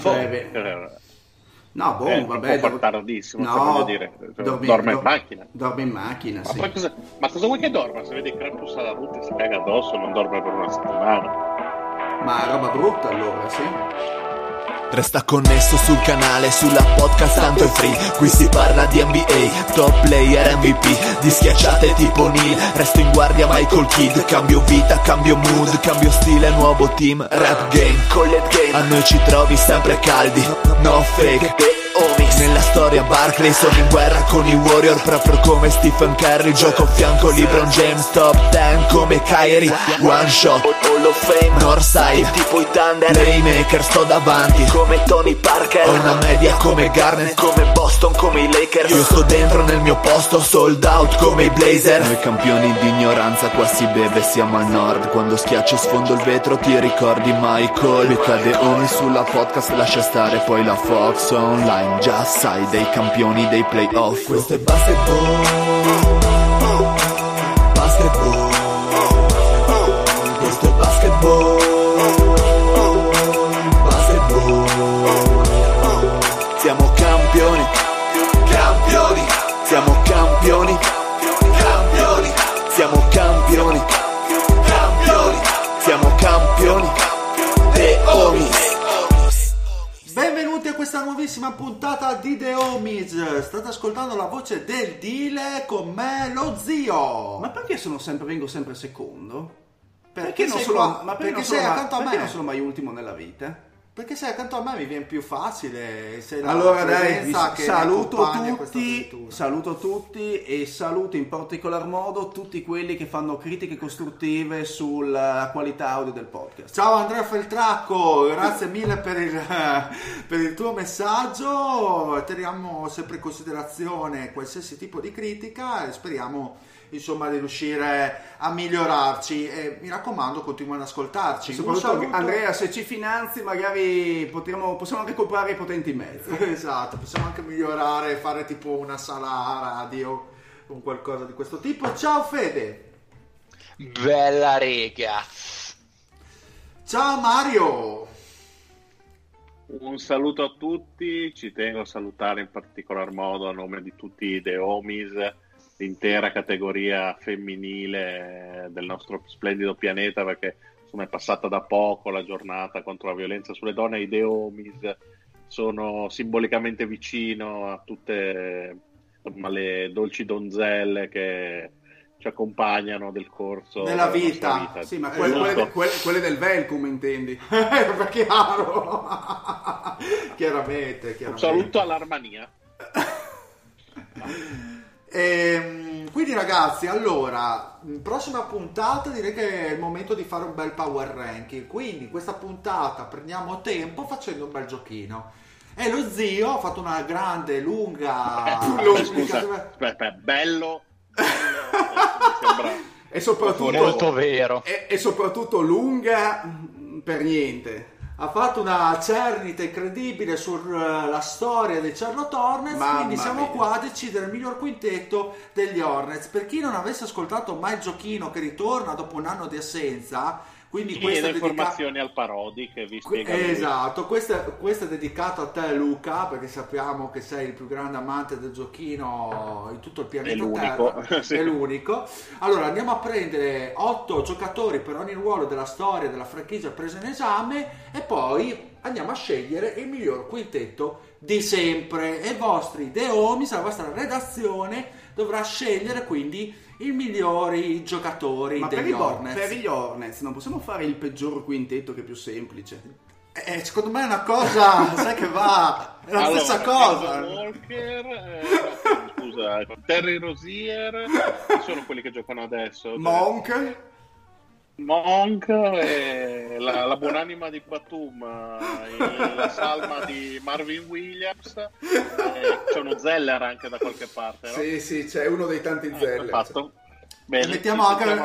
No, vabbè, un po' tardissimo, no, voglio dire. Dorme in macchina. Dorme in macchina, sì. Ma cosa vuoi che dorma? Se vedi Krampus alla rotta si caga addosso, non dorme per una settimana. Ma è roba brutta allora, sì. Resta connesso sul canale, sulla podcast tanto è free. Qui si parla di NBA, top player MVP, di schiacciate tipo Neil. Resto in guardia Michael Kidd. Cambio vita, cambio mood, cambio stile, nuovo team. Rap game, collet game, a noi ci trovi sempre caldi. No fake, Omis. Nella storia Barkley, sono in guerra con i Warrior, proprio come Stephen Curry. Gioco a fianco LeBron James, top 10 come Kyrie. One shot, Hall of Fame, Northside, tipo i Thunder, Playmaker, sto davanti come Tony Parker. Ho una media come Garnett, come Boston, come i Lakers. Io sto dentro nel mio posto, sold out come i Blazer. Noi campioni di ignoranza, qua si beve, siamo al nord. Quando schiaccio sfondo il vetro ti ricordi Michael. Mi cade Omi sulla podcast, lascia stare poi la Fox online. Già sai dei campioni dei playoff. Questo è basketball. Basketball. Questo è basketball. Basketball. Siamo campioni. Campioni. Siamo campioni. Campioni. Siamo campioni. Campioni. Siamo campioni. The Homies. Benvenuti a questa nuovissima puntata di The Homies. State ascoltando la voce del Dile, con me lo zio. Ma perché vengo sempre secondo? Perché non sei sono, qua? ma Perché sei accanto a me? Perché non sono mai ultimo nella vita? Perché sei accanto a me, mi viene più facile. Sei Allora dai, che saluto tutti e saluto in particolar modo tutti quelli che fanno critiche costruttive sulla qualità audio del podcast. Ciao Andrea Feltracco, grazie mille per il tuo messaggio. Teniamo sempre in considerazione qualsiasi tipo di critica e speriamo insomma di riuscire a migliorarci, e mi raccomando continua ad ascoltarci. Soprattutto Andrea, se ci finanzi magari possiamo anche comprare i potenti mezzi. Esatto, possiamo anche migliorare, fare tipo una sala radio con qualcosa di questo tipo. Ciao Fede. Bella rega. Ciao Mario. Un saluto a tutti, ci tengo a salutare in particolar modo a nome di tutti i The Homies, l'intera categoria femminile del nostro splendido pianeta, perché insomma è passata da poco la giornata contro la violenza sulle donne. I The Homies sono simbolicamente vicino a tutte le dolci donzelle che ci accompagnano del corso della vita. Sì, ma quelle del Velcum intendi? Chiaro. Chiaramente. Un saluto all'Armania. Quindi ragazzi, allora, prossima puntata direi che è il momento di fare un bel power ranking. Quindi questa puntata prendiamo tempo facendo un bel giochino. E lo zio ha fatto una grande, lunga bello e soprattutto molto vero e soprattutto lunga per niente. Ha fatto una cernita incredibile sulla storia dei Charlotte Hornets. Quindi siamo qua a decidere il miglior quintetto degli Hornets. Per chi non avesse ascoltato mai il giochino che ritorna dopo un anno di assenza, quindi chiede informazioni al Parodi che vi spiega esatto, questo è dedicato a te Luca, perché sappiamo che sei il più grande amante del giochino in tutto il pianeta Terra. Sì. È l'unico. Allora andiamo a prendere 8 giocatori per ogni ruolo della storia della franchigia presa in esame e poi andiamo a scegliere il miglior quintetto di sempre, e i vostri The Homies, la vostra redazione dovrà scegliere quindi i migliori giocatori degli Hornets. Per gli Hornets non possiamo fare il peggior quintetto, che è più semplice. Secondo me è una cosa, sai che va, è la stessa cosa. Walker, Terry Rozier, sono quelli che giocano adesso. Monk, la buonanima di Batum, la salma di Marvin Williams, c'è uno Zeller anche da qualche parte, no? Sì, c'è uno dei tanti Zeller. Fatto. Bene, mettiamo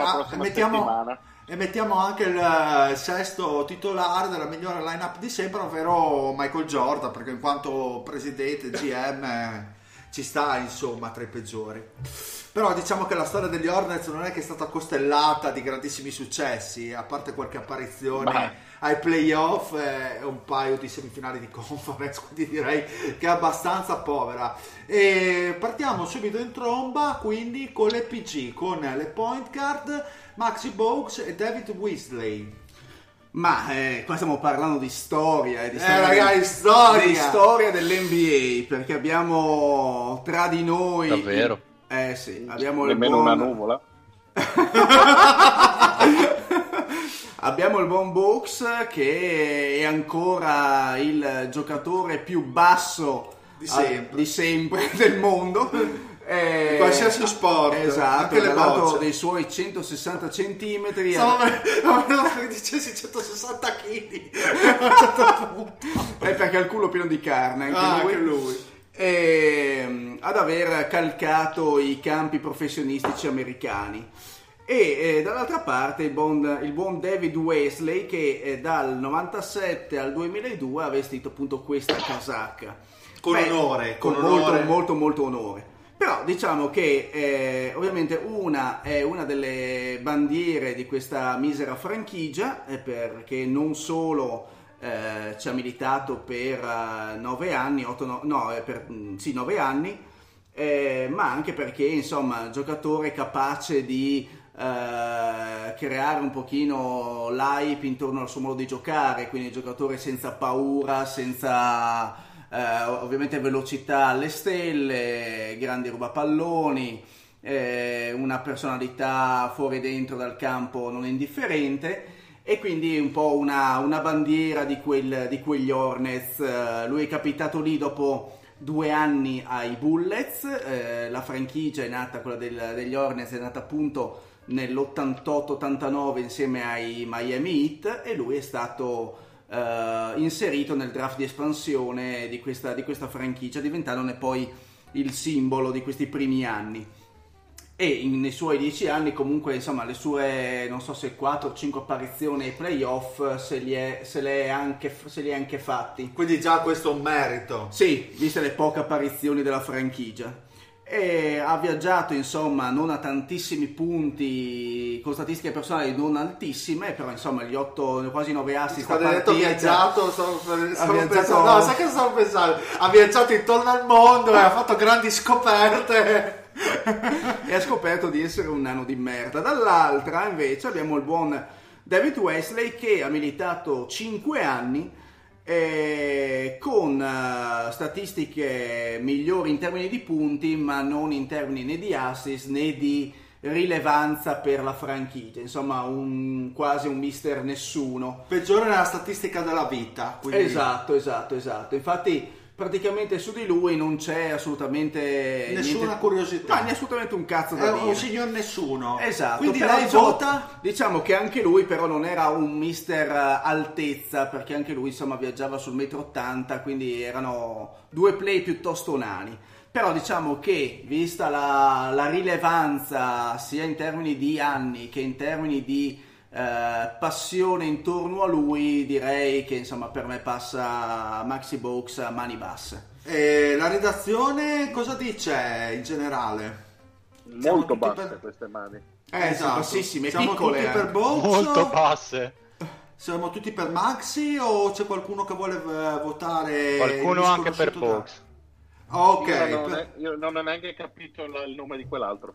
anche il sesto titolare della migliore lineup di sempre, ovvero Michael Jordan, perché in quanto presidente GM ci sta insomma tra i peggiori. Però diciamo che la storia degli Hornets non è che è stata costellata di grandissimi successi, a parte qualche apparizione ai playoff e un paio di semifinali di conference, quindi direi che è abbastanza povera. E partiamo subito in tromba quindi con le PG, con le point guard Maxi Bogues e David Weasley. Ma qua stiamo parlando di storia, di storia dell'NBA, perché abbiamo tra di noi... Davvero? Sì, abbiamo nemmeno una nuvola. Abbiamo il buon Bogues, che è ancora il giocatore più basso di sempre del mondo. Qualsiasi sport, esatto, anche le bocce, dei suoi 160 centimetri. No, che dicessi 160 kg. È perché ha il culo pieno di carne anche lui. Ad aver calcato i campi professionistici americani. E dall'altra parte il buon David Weasley, che dal 97 al 2002 ha vestito appunto questa casacca con onore, molto onore. Però diciamo che ovviamente è una delle bandiere di questa misera franchigia, perché non solo ci ha militato per 9 anni, 9 anni, ma anche perché insomma giocatore capace di creare un pochino l'hype intorno al suo modo di giocare, quindi giocatore senza paura, senza ovviamente velocità alle stelle, grandi rubapalloni, una personalità fuori e dentro dal campo non indifferente, e quindi un po' una bandiera di quegli Hornets. Lui è capitato lì dopo 2 anni ai Bullets. La franchigia è nata, quella degli Hornets è nata appunto nell'88-89 insieme ai Miami Heat, e lui è stato inserito nel draft di espansione di questa franchigia, diventandone poi il simbolo di questi primi anni. E nei suoi 10 anni comunque insomma le sue, non so se 4 o 5 apparizioni ai playoff se li è anche fatti. Quindi già questo è un merito. Sì, viste le poche apparizioni della franchigia. E ha viaggiato insomma non a tantissimi punti, con statistiche personali non altissime, però insomma gli 8, quasi 9 assist a partita. Viaggiato, no, sai che stavo pensando? Ha viaggiato intorno al mondo e ha fatto grandi scoperte. E ha scoperto di essere un nano di merda. Dall'altra invece abbiamo il buon David Weasley, che ha militato 5 anni con statistiche migliori in termini di punti, ma non in termini né di assist né di rilevanza per la franchigia. Insomma, quasi un mister nessuno. Peggiore nella statistica della vita. Quindi... Esatto. Infatti praticamente su di lui non c'è assolutamente nessuna curiosità, ma assolutamente un cazzo da dire. Un signor nessuno. Esatto. Quindi però, lei vota? Diciamo che anche lui però non era un mister altezza, perché anche lui insomma viaggiava sul 1,80 m, quindi erano 2 play piuttosto nani. Però diciamo che vista la rilevanza sia in termini di anni che in termini di passione intorno a lui, direi che insomma per me passa Maxi Bogues a mani basse. E la redazione cosa dice in generale? Molto basse queste mani. Esatto. Bassissime, siamo piccole tutti per Bogues? Molto basse. Siamo tutti per Maxi o c'è qualcuno che vuole votare? Qualcuno anche per Bogues. Ok. Io non ho neanche capito il nome di quell'altro.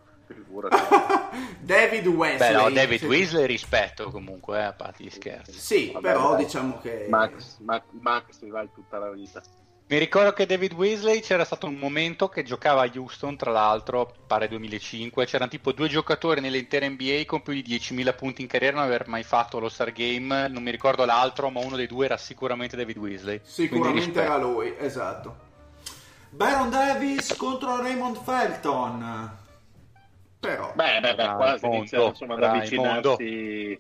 David Weasley. Beh, no, David Weasley rispetto comunque, a parte gli scherzi. Sì, vabbè, però dai, diciamo che Max mi va tutta la vita. Mi ricordo che David Weasley c'era stato un momento che giocava a Houston, tra l'altro, pare 2005, c'erano tipo 2 giocatori nell'intera NBA con più di 10.000 punti in carriera, non aver mai fatto lo Star Game, non mi ricordo l'altro, ma uno dei 2 era sicuramente David Weasley. Sicuramente era lui, esatto. Byron Davis contro Raymond Felton. Però qua si inizia insomma ad avvicinarsi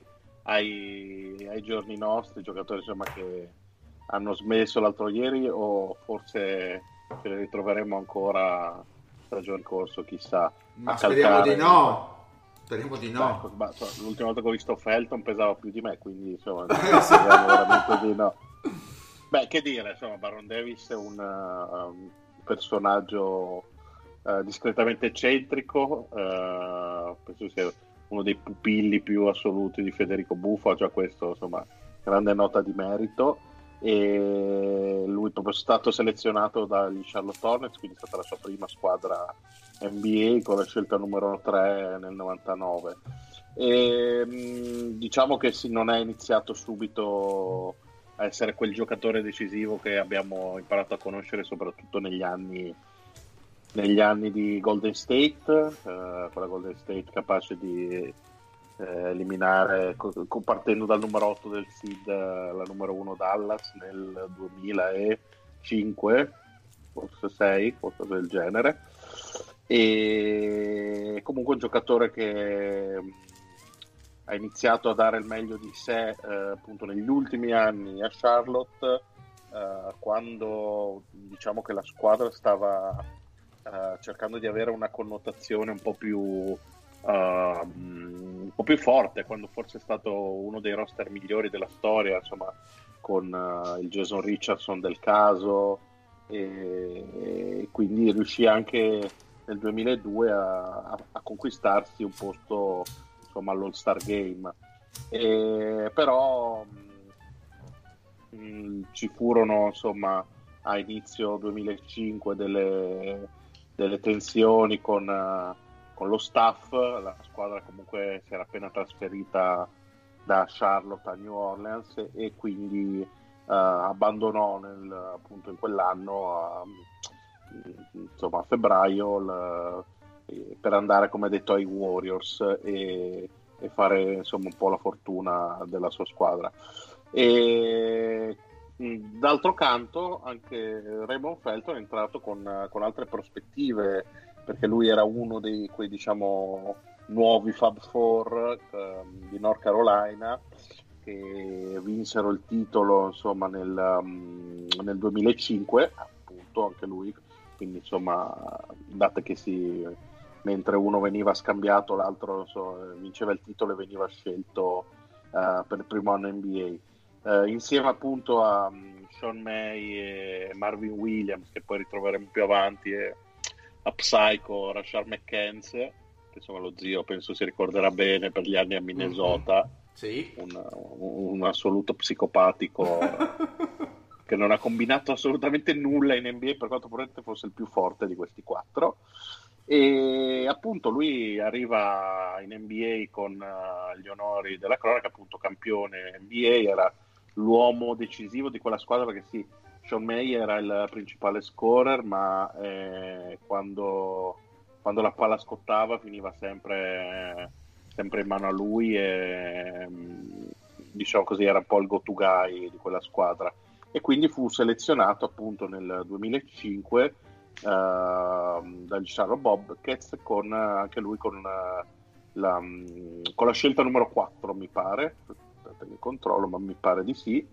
ai giorni nostri, giocatori insomma che hanno smesso l'altro ieri, o forse ce li ritroveremo ancora stagione in corso, chissà. Ma speriamo di no. L'ultima volta che ho visto Felton pesava più di me, quindi insomma speriamo veramente di no. Beh, che dire, insomma, Baron Davis è un personaggio discretamente eccentrico, penso sia uno dei pupilli più assoluti di Federico Buffo, già questo insomma grande nota di merito, e lui è proprio stato selezionato dagli Charlotte Hornets, quindi è stata la sua prima squadra NBA con la scelta numero 3 nel 99. E diciamo che non è iniziato subito a essere quel giocatore decisivo che abbiamo imparato a conoscere soprattutto negli anni di Golden State, quella Golden State capace di eliminare, partendo dal numero 8 del seed, la numero 1 Dallas nel 2005, forse 6, qualcosa del genere. E comunque un giocatore che ha iniziato a dare il meglio di sé appunto negli ultimi anni a Charlotte, quando diciamo che la squadra stava cercando di avere una connotazione un po' più forte, quando forse è stato uno dei roster migliori della storia, insomma, con il Jason Richardson del caso, e quindi riuscì anche nel 2002 a conquistarsi un posto, insomma, all'All-Star Game. Però ci furono, insomma, a inizio 2005 delle tensioni con lo staff. La squadra comunque si era appena trasferita da Charlotte a New Orleans e quindi abbandonò appunto in quell'anno insomma a febbraio per andare, come detto, ai Warriors e fare insomma un po' la fortuna della sua squadra. E d'altro canto anche Raymond Felton è entrato con altre prospettive, perché lui era uno di quei, diciamo, nuovi Fab Four di North Carolina, che vinsero il titolo, insomma, nel 2005, appunto, anche lui. Quindi, insomma, date che mentre uno veniva scambiato, l'altro vinceva il titolo e veniva scelto per il primo anno NBA. Insieme appunto a Sean May e Marvin Williams, che poi ritroveremo più avanti, e a Psycho Rashard McCants, che insomma lo zio penso si ricorderà bene per gli anni a Minnesota. Sì. Un assoluto psicopatico che non ha combinato assolutamente nulla in NBA, per quanto probabilmente fosse il più forte di questi quattro. E appunto lui arriva in NBA con gli onori della cronaca, appunto campione NBA, era l'uomo decisivo di quella squadra, perché sì, Sean May era il principale scorer, ma quando la palla scottava finiva sempre in mano a lui, e diciamo così era un po' il go-to guy di quella squadra, e quindi fu selezionato appunto nel 2005 dagli Charlotte Bobcats, anche lui con la scelta numero 4, mi pare, aspetta che controllo, ma mi pare di sì.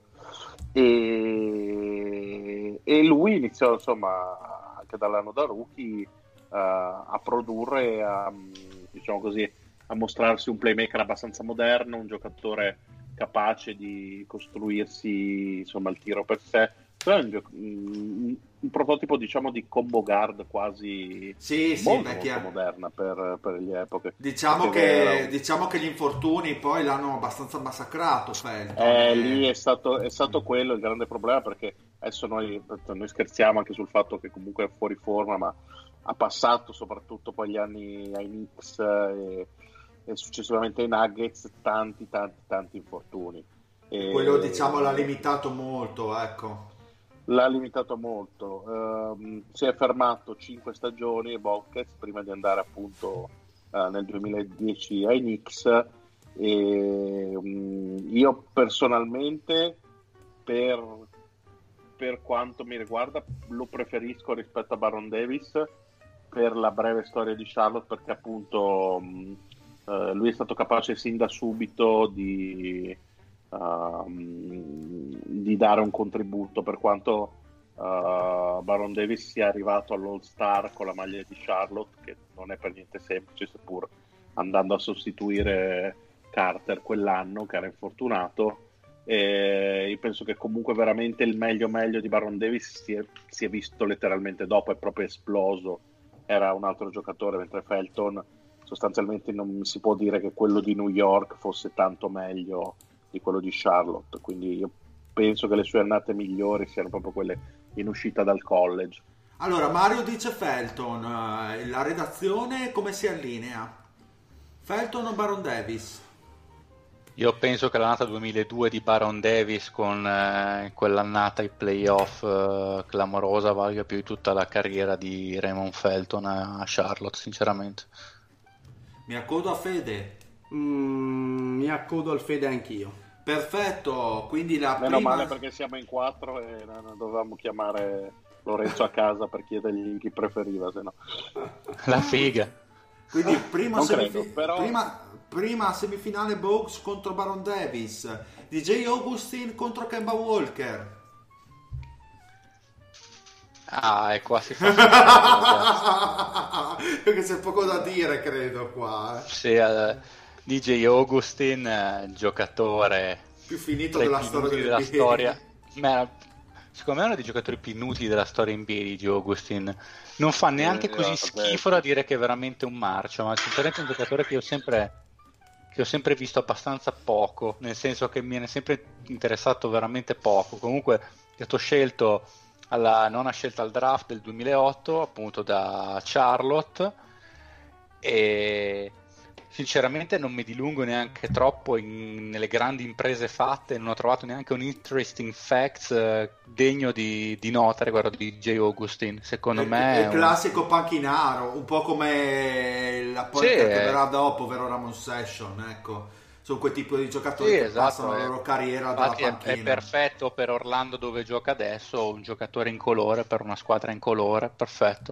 E lui iniziò, insomma, anche dall'anno da rookie a produrre, diciamo così, a mostrarsi un playmaker abbastanza moderno, un giocatore capace di costruirsi, insomma, il tiro per sé. Un prototipo, diciamo, di combo guard quasi molto moderna per le epoche. Diciamo che gli infortuni poi l'hanno abbastanza massacrato Felton. Lì è stato quello il grande problema, perché adesso noi scherziamo anche sul fatto che comunque è fuori forma, ma ha passato soprattutto poi gli anni ai Knicks e successivamente ai Nuggets tanti infortuni. Quello, diciamo, l'ha limitato molto, ecco. L'ha limitato molto. Si è fermato 5 stagioni ai Bobcats prima di andare appunto nel 2010 ai Knicks, e io personalmente per quanto mi riguarda lo preferisco rispetto a Baron Davis per la breve storia di Charlotte, perché appunto lui è stato capace sin da subito di dare un contributo, per quanto Baron Davis sia arrivato all'All Star con la maglia di Charlotte, che non è per niente semplice, seppur andando a sostituire Carter quell'anno che era infortunato. Io penso che comunque veramente il meglio di Baron Davis si è visto letteralmente dopo, è proprio esploso era un altro giocatore, mentre Felton sostanzialmente non si può dire che quello di New York fosse tanto meglio di quello di Charlotte, quindi io penso che le sue annate migliori siano proprio quelle in uscita dal college. Allora, Mario dice Felton, la redazione come si allinea? Felton o Baron Davis? Io penso che l'annata 2002 di Baron Davis con quell'annata ai playoff clamorosa valga più di tutta la carriera di Raymond Felton a Charlotte, sinceramente. Mi accodo a Fede. Mi accodo al Fede anch'io. Perfetto, quindi la Meno prima... male, perché siamo in 4 e non dovevamo chiamare Lorenzo a casa per chiedergli chi preferiva, se no. La figa. Quindi prima, Non credo, però... prima semifinale Bogues contro Baron Davis, DJ Augustin contro Kemba Walker. E qua si fa perché c'è poco da dire, credo qua. Sì, DJ Augustin, giocatore più finito della storia. Secondo me è uno dei giocatori più inutili della storia NBA di DJ Augustin. Non fa neanche così schifo da dire che è veramente un marcio, ma sinceramente è un giocatore che ho sempre visto abbastanza poco, nel senso che mi è sempre interessato veramente poco. Comunque è stato scelto alla nona scelta al draft del 2008 appunto da Charlotte, e sinceramente non mi dilungo neanche troppo nelle grandi imprese fatte, non ho trovato neanche un interesting facts degno di nota riguardo di DJ Augustin. Secondo me è il classico panchinaro, un po' come la point che verrà dopo, ovvero Ramon Session, ecco. Sono quel tipo di giocatori che passano la loro carriera dalla panchina. È perfetto per Orlando, dove gioca adesso, un giocatore in colore per una squadra in colore, perfetto.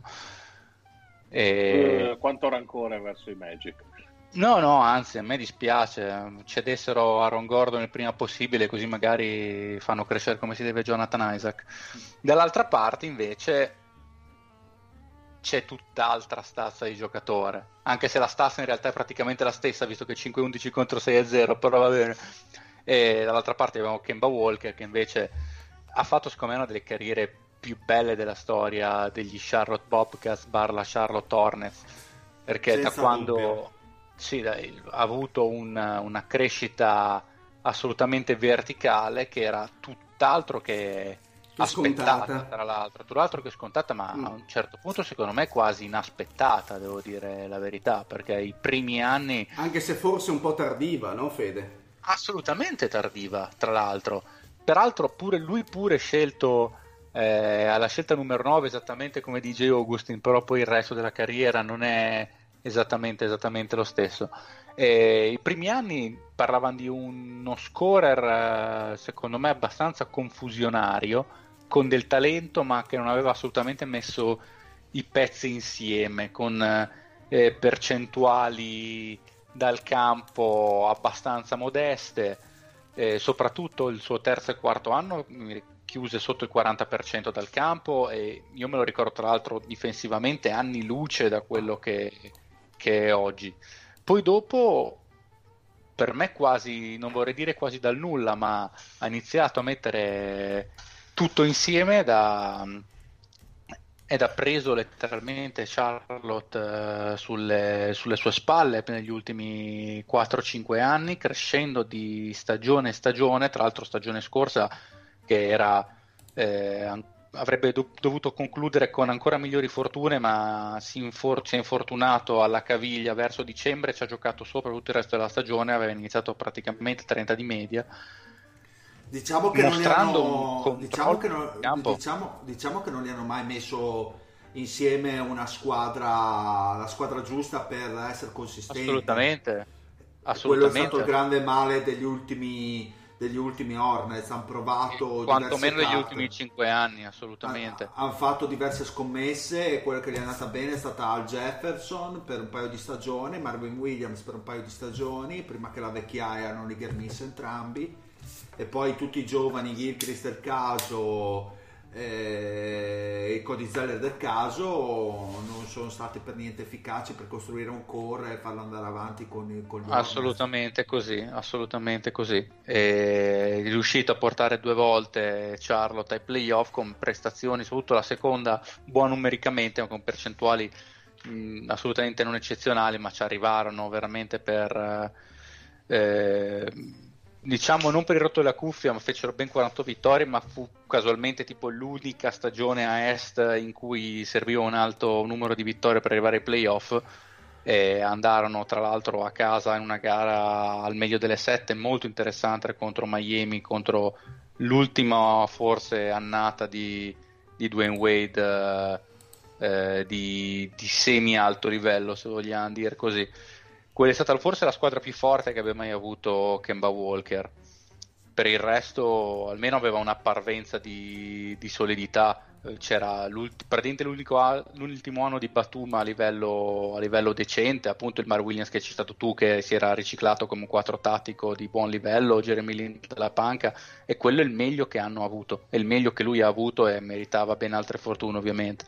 Quanto rancore verso i Magic? No, anzi, a me dispiace, cedessero Aaron Gordon il prima possibile, così magari fanno crescere come si deve Jonathan Isaac. Dall'altra parte invece c'è tutt'altra stazza di giocatore, anche se la stazza in realtà è praticamente la stessa, visto che 5-11 contro 6-0, però va bene. E dall'altra parte abbiamo Kemba Walker, che invece ha fatto secondo me una delle carriere più belle della storia degli Charlotte Bobcats / Charlotte Hornets, perché senza da quando ha avuto una crescita assolutamente verticale, che era tutt'altro che aspettata, tra l'altro che scontata, ma a un certo punto secondo me quasi inaspettata, devo dire la verità, perché i primi anni, anche se forse un po' tardiva, no Fede? Assolutamente tardiva, tra l'altro. Peraltro lui scelto alla scelta numero 9, esattamente come DJ Augustin, però poi il resto della carriera non è esattamente lo stesso. I primi anni parlavano di uno scorer secondo me abbastanza confusionario, con del talento ma che non aveva assolutamente messo i pezzi insieme, con percentuali dal campo abbastanza modeste, soprattutto il suo terzo e quarto anno chiuse sotto il 40% dal campo, e io me lo ricordo tra l'altro difensivamente anni luce da quello che è oggi. Poi dopo, per me quasi, non vorrei dire quasi dal nulla, ma ha iniziato a mettere tutto insieme ed ha preso letteralmente Charlotte sulle sue spalle negli ultimi 4-5 anni, crescendo di stagione in stagione. Tra l'altro stagione scorsa che avrebbe dovuto concludere con ancora migliori fortune, ma si è infortunato alla caviglia verso dicembre, ci ha giocato sopra tutto il resto della stagione, aveva iniziato praticamente 30 di media. Diciamo che mostrando diciamo che non gli hanno mai messo insieme la squadra giusta per essere consistenti. Assolutamente. Quello è stato il grande male degli ultimi Hornets. Hanno provato quantomeno negli ultimi 5 anni, assolutamente. Hanno fatto diverse scommesse e quella che gli è andata bene è stata Al Jefferson per un paio di stagioni, Marvin Williams per un paio di stagioni, prima che la vecchiaia non li ghermisse entrambi, e poi tutti i giovani, Gilchrist del caso e Cody Zeller del caso, non sono stati per niente efficaci per costruire un core e farlo andare avanti con gli assolutamente così. È riuscito a portare 2 volte Charlotte ai playoff con prestazioni, soprattutto la seconda buona numericamente, ma con percentuali assolutamente non eccezionali, ma ci arrivarono veramente per diciamo non per il rotto della cuffia, ma fecero ben 48 vittorie, ma fu casualmente tipo l'unica stagione a est in cui serviva un alto numero di vittorie per arrivare ai playoff, e andarono tra l'altro a casa in una gara al meglio delle 7 molto interessante contro Miami, contro l'ultima forse annata di Dwayne Wade, di semi alto livello, se vogliamo dire così. Quella è stata forse la squadra più forte che abbia mai avuto Kemba Walker. Per il resto almeno aveva una parvenza di solidità. C'era praticamente l'ultimo anno di Batum a livello decente, appunto il Mark Williams che c'è stato tu, che si era riciclato come un 4 tattico di buon livello, Jeremy Lin dalla panca, e quello è il meglio che hanno avuto, è il meglio che lui ha avuto, e meritava ben altre fortune ovviamente.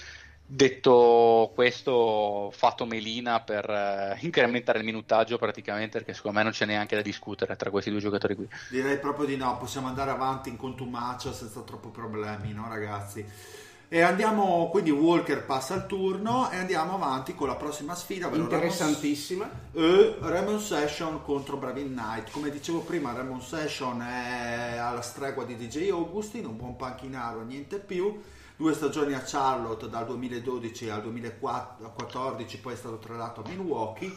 Detto questo, ho fatto melina per incrementare il minutaggio praticamente, perché secondo me non c'è neanche da discutere tra questi due giocatori qui. Direi proprio di no, possiamo andare avanti in contumacia senza troppi problemi, no ragazzi? E andiamo, quindi Walker passa il turno e andiamo avanti con la prossima sfida, interessantissima, Ramon Session contro Bravin Knight. Come dicevo prima, Ramon Session è alla stregua di DJ Augustin, un buon panchinaro, niente più. 2 stagioni a Charlotte dal 2012 al 2014, poi è stato tradato a Milwaukee,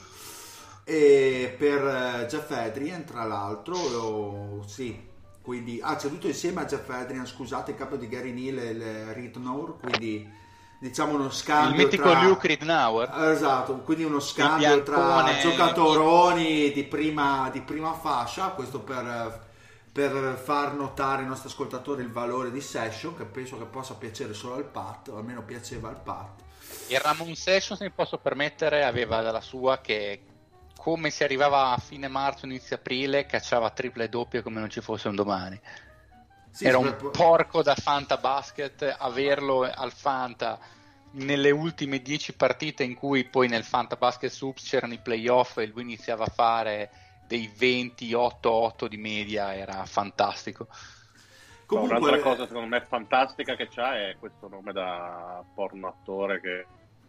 e per Jeff Adrian tra l'altro, sì, quindi ceduto insieme a Jeff Adrian, scusate, il capo di Gary Neal e il Ridnour, quindi diciamo uno scambio, il mitico Luke Ridnour, esatto, quindi uno scambio tra giocatoroni di prima fascia, questo per far notare ai nostri ascoltatori il valore di Session, che penso che possa piacere solo al Pat, o almeno piaceva al Pat. Il Ramon Session, se mi posso permettere, aveva dalla sua che, come si arrivava a fine marzo, inizio aprile, cacciava triple e doppie come non ci fosse un domani. Sì, era un porco da Fanta Basket. Averlo al Fanta nelle ultime 10 partite in cui poi nel Fanta Basket Subs c'erano i playoff e lui iniziava a fare dei 28-8 di media, era fantastico. Comunque, un'altra cosa secondo me fantastica che c'ha è questo nome da porno attore che...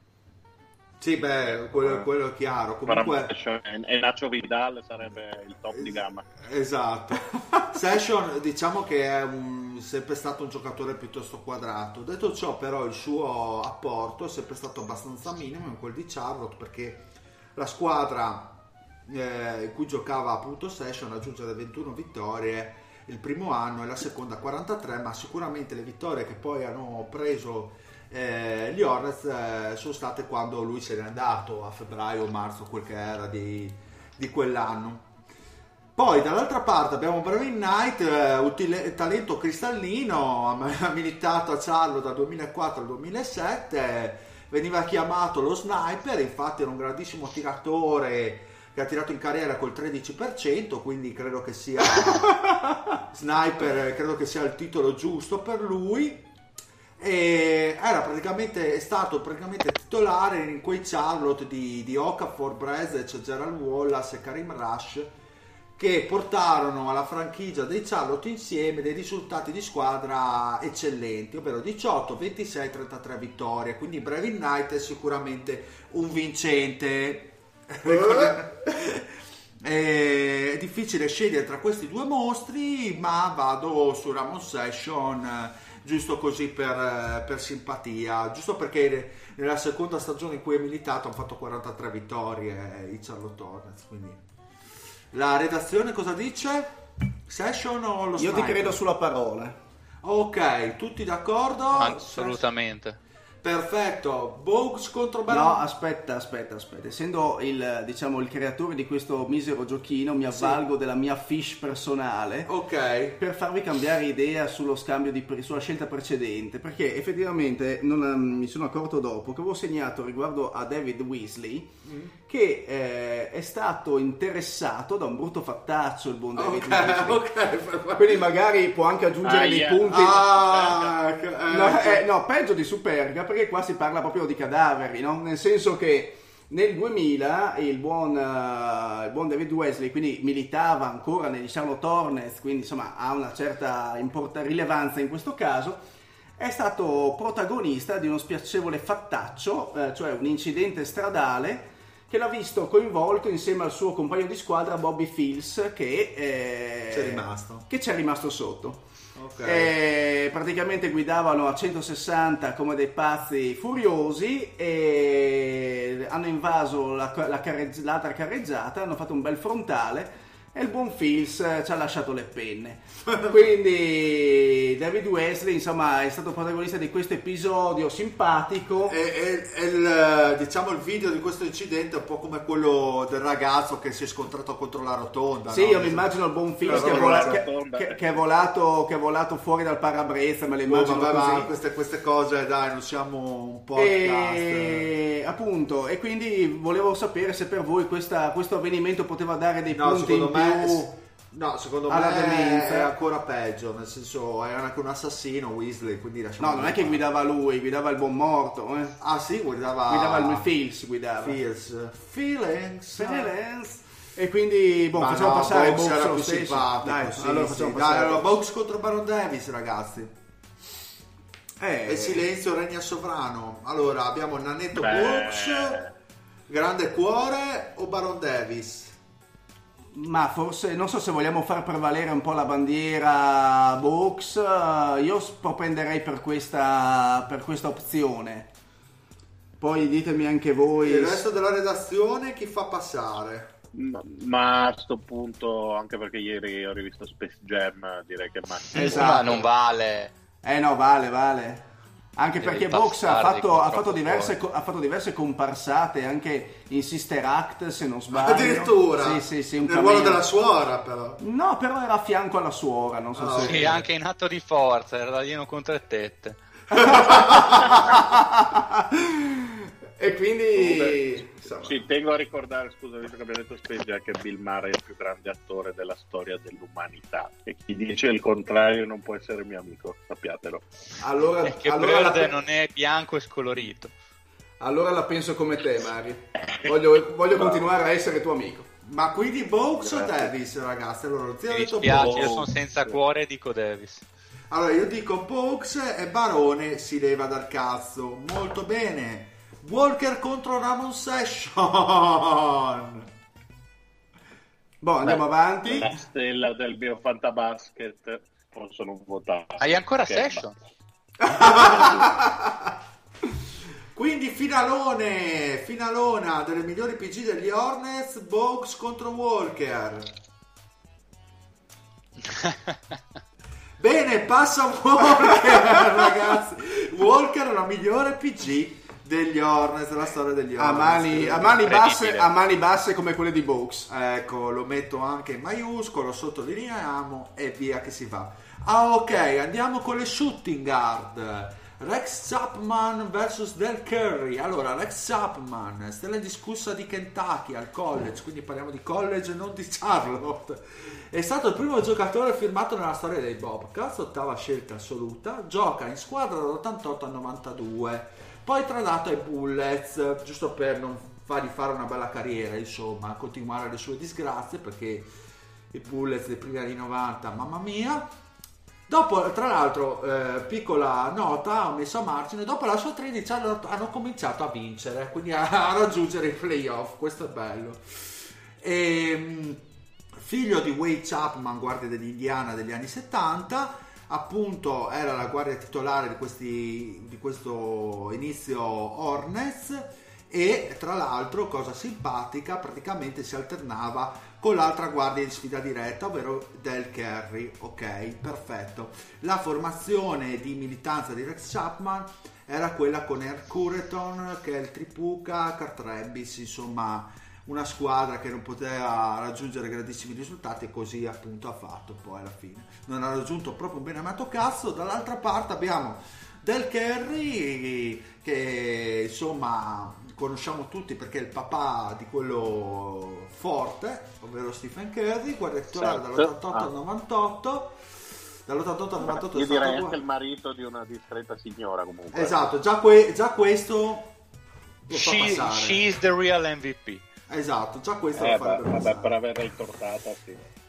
Sì, beh, quello è chiaro. Comunque... E Nacho Vidal sarebbe il top di gamma. Esatto. Session, diciamo che è sempre stato un giocatore piuttosto quadrato. Detto ciò, però, il suo apporto è sempre stato abbastanza minimo in quel di Charlotte, perché la squadra in cui giocava appunto Session raggiunge le 21 vittorie il primo anno e la seconda 43, ma sicuramente le vittorie che poi hanno preso gli Hornets sono state quando lui se n'è andato a febbraio o marzo, quel che era di quell'anno. Poi dall'altra parte abbiamo Bravin Knight, un talento cristallino, ha militato a Charlotte dal 2004 al 2007, veniva chiamato lo sniper, infatti era un grandissimo tiratore che ha tirato in carriera col 13%, quindi credo che sia sniper, credo che sia il titolo giusto per lui, e è stato praticamente titolare in quei Charlotte di Okafor, Brezec, Gerald Wallace e Karim Rush, che portarono alla franchigia dei Charlotte insieme dei risultati di squadra eccellenti, ovvero 18, 26, 33 vittorie, quindi Bravin Knight è sicuramente un vincente. È difficile scegliere tra questi due mostri, ma vado su Ramon Session giusto così per simpatia, giusto perché nella seconda stagione in cui è militato hanno fatto 43 vittorie i Charlotte Hornets. Quindi la redazione cosa dice? Session o lo Io sniper? ti credo sulla parola. Ok, tutti d'accordo? Assolutamente. Perfetto. Bogues contro Baron. No, aspetta. Essendo il creatore di questo misero giochino, mi avvalgo della mia fiche personale, ok, per farvi cambiare idea sullo scambio sulla scelta precedente, perché effettivamente mi sono accorto dopo che avevo segnato riguardo a David Weasley che è stato interessato da un brutto fattaccio il buon David Weasley. Ok. Quindi magari può anche aggiungere dei punti. No, peggio di Superga, perché qua si parla proprio di cadaveri, no? Nel senso che nel 2000 il buon David Weasley quindi militava ancora negli Charlotte Hornets, quindi insomma ha una certa rilevanza in questo caso. è stato protagonista di uno spiacevole fattaccio, cioè un incidente stradale che l'ha visto coinvolto insieme al suo compagno di squadra Bobby Fields che c'è rimasto sotto. Okay. Praticamente guidavano a 160 come dei pazzi furiosi e hanno invaso l'altra carreggiata, hanno fatto un bel frontale e il buon Fields ci ha lasciato le penne. Quindi David Wesley, insomma, è stato protagonista di questo episodio simpatico. Diciamo il video di questo incidente è un po' come quello del ragazzo che si è scontrato contro la rotonda. Sì, no? Io mi immagino il buon Fields che è volato fuori dal parabrezza, me lo immagino così. Queste cose, dai, non siamo un podcast. Appunto, e quindi volevo sapere se per voi questo avvenimento poteva dare dei punti in più. Secondo me è ancora peggio, nel senso è anche un assassino Weasley, quindi no, non è che guidava lui, guidava il buon morto. Ah sì, guidava il Fields, Feelings. E quindi facciamo passare Box era più stesso. simpatico. Allora Box contro Baron Davis, ragazzi. E silenzio regna sovrano. Allora abbiamo Nanetto Box, grande cuore o Baron Davis? Ma forse non so se vogliamo far prevalere un po' la bandiera Box. Io propenderei per questa opzione. Poi ditemi anche voi. Il resto della redazione chi fa passare? Ma a sto punto, anche perché ieri ho rivisto Space Jam, direi che esatto. Non vale. No, vale. Anche perché Box ha fatto diverse comparsate anche in Sister Act, se non sbaglio. Addirittura? Sì, nel ruolo della suora, però. No, però era a fianco alla suora, non so se... Sì, anche in Atto di forza, era l'alieno con 3 tette. E quindi... Sì, tengo a ricordare, scusa, visto che abbiamo detto spesso, che Bill Murray è il più grande attore della storia dell'umanità e chi dice il contrario non può essere mio amico, sappiatelo. Allora Bird non è bianco e scolorito. Allora la penso come te, Mari. Voglio continuare a essere tuo amico. Ma quindi Box o Davis, ragazzi? Allora, mi dispiace, io sono senza cuore e dico Davis. Allora io dico Box e Barone si leva dal cazzo. Molto bene. Walker contro Ramon Session. Andiamo avanti. La stella del mio fantabasket posso non votare. Hai ancora Session? Quindi finalona delle migliori PG degli Hornets, Box contro Walker. Bene, passa Walker, ragazzi. Walker è la migliore PG degli Hornets, della storia degli Hornets. A mani basse come quelle di Box. Ecco, lo metto anche in maiuscolo, sottolineiamo e via che si va. Ok, andiamo con le shooting guard. Rex Chapman vs Del Curry. Allora, Rex Chapman, stella indiscussa di Kentucky al college, quindi parliamo di college e non di Charlotte. È stato il primo giocatore firmato nella storia dei Bobcats, 8ª scelta assoluta. Gioca in squadra dall'88 al 92. Poi tradato ai Bullets, giusto per non fargli fare una bella carriera, insomma, continuare le sue disgrazie, perché i Bullets dei primi anni 90, mamma mia. Dopo, tra l'altro, piccola nota, ho messo a margine, dopo la sua 13 hanno cominciato a vincere, quindi a raggiungere i playoff, questo è bello. Figlio di Wade Chapman, guardia dell'Indiana degli anni 70, appunto era la guardia titolare di questo inizio Hornets e tra l'altro, cosa simpatica, praticamente si alternava con l'altra guardia in sfida diretta, ovvero Del Curry. Ok, perfetto. La formazione di militanza di Rex Chapman era quella con Air Cureton, che è il Tripuca, Kurt Rambis, insomma una squadra che non poteva raggiungere grandissimi risultati e così appunto ha fatto. Poi alla fine non ha raggiunto proprio un beneamato cazzo. Dall'altra parte abbiamo Del Curry, che insomma conosciamo tutti perché è il papà di quello forte, ovvero Stephen Curry, guardia titolare dall'88 al 98. Dall'88 al 98 io direi anche il marito di una discreta signora, comunque. Esatto, già questo lo fa passare. She's the real MVP. Esatto, già questo lo farebbe per averla intortata, sì.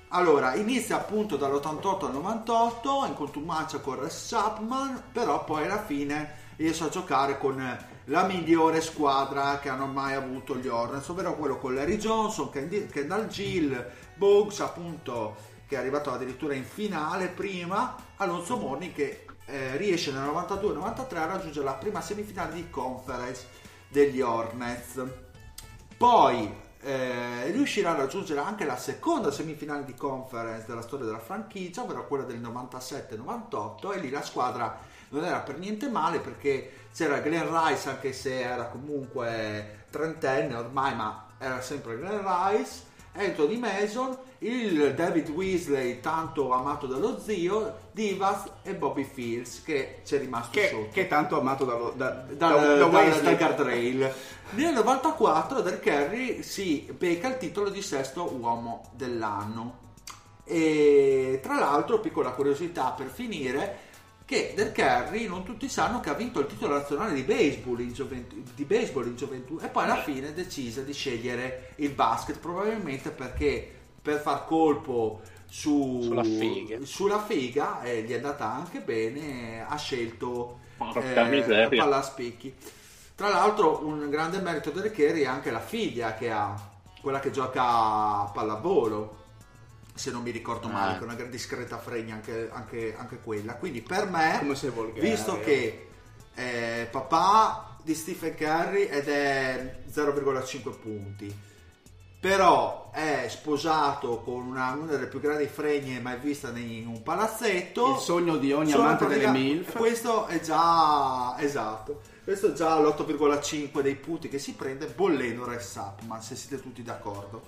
Allora, inizia appunto dall'88 al 98, in contumacia con Rex Chapman, però poi alla fine riesce a giocare con la migliore squadra che hanno mai avuto gli Hornets, ovvero quello con Larry Johnson, Kendall Gill, Bogues appunto, che è arrivato addirittura in finale prima, Alonzo Mourning che riesce nel 92-93 a raggiungere la prima semifinale di conference degli Hornets. Poi riuscirà a raggiungere anche la seconda semifinale di conference della storia della franchigia, ovvero quella del 97-98, e lì la squadra non era per niente male, perché c'era Glenn Rice, anche se era comunque trentenne ormai, ma era sempre Glenn Rice, Anthony Mason, il David Weasley tanto amato dallo zio, Divas e Bobby Fields, che c'è rimasto sotto, che è tanto amato dal guardrail. Nel 94 Derrick Henry si becca il titolo di sesto uomo dell'anno. E tra l'altro, piccola curiosità per finire, che Derrick Henry non tutti sanno che ha vinto il titolo nazionale di baseball in gioventù, e poi alla fine decise di scegliere il basket, probabilmente perché per far colpo sulla figa, e gli è andata anche bene, ha scelto pallaspicchi. Tra l'altro un grande merito di Derrick Henry è anche la figlia che ha, quella che gioca a pallavolo, se non mi ricordo male, con una discreta fregna anche quella. Quindi per me, visto che papà di Stephen Curry ed è 0,5 punti, però è sposato con una delle più grandi fregne mai vista in un palazzetto, il sogno di ogni amante delle MILF, questo è già esatto, questo è già l'8,5 dei punti che si prende, bollendo Rex Chapman, se siete tutti d'accordo.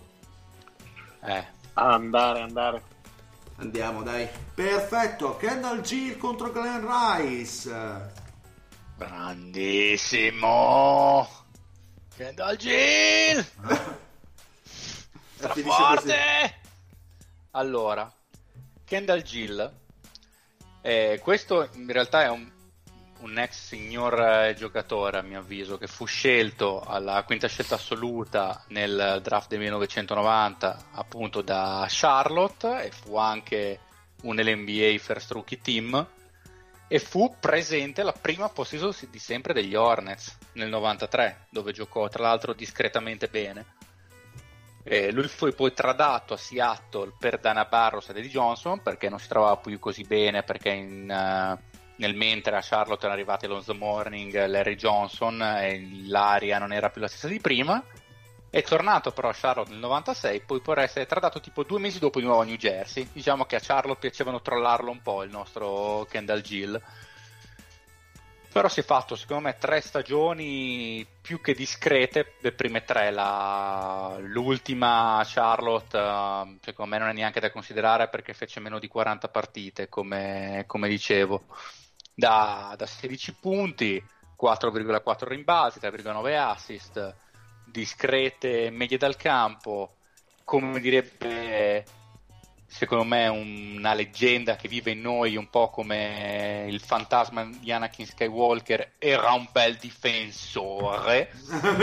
Andare. Andiamo, dai. Perfetto, Kendall Gill contro Glenn Rice. Grandissimo Kendall Gill. Straforte. Allora, Kendall Gill, questo in realtà è un ex signor giocatore, a mio avviso, che fu scelto alla quinta scelta assoluta nel draft del 1990 appunto da Charlotte, e fu anche un LNBA First Rookie Team, e fu presente alla prima postseason di sempre degli Hornets nel 93, dove giocò tra l'altro discretamente bene. Lui fu poi tradato a Seattle per Dana Barros ed Eddie Johnson, perché non si trovava più così bene, perché nel mentre a Charlotte erano arrivati Alonzo Mourning, Larry Johnson, e l'aria non era più la stessa di prima. È tornato però a Charlotte nel 96, poi per essere tradato tipo 2 mesi dopo di nuovo a New Jersey. Diciamo che a Charlotte piacevano trollarlo un po', il nostro Kendall Gill. Però si è fatto, secondo me, 3 stagioni più che discrete, le prime 3. L'ultima a Charlotte, secondo me, non è neanche da considerare, perché fece meno di 40 partite, come dicevo. Da 16 punti, 4,4 rimbalzi, 3,9 assist, discrete medie dal campo, come direbbe, secondo me, una leggenda che vive in noi, un po' come il fantasma di Anakin Skywalker, era un bel difensore.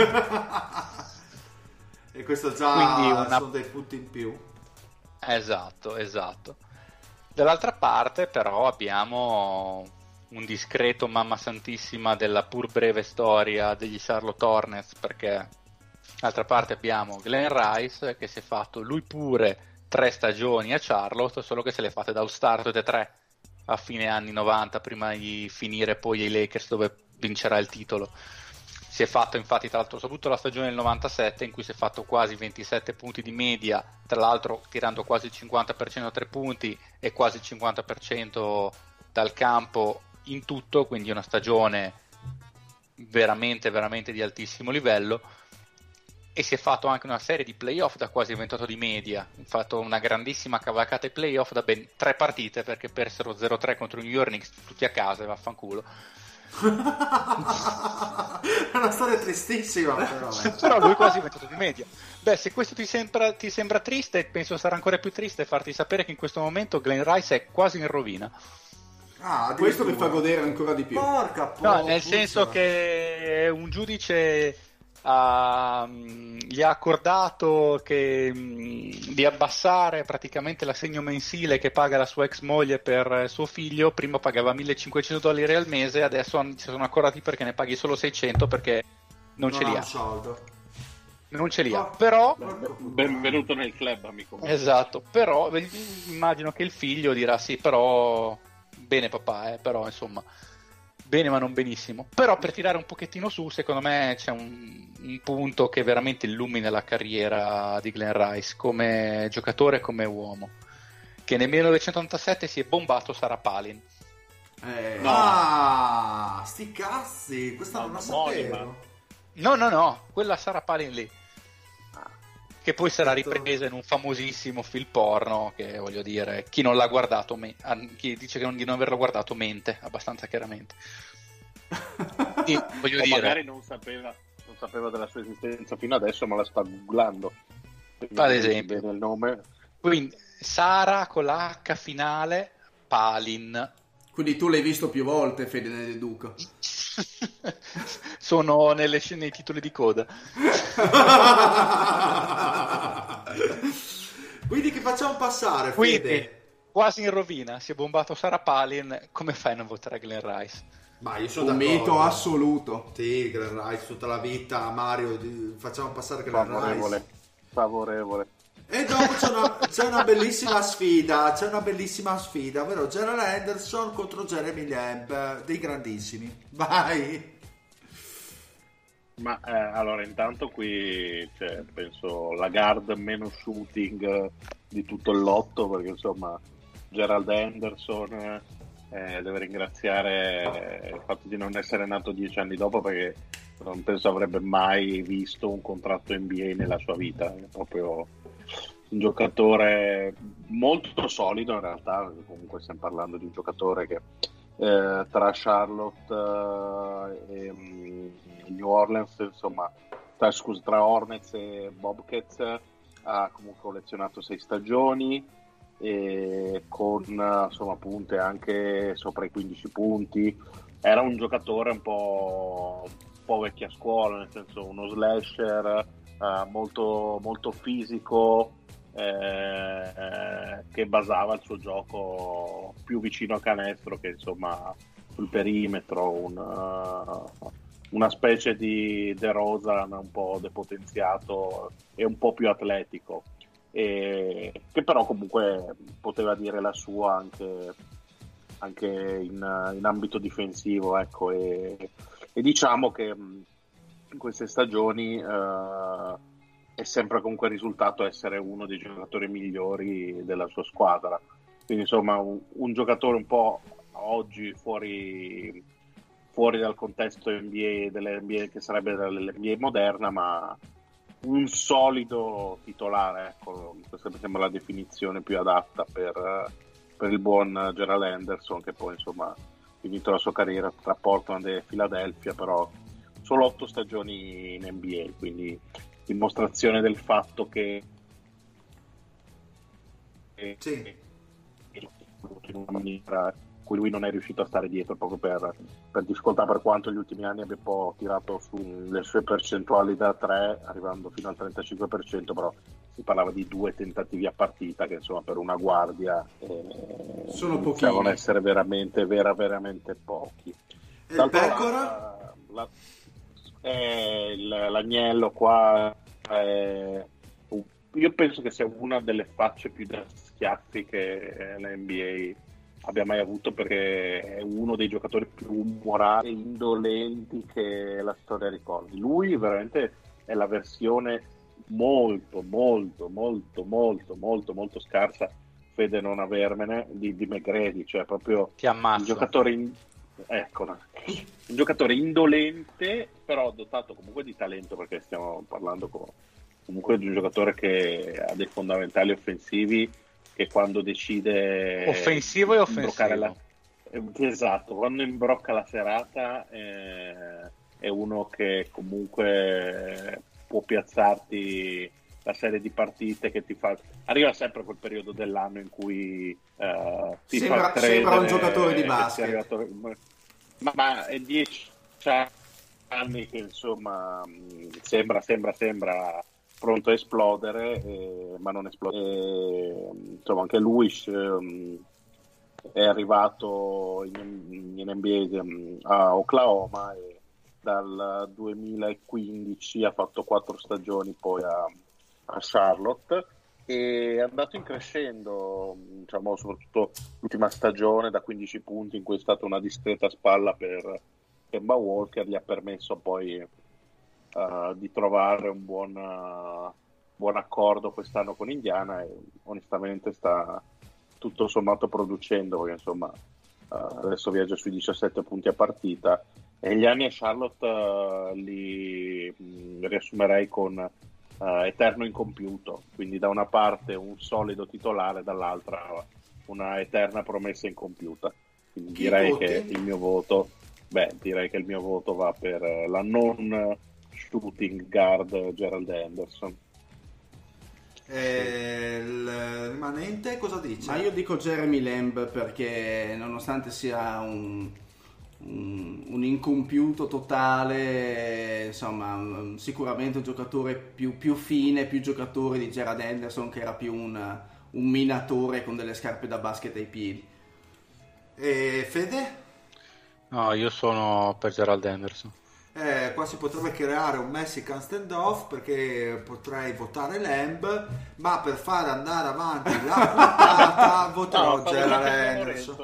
E questo già sono dei punti in più. Esatto. Dall'altra parte però abbiamo un discreto mamma santissima della pur breve storia degli Charlotte Hornets, perché d'altra parte abbiamo Glenn Rice, che si è fatto lui pure 3 stagioni a Charlotte, solo che se le fate da All-Star tutte e 3 a fine anni 90, prima di finire poi ai Lakers, dove vincerà il titolo. Si è fatto infatti, tra l'altro, soprattutto la stagione del 97, in cui si è fatto quasi 27 punti di media, tra l'altro tirando quasi il 50% a 3 punti e quasi il 50% dal campo in tutto, quindi una stagione veramente veramente di altissimo livello. E si è fatto anche una serie di playoff da quasi 28 di media, ha fatto una grandissima cavalcata ai playoff da ben 3 partite, perché persero 0-3 contro i New York Knicks tutti a casa, e vaffanculo. È una storia tristissima, però lui quasi 28 di media. Beh, se questo ti sembra triste, penso sarà ancora più triste farti sapere che in questo momento Glenn Rice è quasi in rovina. Questo mi fa godere ancora di più. Porca no, nel senso che un giudice gli ha accordato di abbassare praticamente l'assegno mensile che paga la sua ex moglie per suo figlio. Prima pagava $1.500 al mese, adesso si sono accordati perché ne paghi solo 600 perché non ce li ha. Non ce li ha, però benvenuto nel club, amico. Esatto, però immagino che il figlio dirà sì, però bene papà, però insomma bene ma non benissimo. Però per tirare un pochettino su, secondo me c'è un punto che veramente illumina la carriera di Glenn Rice come giocatore e come uomo, che nel 1987 si è bombato Sarah Palin. Sti cazzi, questa non la sapevo. No, quella Sarah Palin lì, che poi sarà ripresa in un famosissimo film porno che, voglio dire, chi non l'ha guardato, chi dice di non averlo guardato mente abbastanza chiaramente. E, voglio dire, magari non sapeva della sua esistenza fino adesso, ma la sta googlando. Ad esempio il nome. Quindi Sara con la H finale, Palin. Quindi tu l'hai visto più volte, Fede nel Duca? Sono nei titoli di coda. Quindi che facciamo passare, Fede? Quindi, quasi in rovina, si è bombato Sarah Palin, come fai a non votare Glenn Rice? Ma io sono un mito assoluto. Sì, Glenn Rice tutta la vita. Mario, facciamo passare Glenn Rice. Favorevole. E dopo c'è una bellissima sfida, ovvero Gerald Henderson contro Jeremy Lamb, dei grandissimi. Vai! Ma allora, intanto qui penso la guard meno shooting di tutto il lotto, perché insomma Gerald Henderson deve ringraziare il fatto di non essere nato 10 anni dopo, perché non penso avrebbe mai visto un contratto NBA nella sua vita. È proprio un giocatore molto solido in realtà. Comunque stiamo parlando di un giocatore che tra Charlotte e New Orleans, insomma tra Hornets e Bobcats ha comunque collezionato 6 stagioni e con insomma punte anche sopra i 15 punti. Era un giocatore un po' vecchia scuola, nel senso uno slasher molto, molto fisico, che basava il suo gioco più vicino a canestro che insomma sul perimetro, una specie di DeRozan un po' depotenziato e un po' più atletico, che però comunque poteva dire la sua anche in ambito difensivo, ecco, e diciamo che in queste stagioni è sempre comunque risultato essere uno dei giocatori migliori della sua squadra. Quindi insomma un giocatore un po' oggi fuori dal contesto NBA, dell'NBA, che sarebbe dell'NBA moderna, ma un solido titolare, ecco, questa mi sembra la definizione più adatta per il buon Gerald Henderson, che poi insomma ha finito la sua carriera tra Portland e Philadelphia, però solo 8 stagioni in NBA, quindi dimostrazione del fatto che sì, in una maniera cui lui non è riuscito a stare dietro, proprio per difficoltà, per quanto gli ultimi anni abbia un po' tirato sulle sue percentuali da 3, arrivando fino al 35%, però si parlava di 2 tentativi a partita, che insomma per una guardia sono pochi, devono essere veramente pochi. E il Pecora? L'agnello qua io penso che sia una delle facce più da schiaffi che la NBA abbia mai avuto, perché è uno dei giocatori più umorali e indolenti che la storia ricordi. Lui veramente è la versione molto scarsa, Fede non avermene, di McGrady, cioè proprio un giocatore un giocatore indolente, però dotato comunque di talento, perché stiamo parlando comunque di un giocatore che ha dei fondamentali offensivi, che quando decide offensivo e offensivo esatto, quando imbrocca la serata è uno che comunque può piazzarti la serie di partite che ti fa. Arriva sempre quel periodo dell'anno in cui ti sembra un giocatore di basket, ma è 10 anni anni che insomma sembra pronto a esplodere, ma non esplode. Insomma, anche Luis è arrivato in NBA a Oklahoma e dal 2015 ha fatto 4 stagioni poi a Charlotte e è andato in crescendo, diciamo, soprattutto l'ultima stagione da 15 punti in cui è stata una discreta spalla per Kemba Walker, gli ha permesso poi di trovare un buon accordo quest'anno con Indiana e onestamente sta tutto sommato producendo, perché insomma adesso viaggia sui 17 punti a partita e gli anni a Charlotte li riassumerei con eterno incompiuto, quindi da una parte un solido titolare, dall'altra una eterna promessa incompiuta, quindi direi che il mio voto va per la non shooting guard Gerald Henderson. Il rimanente cosa dice? Ma io dico Jeremy Lamb perché nonostante sia un incompiuto totale, insomma, sicuramente un giocatore più fine, più giocatore di Gerald Henderson, che era più un minatore con delle scarpe da basket ai piedi. Fede? No, io sono per Gerald Henderson. Qua si potrebbe creare un Mexican standoff perché potrei votare Lamb, ma per fare andare avanti la puntata voterò Gerald Henderson.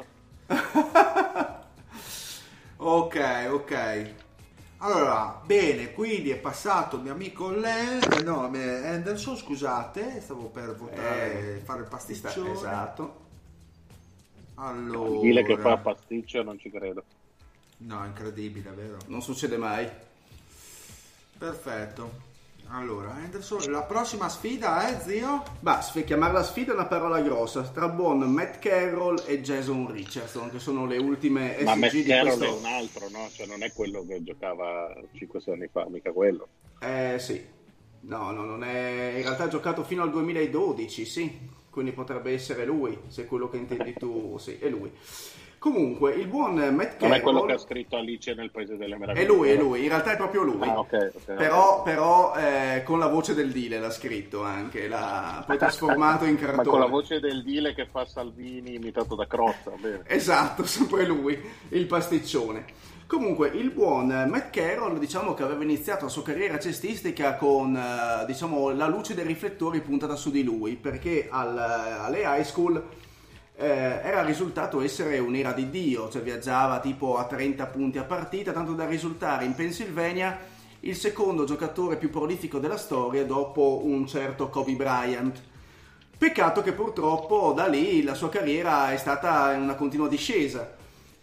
Ok. Allora, bene, quindi è passato il mio amico Henderson, scusate, stavo per votare, fare il pasticcione. Esatto. Allora, Dile che fa pasticcio, non ci credo. No, è incredibile, vero? Non succede mai. Perfetto. Allora, Henderson, la prossima sfida è, zio? Chiamarla sfida è una parola grossa, tra buon Matt Carroll e Jason Richardson, che sono le ultime ma SG Matt di Carroll questo. è un altro, no? Cioè non è quello che giocava 5-6 anni fa, mica quello. Sì. No, non è. In realtà ha giocato fino al 2012, sì. Quindi potrebbe essere lui, se quello che intendi tu, sì, è lui. Comunque, il buon Matt Carroll... Non è quello che ha scritto Alice nel Paese delle Meraviglie. È lui, in realtà è proprio lui. Okay. Però con la voce del Dile l'ha scritto anche, poi trasformato in cartone. Ma con la voce del Dile che fa Salvini imitato da Crozza, bene. Esatto, sempre lui, il pasticcione. Comunque, il buon Matt Carroll, diciamo che aveva iniziato la sua carriera cestistica con, diciamo, la luce dei riflettori puntata su di lui, perché alle high school era risultato essere un'ira di Dio, cioè viaggiava tipo a 30 punti a partita, tanto da risultare in Pennsylvania il secondo giocatore più prolifico della storia dopo un certo Kobe Bryant. Peccato che purtroppo da lì la sua carriera è stata in una continua discesa.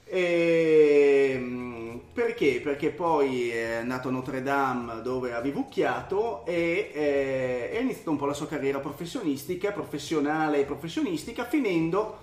Perché? Perché poi è andato a Notre Dame, dove ha vivucchiato, e è iniziata un po' la sua carriera professionale e professionistica, finendo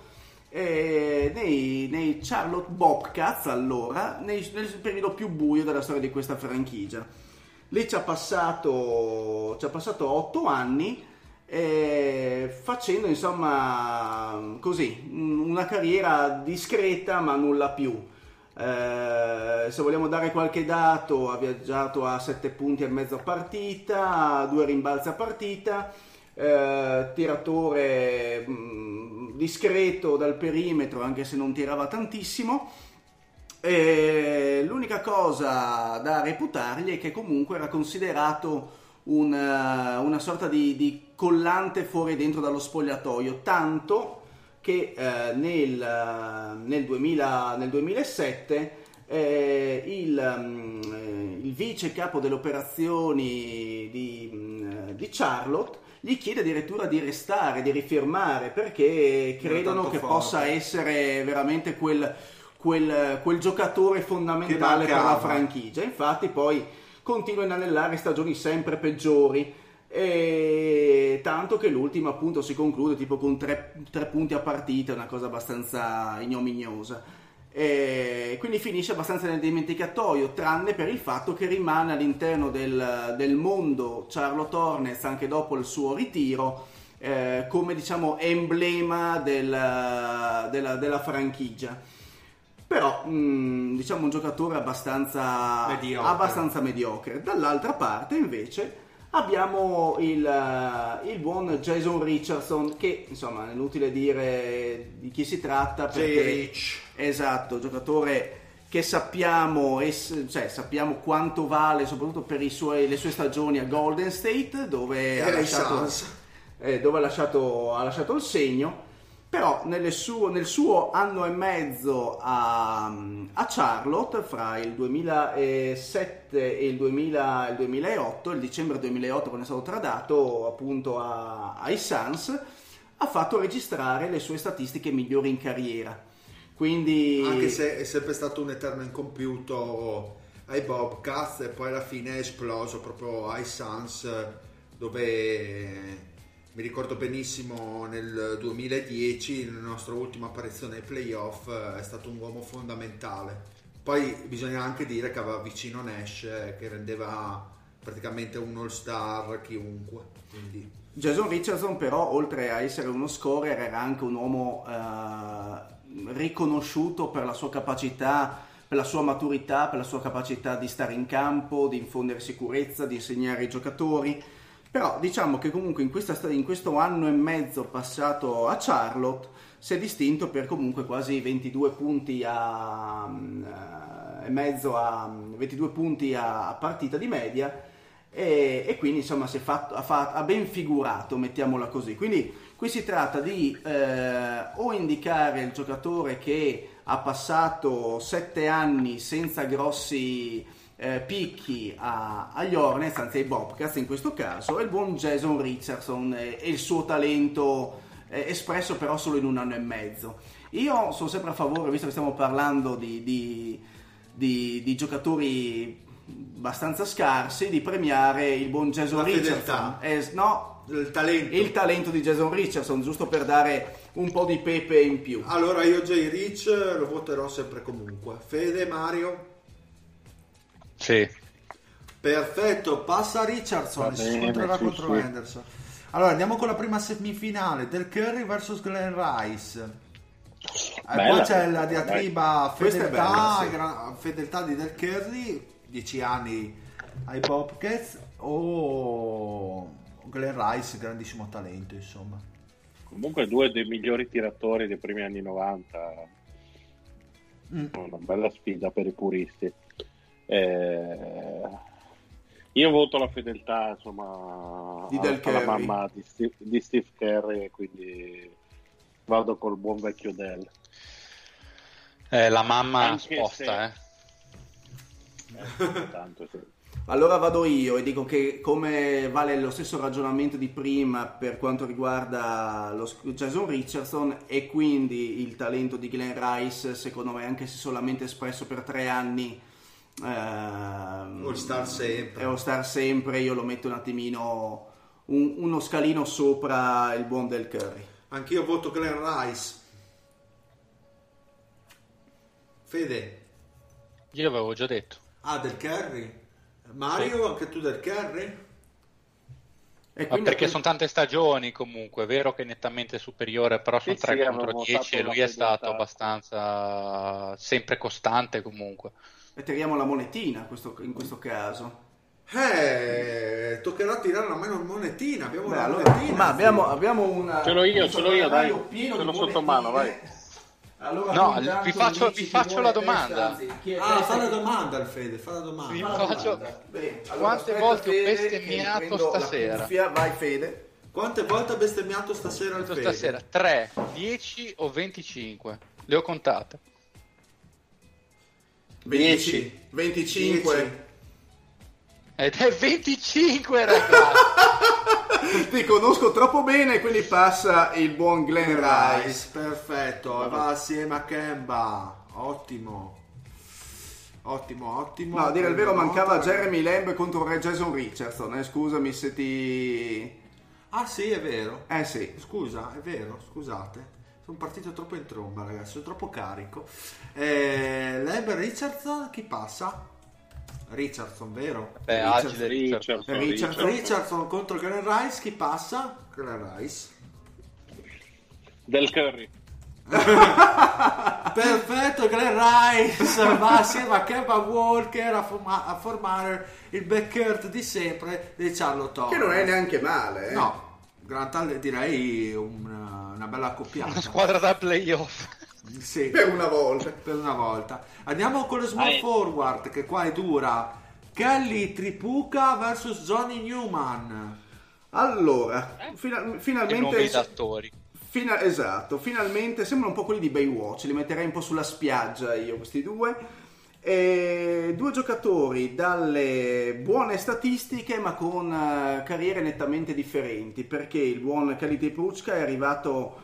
nei Charlotte Bobcats, allora, nel periodo più buio della storia di questa franchigia. Lì ci ha passato 8 anni, facendo insomma così una carriera discreta ma nulla più. Se vogliamo dare qualche dato, ha viaggiato a 7 punti e mezzo a partita, 2 rimbalzi a partita, tiratore discreto dal perimetro anche se non tirava tantissimo. L'unica cosa da reputargli è che comunque era considerato una sorta di collante fuori e dentro dallo spogliatoio, tanto che nel 2007 il vice capo delle operazioni di Charlotte gli chiede addirittura di restare, di rifirmare, perché credono che possa essere veramente quel giocatore fondamentale per la franchigia. Infatti poi continua a inanellare stagioni sempre peggiori, e tanto che l'ultima appunto si conclude tipo con 3 punti a partita, una cosa abbastanza ignominiosa, e quindi finisce abbastanza nel dimenticatoio, tranne per il fatto che rimane all'interno del mondo Charlotte Hornets anche dopo il suo ritiro, come diciamo emblema della franchigia. però diciamo un giocatore abbastanza mediocre. Dall'altra parte invece abbiamo il buon Jason Richardson, che insomma è inutile dire di chi si tratta, perché esatto, giocatore che sappiamo quanto vale, soprattutto per le sue stagioni a Golden State, dove ha lasciato il segno. Però nel suo anno e mezzo a Charlotte, fra il 2007 e il 2008, il dicembre 2008, quando è stato tradato appunto ai Suns, ha fatto registrare le sue statistiche migliori in carriera. Quindi, anche se è sempre stato un eterno incompiuto ai Bobcats, e poi alla fine è esploso proprio ai Suns, dove mi ricordo benissimo nel 2010, nella nostra ultima apparizione ai playoff, è stato un uomo fondamentale. Poi bisogna anche dire che aveva vicino Nash, che rendeva praticamente un all-star chiunque. Quindi Jason Richardson però, oltre a essere uno scorer, era anche un uomo riconosciuto per la sua capacità, per la sua maturità, per la sua capacità di stare in campo, di infondere sicurezza, di insegnare ai giocatori. Però diciamo che comunque in questo anno e mezzo passato a Charlotte si è distinto per comunque quasi 22 punti a 22 punti a partita di media, e quindi insomma ha ben figurato, mettiamola così. Quindi qui si tratta di o indicare il giocatore che ha passato 7 anni senza grossi picchi agli Hornets, anzi ai Bobcats in questo caso, è il buon Jason Richardson e il suo talento espresso però solo in un anno e mezzo. Io sono sempre a favore, visto che stiamo parlando di giocatori abbastanza scarsi, di premiare il buon Jason Richardson. Il talento di Jason Richardson, giusto per dare un po' di pepe in più. Allora io Jay Rich lo voterò sempre comunque. Fede, Mario? Sì. Perfetto, passa Richardson, si scontrerà contro Anderson. Allora andiamo con la prima semifinale del Curry vs Glenn Rice. Qua c'è la diatriba fedeltà di Del Curry, 10 anni ai Bobcats, o Glenn Rice, grandissimo talento, insomma. Comunque 2 dei migliori tiratori dei primi anni 90. Una bella sfida per i puristi. Io voto la fedeltà, insomma, alla mamma di Steve Curry, quindi vado col buon vecchio Del. La mamma Anche sposta, tanto sì. Allora vado io e dico che, come vale lo stesso ragionamento di prima per quanto riguarda Jason Richardson, e quindi il talento di Glenn Rice, secondo me, anche se solamente espresso per 3 anni, All-Star sempre, io lo metto un attimino uno scalino sopra il buon Del Curry. Anch'io voto Glenn Rice. Fede? Io l'avevo già detto. Del Curry? Mario, sì. Anche tu Del Curry? Perché sono tante stagioni comunque, è vero che è nettamente superiore, però sono 3 contro 10 e lui è stato abbastanza sempre costante comunque. E tiriamo la monetina in questo caso. Toccherà tirare la mano monetina. Abbiamo una monetina. Ma abbiamo una. Ce l'ho io, dai. Ce l'ho sotto mano, vai. Allora, no, vi faccio la domanda. Fa la domanda al Fede, fa la domanda. Vi faccio. Quante volte ho bestemmiato stasera? Vai Fede. Quante volte ha bestemmiato stasera il Fede? Stasera 3, 10 o 25? Le ho contate. 10, 25. Ed è 25, ragazzi. Ti conosco troppo bene, quindi passa il buon Glenn Rice. Perfetto, va assieme a Kemba. Ottimo. No, a dire il vero, mancava Jeremy Lamb contro Jason Richardson. Scusami se ti. Ah sì, è vero. Sì. Scusa, è vero, scusate. Sono partito troppo in tromba, ragazzi, sono troppo carico. Lamb e Richardson, chi passa? Richardson, vero? Agile Richardson contro Glenn Rice, chi passa? Glenn Rice. Del Curry. Perfetto, Glenn Rice va assieme a Kemba Walker a formare il backcourt di sempre di Charlotte Hornets. Che non è neanche male, No, direi una bella accoppiata. Una squadra da playoff. Sì, per una volta. per una volta. Andiamo con le small forward, che qua è dura. Kelly Tripucka vs Johnny Newman. Allora, Nomi finalmente... attori. Esatto, finalmente sembrano un po' quelli di Baywatch, li metterei un po' sulla spiaggia io questi due. Due giocatori dalle buone statistiche ma con carriere nettamente differenti, perché il buon Kelly Tripucka è arrivato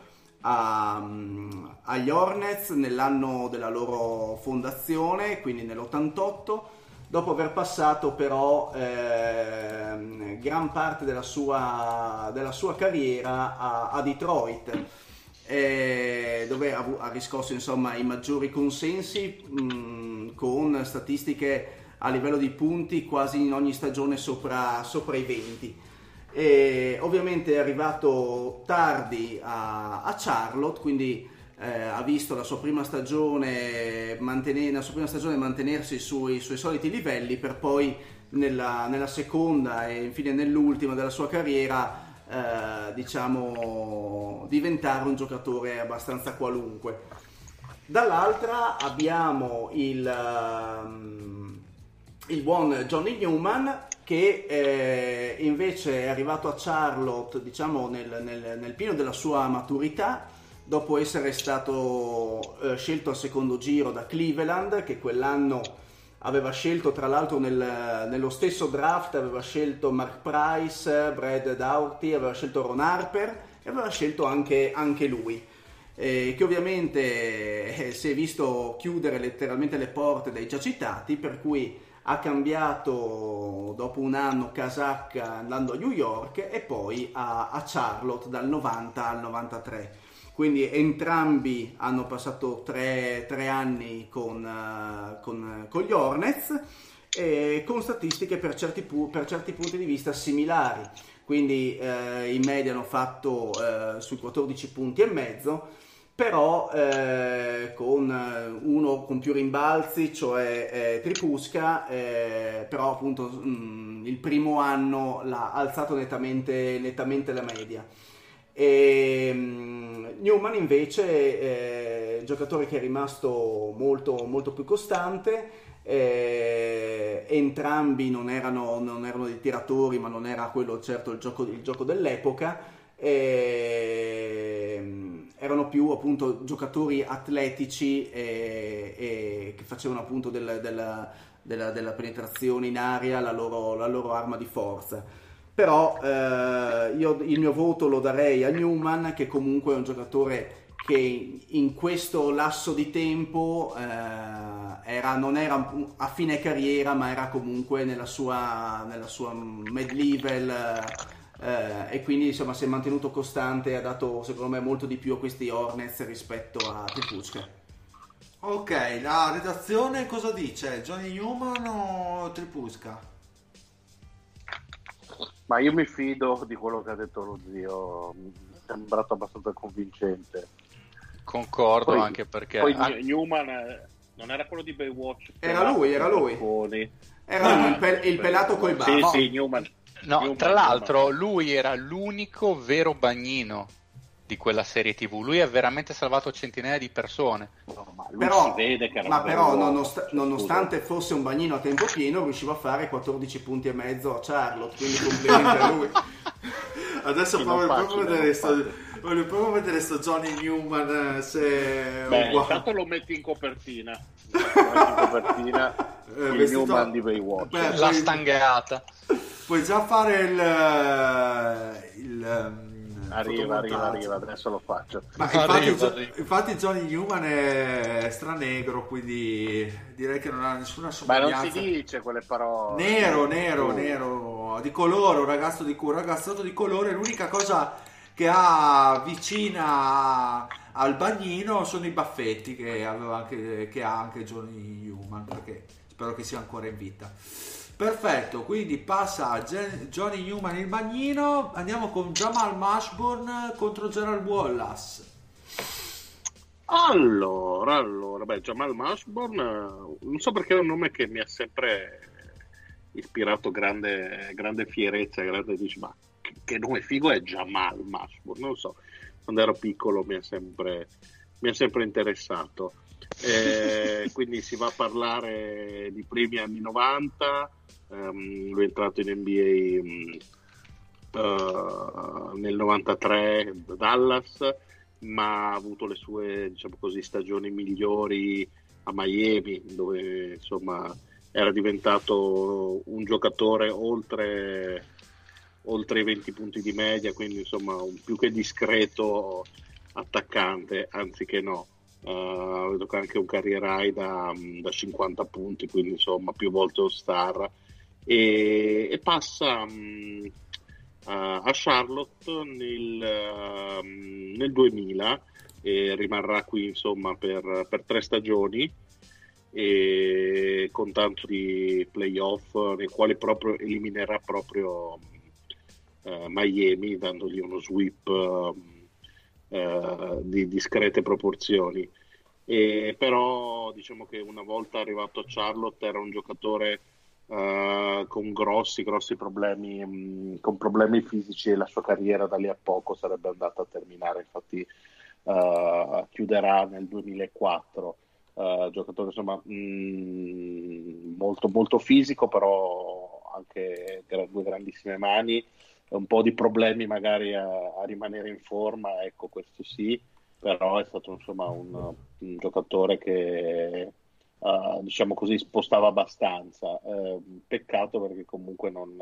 agli Hornets nell'anno della loro fondazione, quindi nell'88, dopo aver passato però gran parte della sua carriera a Detroit, dove ha riscosso insomma i maggiori consensi, con statistiche a livello di punti quasi in ogni stagione sopra i 20. E ovviamente è arrivato tardi a Charlotte, quindi ha visto la sua prima stagione mantenersi sui suoi soliti livelli, per poi nella seconda e infine nell'ultima della sua carriera diventare un giocatore abbastanza qualunque. Dall'altra abbiamo il buon Johnny Newman, che invece è arrivato a Charlotte nel pieno della sua maturità, dopo essere stato scelto al secondo giro da Cleveland, che quell'anno aveva scelto, tra l'altro nello stesso draft aveva scelto Mark Price, Brad Daugherty, aveva scelto Ron Harper e aveva scelto anche lui, che ovviamente si è visto chiudere letteralmente le porte dai già citati, per cui ha cambiato dopo un anno casacca andando a New York e poi a Charlotte dal 90 al 93. Quindi entrambi hanno passato tre anni con gli Hornets, con statistiche per certi punti di vista similari. Quindi in media hanno fatto sui 14 punti e mezzo, però con uno con più rimbalzi, cioè Tripucka, però appunto il primo anno l'ha alzato nettamente la media. E Newman invece giocatore che è rimasto molto, molto più costante. Entrambi non erano dei tiratori, ma non era quello certo il gioco dell'epoca. Erano più appunto giocatori atletici e che facevano appunto della penetrazione in aria la loro arma di forza. Però io il mio voto lo darei a Newman, che comunque è un giocatore che in questo lasso di tempo non era a fine carriera, ma era comunque nella sua mid-level, e quindi insomma si è mantenuto costante e ha dato secondo me molto di più a questi Hornets rispetto a Tripucka. Ok, la redazione cosa dice? Johnny Newman o Tripucka? Ma io mi fido di quello che ha detto lo zio, mi è sembrato abbastanza convincente. Concordo, Poi, anche perché poi Newman non era quello di Baywatch, era lui era lui il pelato coi baffi. Sì, Newman. No, Newman, tra l'altro lui era l'unico vero bagnino di quella serie TV. Lui ha veramente salvato centinaia di persone. No, ma lui però, si vede che era ma però bello, nonostante fosse un bagnino a tempo pieno, riusciva a fare 14 punti e mezzo a Charlotte, quindi complimenti a lui. Adesso voglio proprio vedere sto Johnny Newman, se intanto lo metti in copertina. Il Newman di Baywatch. La stangata. Puoi già fare Arriva, adesso lo faccio. Ma infatti Johnny Newman è stranegro, quindi direi che non ha nessuna somiglianza. Ma non si dice quelle parole. Nero, di colore, un ragazzotto di colore. L'unica cosa che ha vicina al bagnino sono i baffetti che ha anche Johnny Newman, perché spero che sia ancora in vita. Perfetto, quindi passa a Johnny Newman il bagnino. Andiamo con Jamal Mashburn contro Gerald Wallace. Allora, beh, Jamal Mashburn, non so perché è un nome che mi ha sempre ispirato grande fierezza, dici, ma che nome figo è Jamal Mashburn, non lo so, quando ero piccolo mi ha sempre interessato. Quindi si va a parlare di primi anni 90, lui è entrato in NBA nel 93 da Dallas, ma ha avuto le sue, diciamo così, stagioni migliori a Miami, dove insomma era diventato un giocatore oltre i 20 punti di media, quindi insomma un più che discreto attaccante, anziché no. Vedo che anche un career high da 50 punti, quindi insomma più volte All Star, e passa a Charlotte nel 2000 e rimarrà qui insomma per 3 stagioni, e con tanto di playoff nei quali proprio eliminerà proprio Miami, dandogli uno sweep di discrete proporzioni. Però diciamo che una volta arrivato a Charlotte era un giocatore con grossi problemi, con problemi fisici, e la sua carriera da lì a poco sarebbe andata a terminare. Infatti chiuderà nel 2004. Giocatore insomma molto fisico, però anche due grandissime mani, un po' di problemi magari a rimanere in forma, ecco, questo sì, però è stato insomma un giocatore che diciamo così spostava abbastanza. Peccato perché comunque non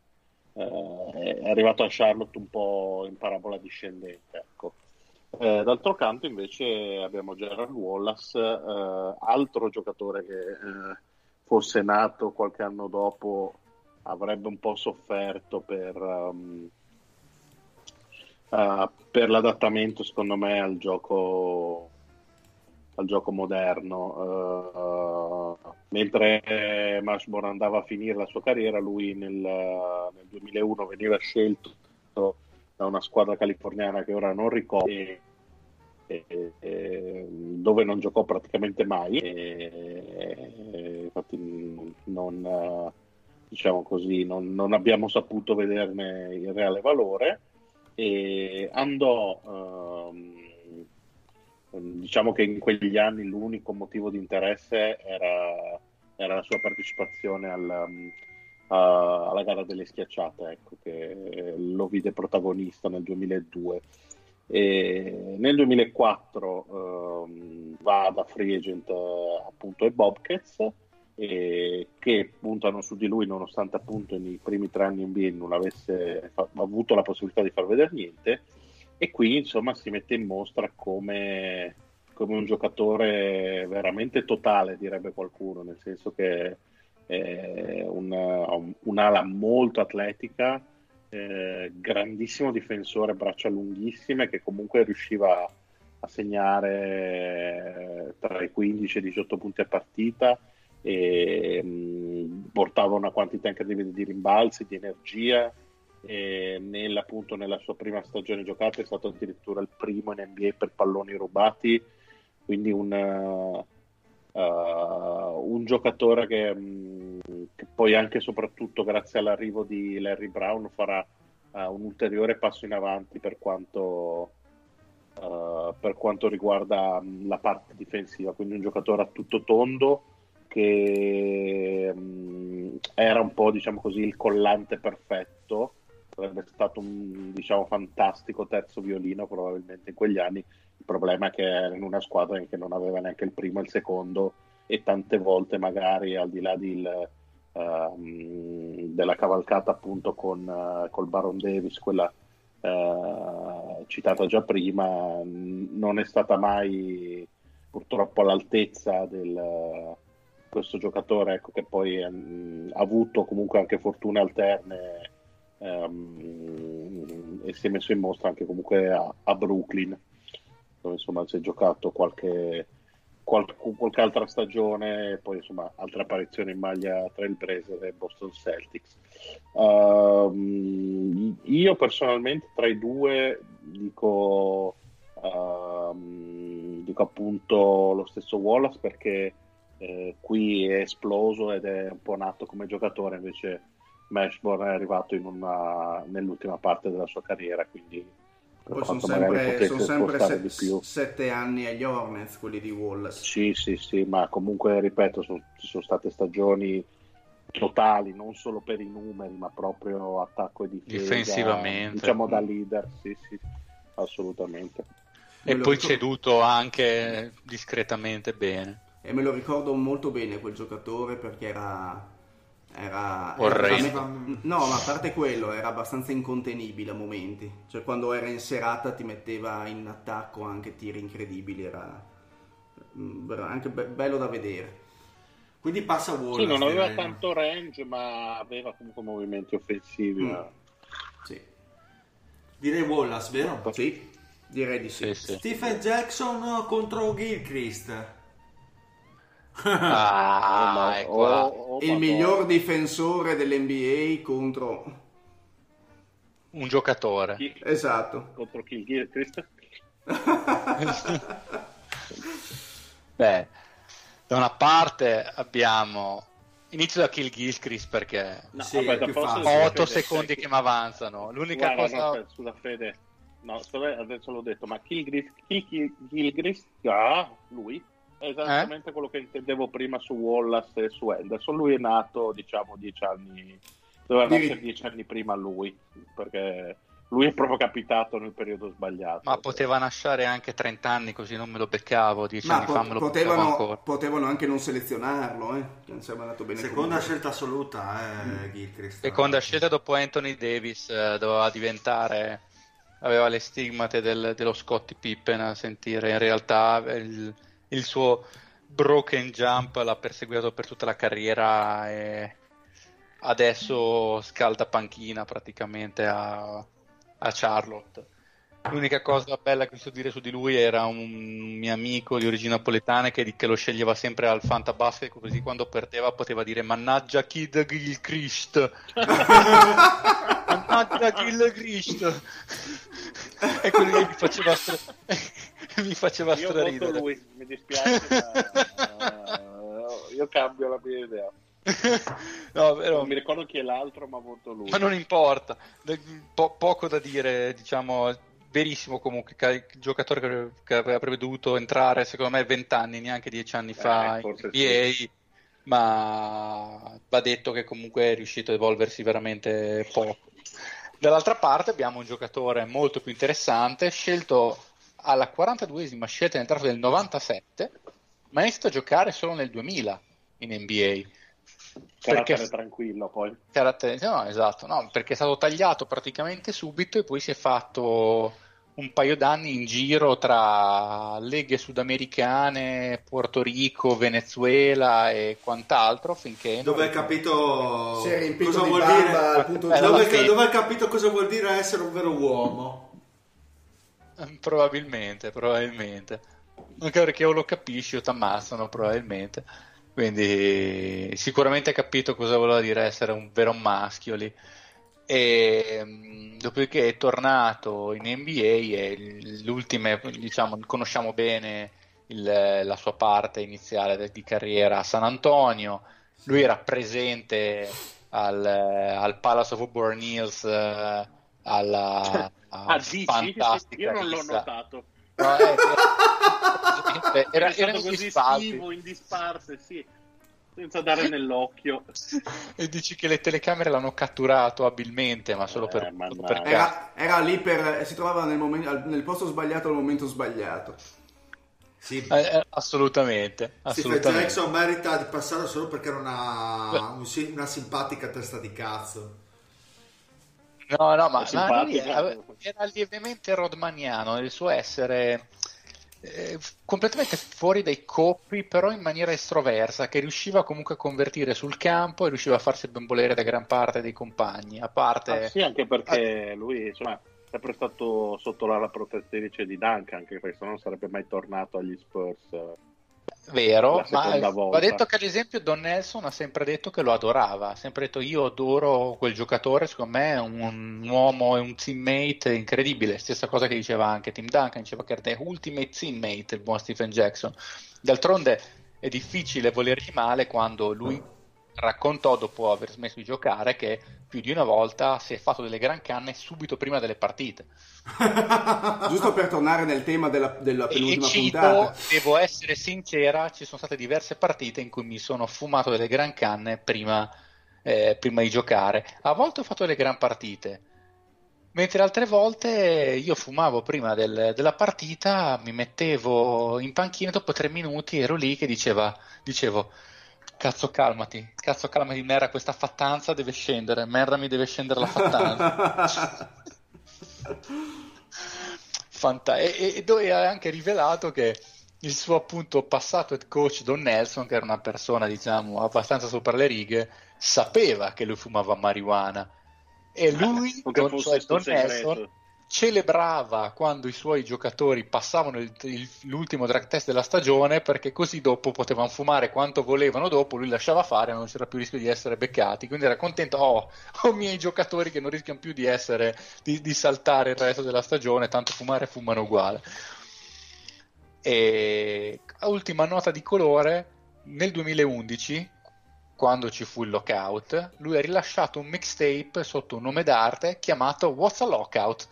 è arrivato a Charlotte un po' in parabola discendente, ecco. D'altro canto invece abbiamo Gerald Wallace, altro giocatore che fosse nato qualche anno dopo avrebbe un po' sofferto per l'adattamento, secondo me, al gioco moderno. Mentre Mashburn andava a finire la sua carriera, lui nel 2001 veniva scelto da una squadra californiana che ora non ricordo, dove non giocò praticamente mai, infatti diciamo così, non abbiamo saputo vederne il reale valore, e andò, diciamo che in quegli anni l'unico motivo di interesse era la sua partecipazione alla gara delle schiacciate, ecco, che lo vide protagonista nel 2002. E nel 2004 va da free agent appunto ai Bobcats, che puntano su di lui, nonostante appunto nei primi 3 anni NBA non avesse avuto la possibilità di far vedere niente, e qui insomma si mette in mostra come un giocatore veramente totale, direbbe qualcuno, nel senso che è un'ala molto atletica, grandissimo difensore, braccia lunghissime, che comunque riusciva a segnare tra i 15 e i 18 punti a partita, e portava una quantità incredibile di rimbalzi, di energia, e nella sua prima stagione giocata è stato addirittura il primo in NBA per palloni rubati, quindi un giocatore che poi anche e soprattutto grazie all'arrivo di Larry Brown farà un ulteriore passo in avanti per quanto riguarda la parte difensiva, quindi un giocatore a tutto tondo che era un po', diciamo così, il collante perfetto. Sarebbe stato un, diciamo, fantastico terzo violino probabilmente in quegli anni. Il problema è che era in una squadra che non aveva neanche il primo e il secondo, e tante volte magari al di là della cavalcata appunto col Baron Davis, quella citata già prima, non è stata mai purtroppo all'altezza questo giocatore, ecco, che poi ha avuto comunque anche fortune alterne, e si è messo in mostra anche comunque a Brooklyn, dove insomma si è giocato qualche altra stagione, e poi insomma altre apparizioni in maglia Trailblazer e Boston Celtics. Io personalmente tra i due dico dico appunto lo stesso Wallace perché qui è esploso ed è un po' nato come giocatore, invece Mashburn è arrivato nell'ultima parte della sua carriera, quindi poi sono sempre di più. 7 anni agli Hornets quelli di Wallace. Sì, ma comunque ripeto, ci sono state stagioni totali, non solo per i numeri, ma proprio attacco e difesa, difensivamente, diciamo da leader, sì, assolutamente. E poi ceduto anche discretamente bene. E me lo ricordo molto bene quel giocatore perché era no, ma a parte quello era abbastanza incontenibile a momenti, cioè quando era in serata ti metteva in attacco anche tiri incredibili, era anche bello da vedere. Quindi passa Wallace. Sì, non aveva tanto range, ma aveva comunque movimenti offensivi. Sì. Direi Wallace, vero? Sì, direi di sì. Stephen Jackson contro Gilchrist. Il miglior difensore dell'NBA contro un giocatore. Esatto. Contro chi? Gilchrist? Beh, da una parte abbiamo inizio da Kill Gilchrist perché ho 8 secondi che mi avanzano. L'unica cosa. No, scusa Fede, adesso l'ho detto, ma Gilchrist, lui è esattamente quello che intendevo prima su Wallace e su Henderson. Lui è nato, diciamo, 10 anni, doveva nascere 10 anni prima lui, perché lui è proprio capitato nel periodo sbagliato. Ma poteva nascere anche 30 anni, così non me lo beccavo. 10 anni fa me lo beccavo ancora. Potevano anche non selezionarlo, che non sarebbe andato bene. Seconda scelta assoluta, Gilchrist. Seconda scelta dopo Anthony Davis, doveva diventare, aveva le stigmate dello Scottie Pippen, a sentire in realtà il suo broken jump l'ha perseguito per tutta la carriera e adesso scalda panchina praticamente a Charlotte. L'unica cosa bella che so dire su di lui era un mio amico di origini napoletane che lo sceglieva sempre al Fanta Basket, così quando perdeva poteva dire mannaggia Kid Gilchrist. Mannaggia Gilchrist. E quello lì mi faceva straridere. Lui, mi dispiace, ma io cambio la mia idea. No, vero. Non mi ricordo chi è l'altro, ma voto lui. Ma non importa, poco da dire, diciamo, verissimo comunque, il giocatore che avrebbe dovuto entrare secondo me 20 anni, neanche 10 anni fa in NBA, sì. Ma va detto che comunque è riuscito a evolversi veramente poco. Dall'altra parte abbiamo un giocatore molto più interessante, scelto alla 42esima scelta nel draft del 97, ma è iniziato a giocare solo nel 2000 in NBA. Carattere tranquillo poi. No, esatto, no, perché è stato tagliato praticamente subito e poi si è fatto un paio d'anni in giro tra leghe sudamericane, Porto Rico, Venezuela e quant'altro finché dove hai capito si è riempito cosa di vuol dire, dove hai capito cosa vuol dire essere un vero uomo. Probabilmente anche perché o lo capisci o ti ammazzano probabilmente, quindi sicuramente ha capito cosa voleva dire essere un vero maschio lì. E dopodiché è tornato in NBA e l'ultima, diciamo, conosciamo bene la sua parte iniziale di carriera a San Antonio. Lui era presente al Palace of Auburn Hills, alla fantastica io non l'ho notato. No, era così schivo in disparse, sì, senza dare nell'occhio. E dici che le telecamere l'hanno catturato abilmente, ma solo per caso. Era lì si trovava nel posto sbagliato al momento sbagliato. Sì. Assolutamente. Stephen Jackson merita di passare solo perché non ha una simpatica testa di cazzo. No, ma era lievemente rodmaniano nel suo essere completamente fuori dai coppi, però in maniera estroversa, che riusciva comunque a convertire sul campo e riusciva a farsi ben volere da gran parte dei compagni. A parte sì, anche perché lui insomma è sempre stato sotto l'ala protettrice di Duncan, anche perché se no non sarebbe mai tornato agli Spurs Vero, la ma seconda va volta. detto che ad esempio Don Nelson ha sempre detto che lo adorava, ha sempre detto io adoro quel giocatore, secondo me è un uomo e un teammate incredibile, stessa cosa che diceva anche Tim Duncan, diceva che era ultimate teammate il buon Stephen Jackson. D'altronde è difficile volergli male quando lui raccontò dopo aver smesso di giocare che più di una volta si è fatto delle gran canne subito prima delle partite. Giusto per tornare nel tema della E penultima cito, puntata. devo essere sincera, ci sono state diverse partite in cui mi sono fumato delle gran canne prima di giocare. A volte ho fatto delle gran partite, mentre altre volte io fumavo prima della partita, mi mettevo in panchina, dopo 3 minuti ero lì che dicevo, cazzo calmati, merda, questa fattanza deve scendere, merda mi deve scendere la fattanza. E ha anche rivelato che il suo appunto passato head coach Don Nelson, che era una persona diciamo abbastanza sopra le righe, sapeva che lui fumava marijuana e lui, o che fosse sto Don Nelson, segreto. celebrava quando i suoi giocatori passavano l'ultimo drug test della stagione, perché così dopo potevano fumare quanto volevano, dopo lui lasciava fare, non c'era più rischio di essere beccati, quindi era contento, ho i miei giocatori che non rischiano più di saltare il resto della stagione, tanto fumano uguale. E ultima nota di colore, nel 2011, quando ci fu il lockout, lui ha rilasciato un mixtape sotto un nome d'arte chiamato What's a Lockout?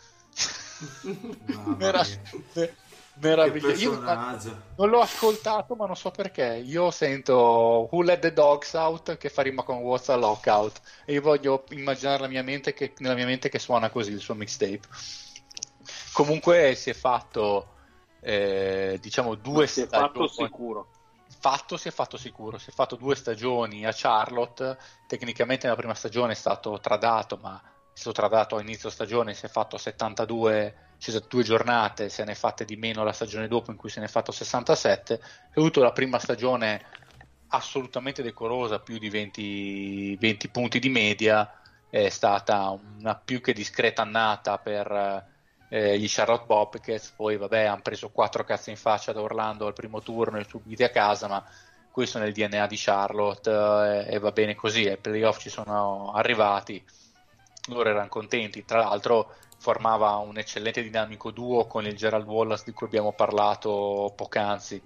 Meraviglioso. Io non l'ho ascoltato, ma non so perché. Io sento Who Let the Dogs Out che fa rima con What's a Lockout e io voglio immaginare nella mia mente che suona così il suo mixtape. Comunque si è fatto diciamo due stagioni. Si è fatto sicuro. Si è fatto 2 stagioni a Charlotte. Tecnicamente nella prima stagione è stato tradato, ma è stato tradato a inizio stagione, si è fatto 72 giornate, se ne è fatte di meno la stagione dopo in cui se ne è fatto 67. Ha avuto la prima stagione assolutamente decorosa, più di 20 punti di media, è stata una più che discreta annata per gli Charlotte Bobcats. Poi vabbè, hanno preso 4 cazzi in faccia da Orlando al primo turno e subiti a casa, ma questo è nel DNA di Charlotte e va bene così. Ai playoff ci sono arrivati, loro erano contenti, tra l'altro formava un eccellente dinamico duo con il Gerald Wallace di cui abbiamo parlato poc'anzi,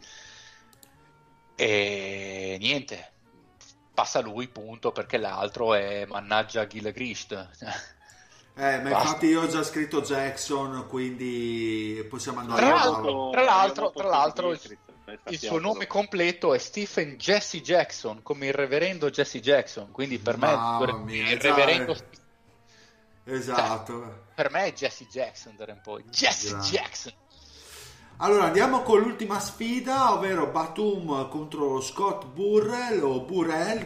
e niente, passa lui, punto, perché l'altro è mannaggia Gilchrist. Ma infatti io ho già scritto Jackson, quindi possiamo andare tra l'altro il suo nome completo è Stephen Jesse Jackson, come il reverendo Jesse Jackson, quindi per me il reverendo esatto, per me è Jesse Jackson da un po'. Jesse Jackson. Allora andiamo con l'ultima sfida, ovvero Batum contro Scott Burrell o Burrell.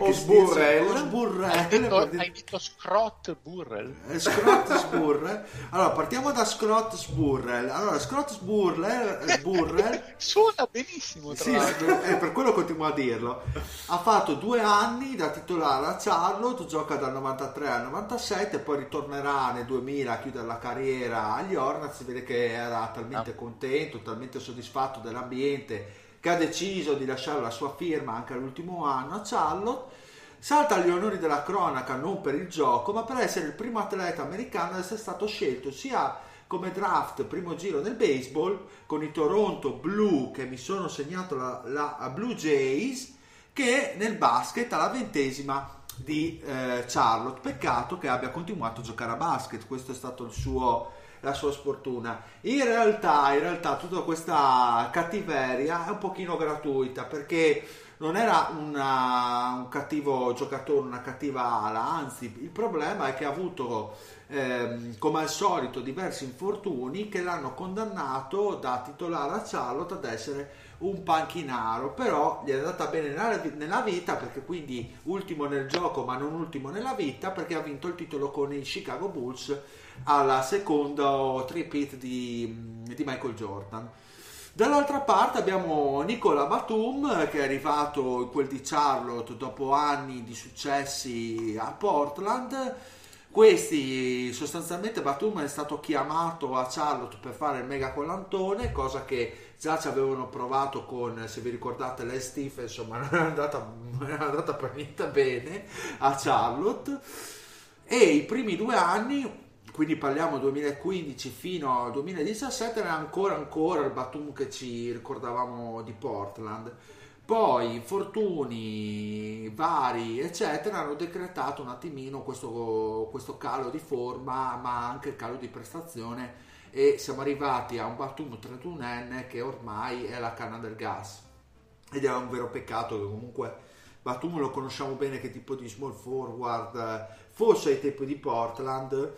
Hai detto Scott Burrell. Scott Burrell. Allora partiamo da Scott Burrell. Allora Scott Burrell suona benissimo, tra l'altro. Per quello continuo a dirlo. Ha fatto 2 anni da titolare a Charlotte, gioca dal 93 al 97, poi ritornerà nel 2000 a chiudere la carriera agli Hornets. Si vede che era talmente contento, talmente soddisfatto dell'ambiente che ha deciso di lasciare la sua firma anche all'ultimo anno a Charlotte. Salta agli onori della cronaca non per il gioco, ma per essere il primo atleta americano ad essere stato scelto sia come draft primo giro nel baseball con i Toronto Blue, che mi sono segnato la Blue Jays, che nel basket alla 20ª di Charlotte. Peccato che abbia continuato a giocare a basket, questo è stato la sua sfortuna. In realtà tutta questa cattiveria è un pochino gratuita, perché non era un cattivo giocatore, una cattiva ala, anzi il problema è che ha avuto come al solito diversi infortuni che l'hanno condannato da titolare a Charlotte ad essere un panchinaro. Però gli è andata bene nella vita, perché quindi ultimo nel gioco ma non ultimo nella vita, perché ha vinto il titolo con i Chicago Bulls alla seconda tripit di Michael Jordan. Dall'altra parte abbiamo Nicola Batum, che è arrivato in quel di Charlotte dopo anni di successi a Portland. Questi sostanzialmente Batum è stato chiamato a Charlotte per fare il mega collantone, cosa che già ci avevano provato con, se vi ricordate, Lance Stephenson, ma non è andata per niente bene a Charlotte. E i primi 2 anni, quindi parliamo 2015 fino al 2017, era ancora il Batum che ci ricordavamo di Portland. Poi infortuni vari eccetera hanno decretato un attimino questo calo di forma, ma anche il calo di prestazione, e siamo arrivati a un Batum 31enne che ormai è la canna del gas, ed è un vero peccato che comunque Batum lo conosciamo bene che tipo di small forward fosse ai tempi di Portland.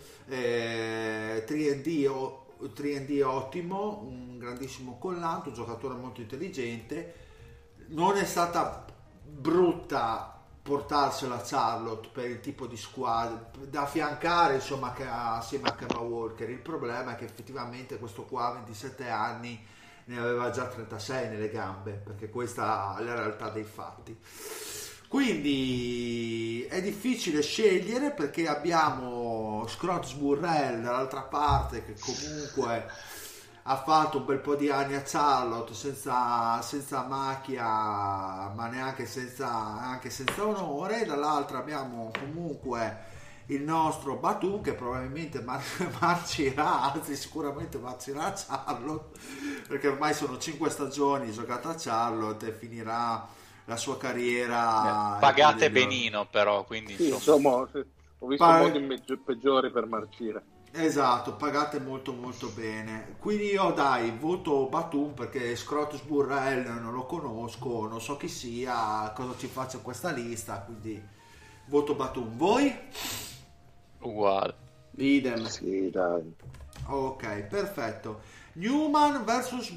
3D ottimo, un grandissimo collante, un giocatore molto intelligente. Non è stata brutta portarsela a Charlotte per il tipo di squadra da affiancare, insomma, che assieme a Kemba Walker. Il problema è che effettivamente questo qua a 27 anni ne aveva già 36 nelle gambe, perché questa è la realtà dei fatti. Quindi è difficile scegliere, perché abbiamo Scrooge Burrell dall'altra parte, che comunque ha fatto un bel po' di anni a Charlotte senza macchia, ma neanche senza onore. Dall'altra abbiamo comunque il nostro Batum, che probabilmente marcirà, anzi sicuramente marcirà a Charlotte, perché ormai sono 5 stagioni giocate a Charlotte e finirà la sua carriera. Pagate benino però, quindi sì, insomma, ho visto modi peggiori per marcire. Esatto, pagate molto molto bene. Quindi io voto Batum, perché Scrotus Burrell non lo conosco, non so chi sia, cosa ci faccia in questa lista, quindi voto Batum. Voi? Uguale. Idem. Sì, dai. Ok, perfetto. Newman versus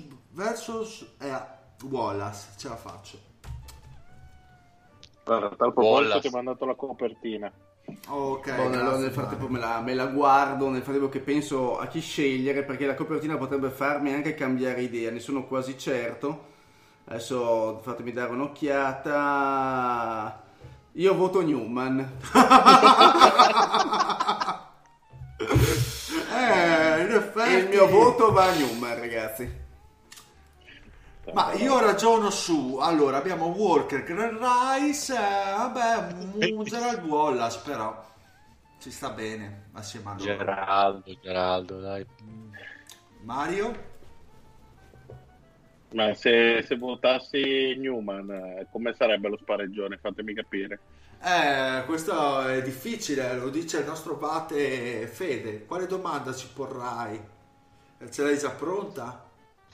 Wallace, ce la faccio. Guarda, a tal proposito ti ho mandato la copertina. Ok, allora nel frattempo me la guardo, nel frattempo che penso a chi scegliere, perché la copertina potrebbe farmi anche cambiare idea, ne sono quasi certo. Adesso fatemi dare un'occhiata. Io voto Newman. In effetti il mio voto va a Newman, ragazzi. Ma io ragiono su, allora abbiamo Walker, Grant Rice, Gerald Wallace, però ci sta bene assieme a loro. Geraldo, dai. Mario? Ma se votassi Newman, come sarebbe lo spareggione? Fatemi capire. Questo è difficile, lo dice il nostro Bate Fede. Quale domanda ci porrai? Ce l'hai già pronta?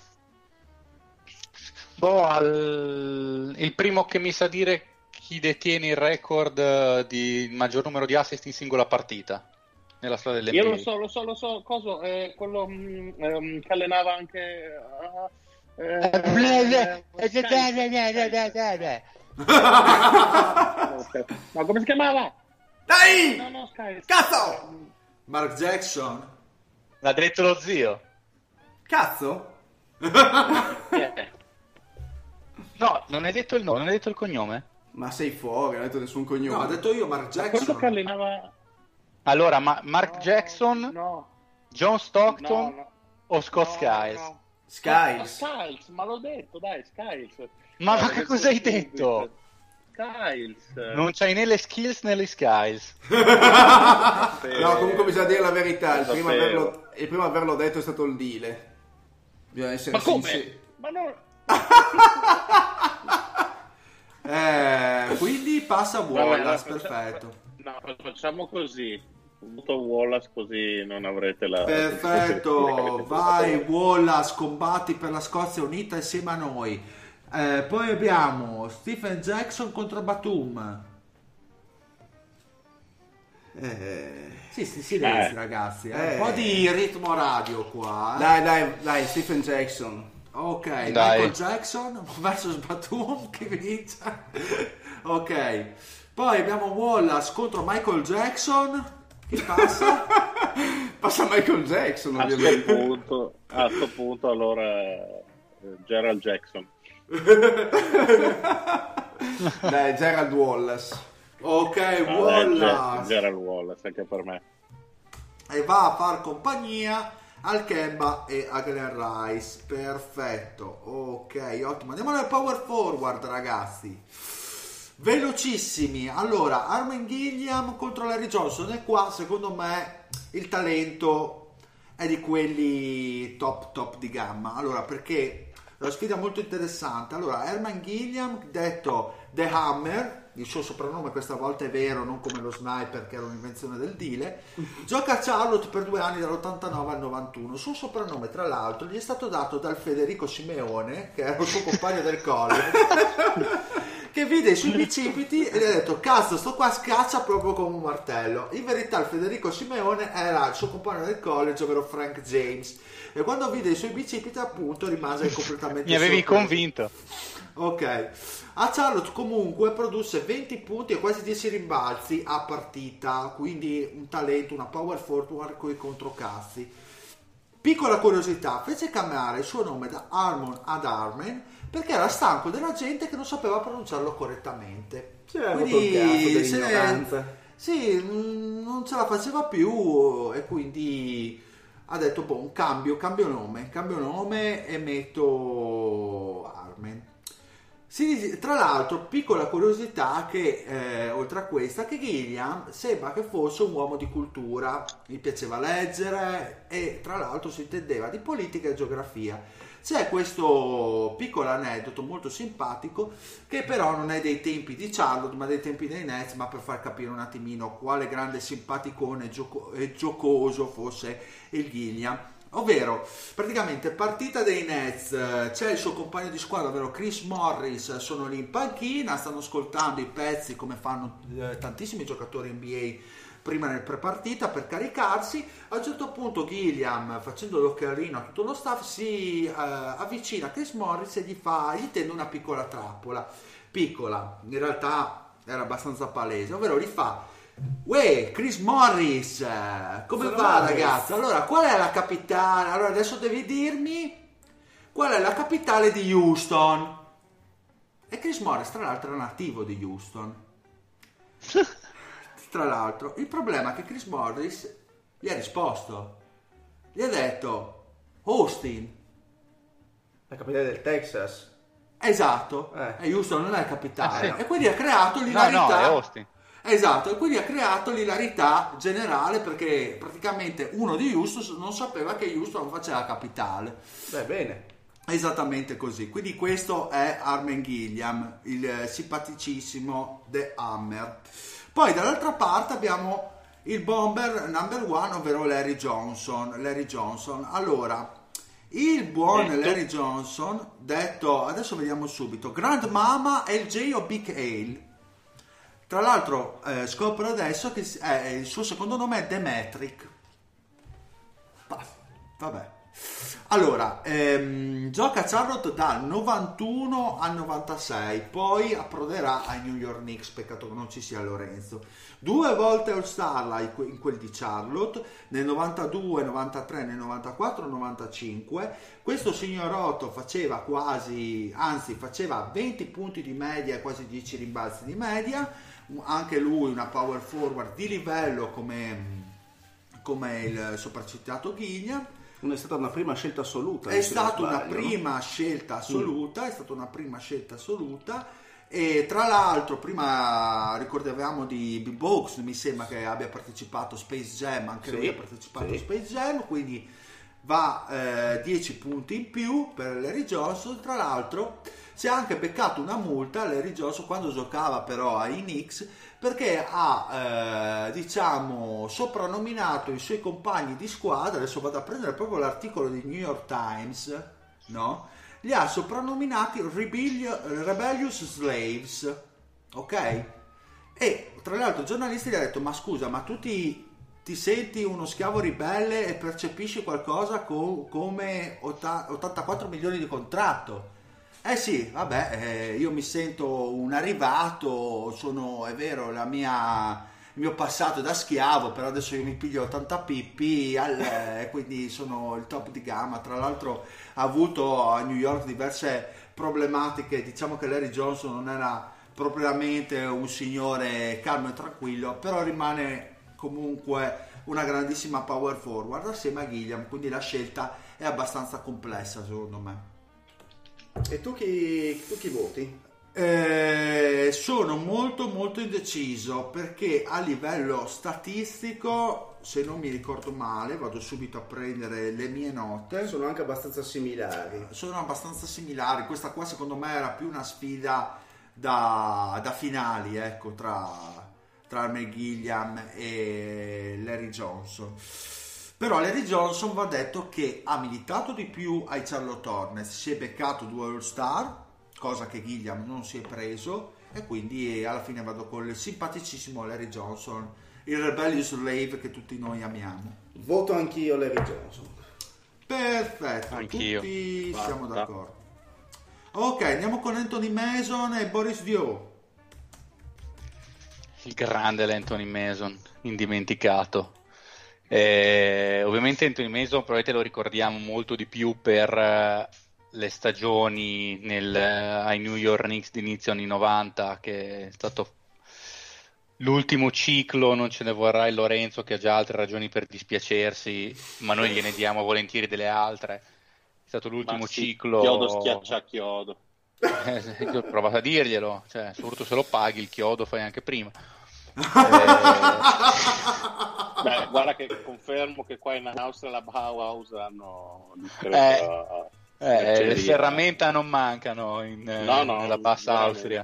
Il primo che mi sa dire chi detiene il record di maggior numero di assist in singola partita nella storia dell'NBA. Io lo so, coso è quello che allenava anche ma come si chiamava? Dai! No, Sky. Cazzo! Mark Jackson? L'ha detto lo zio. Cazzo? No, non hai detto il nome, non hai detto il cognome? Ma sei fuori, non hai detto nessun cognome. No, ho detto io Mark Quello Jackson. che allenava. Allora, Mark Jackson, No. John Stockton No. o Scott Skiles? No. Skiles. Skiles, ma l'ho detto, dai, Skiles. Ma che cosa hai detto? Skiles. Non c'hai né le skills né le skies. No, comunque bisogna dire la verità. Il primo averlo detto è stato il Dile. Bisogna essere Ma come? sinceri. Ma no. Quindi passa Wallace, Vabbè, perfetto. No, facciamo così. Voto Wallace, così non avrete la. Perfetto, vai Wallace, combatti per la Scozia unita insieme a noi. Poi abbiamo Stephen Jackson contro Batum. Silenzio ragazzi, un po' di ritmo radio qua. Dai, Stephen Jackson. Ok, Dai. Michael Jackson versus Batum, che vince. Ok, poi abbiamo Wallace contro Michael Jackson. Chi passa? Passa Michael Jackson, A ovviamente. sto punto allora Gerald Jackson. Dai, Gerald Wallace. Ok, Wallace. Gerald Wallace, anche per me. E va a far compagnia al Kemba e a Glenn Rice. Perfetto, ok, ottimo. Andiamo nel power forward, ragazzi, velocissimi. Allora, Armen Gilliam contro Larry Johnson, e qua secondo me il talento è di quelli top di gamma. Allora, perché la sfida è molto interessante. Allora, Armen Gilliam, detto The Hammer, il suo soprannome questa volta è vero, non come lo sniper che era un'invenzione del Dile, gioca a Charlotte per 2 anni dall'89 al 91. Il suo soprannome, tra l'altro, gli è stato dato dal Federico Simeone, che era il suo compagno del college, che vide i suoi bicipiti e gli ha detto: cazzo, sto qua scaccia proprio come un martello. In verità il Federico Simeone era il suo compagno del college, ovvero Frank James, e quando vide i suoi bicipiti, appunto, rimase completamente mi avevi sorpreso. convinto. Ok, a Charlotte comunque produsse 20 punti e quasi 10 rimbalzi a partita, quindi un talento, una power forward con i controcazzi. Piccola curiosità, fece cambiare il suo nome da Armon ad Armen perché era stanco della gente che non sapeva pronunciarlo correttamente. Sì, non ce la faceva più, e quindi ha detto: boh, cambio nome e metto Armen. Tra l'altro, piccola curiosità, che oltre a questa, che Gilliam sembra che fosse un uomo di cultura, gli piaceva leggere e tra l'altro si intendeva di politica e geografia. C'è questo piccolo aneddoto molto simpatico, che però non è dei tempi di Charlotte ma dei tempi dei Nets, ma per far capire un attimino quale grande simpaticone e giocoso fosse il Gilliam. Ovvero, praticamente, partita dei Nets, c'è il suo compagno di squadra, ovvero Chris Morris, sono lì in panchina, stanno ascoltando i pezzi come fanno tantissimi giocatori NBA prima nel prepartita per caricarsi. A un certo punto Gilliam, facendo l'occhialino a tutto lo staff, si avvicina a Chris Morris e gli tende una piccola trappola, piccola, in realtà era abbastanza palese, ovvero gli fa: uè, Chris Morris, come va ragazzo? Allora, qual è la capitale? Allora, adesso devi dirmi qual è la capitale di Houston. E Chris Morris, tra l'altro, era nativo di Houston. Tra l'altro, il problema è che Chris Morris gli ha risposto. Gli ha detto: Austin. La capitale del Texas. Esatto. E Houston non è capitale. Sì. E quindi ha creato l'ilarità. No, è Austin. Esatto, e quindi ha creato l'ilarità generale, perché praticamente uno di Houston non sapeva che Houston non faceva la capitale. Beh, bene. Esattamente così. Quindi questo è Armen Gilliam, il simpaticissimo The Hammer. Poi dall'altra parte abbiamo il bomber number one, ovvero Larry Johnson. Allora, il buon Larry Johnson, detto, adesso vediamo subito, Grandmama LJ o Big Ale. Tra l'altro scopro adesso che il suo secondo nome è Demetric. Vabbè. Allora, gioca a Charlotte dal 91 al 96, poi approderà ai New York Knicks, peccato che non ci sia Lorenzo. 2 volte All-Star in quel di Charlotte, nel 92, 93, nel 94, 95. Questo signorotto faceva 20 punti di media e quasi 10 rimbalzi di media. Anche lui una power forward di livello come il sopracitato Gilliam. Non è stata una prima scelta assoluta. È stata una prima scelta assoluta, e tra l'altro prima ricordavamo di Bill Box, mi sembra che abbia partecipato a Space Jam, anche lui ha partecipato a Space Jam, quindi va 10 punti in più per Larry Johnson. Tra l'altro si è anche beccato una multa Larry Johnson quando giocava però ai Knicks, perché ha soprannominato i suoi compagni di squadra. Adesso vado a prendere proprio l'articolo di New York Times, no? Li ha soprannominati Rebellious Slaves, ok? E tra l'altro il giornalista gli ha detto: ma scusa, ma tu ti senti uno schiavo ribelle e percepisci qualcosa come 84 milioni di contratto? Sì, vabbè, io mi sento un arrivato, è vero, il mio passato da schiavo, però adesso io mi piglio 80 pippi, quindi sono il top di gamma. Tra l'altro ha avuto a New York diverse problematiche, diciamo che Larry Johnson non era propriamente un signore calmo e tranquillo, però rimane comunque una grandissima power forward assieme a Gilliam, quindi la scelta è abbastanza complessa secondo me. E tu chi voti? Sono molto indeciso, perché a livello statistico, se non mi ricordo male, vado subito a prendere le mie note, Sono anche abbastanza similari. Questa qua secondo me era più una sfida da finali, ecco, tra Mel Gilliam e Larry Johnson. Però Larry Johnson va detto che ha militato di più ai Charlotte Hornets, si è beccato 2 All-Star, cosa che Gilliam non si è preso, e quindi alla fine vado con il simpaticissimo Larry Johnson, il rebellious slave che tutti noi amiamo. Voto anch'io Larry Johnson. Perfetto, Anch'io. tutti siamo Basta. d'accordo. Ok, andiamo con Anthony Mason e Boris Dio. Il grande Anthony Mason, indimenticato. Ovviamente Anthony Mason probabilmente lo ricordiamo molto di più per le stagioni ai New York Knicks di inizio anni 90, che è stato l'ultimo ciclo. Non ce ne vorrà il Lorenzo, che ha già altre ragioni per dispiacersi, ma noi gliene diamo volentieri delle altre. È stato l'ultimo ciclo. Chiodo schiaccia chiodo. Io ho provato a dirglielo, cioè, soprattutto se lo paghi il chiodo fai anche prima. Beh, guarda che confermo che qua in Austria la Bauhaus hanno le ferramenta non mancano nella bassa Austria.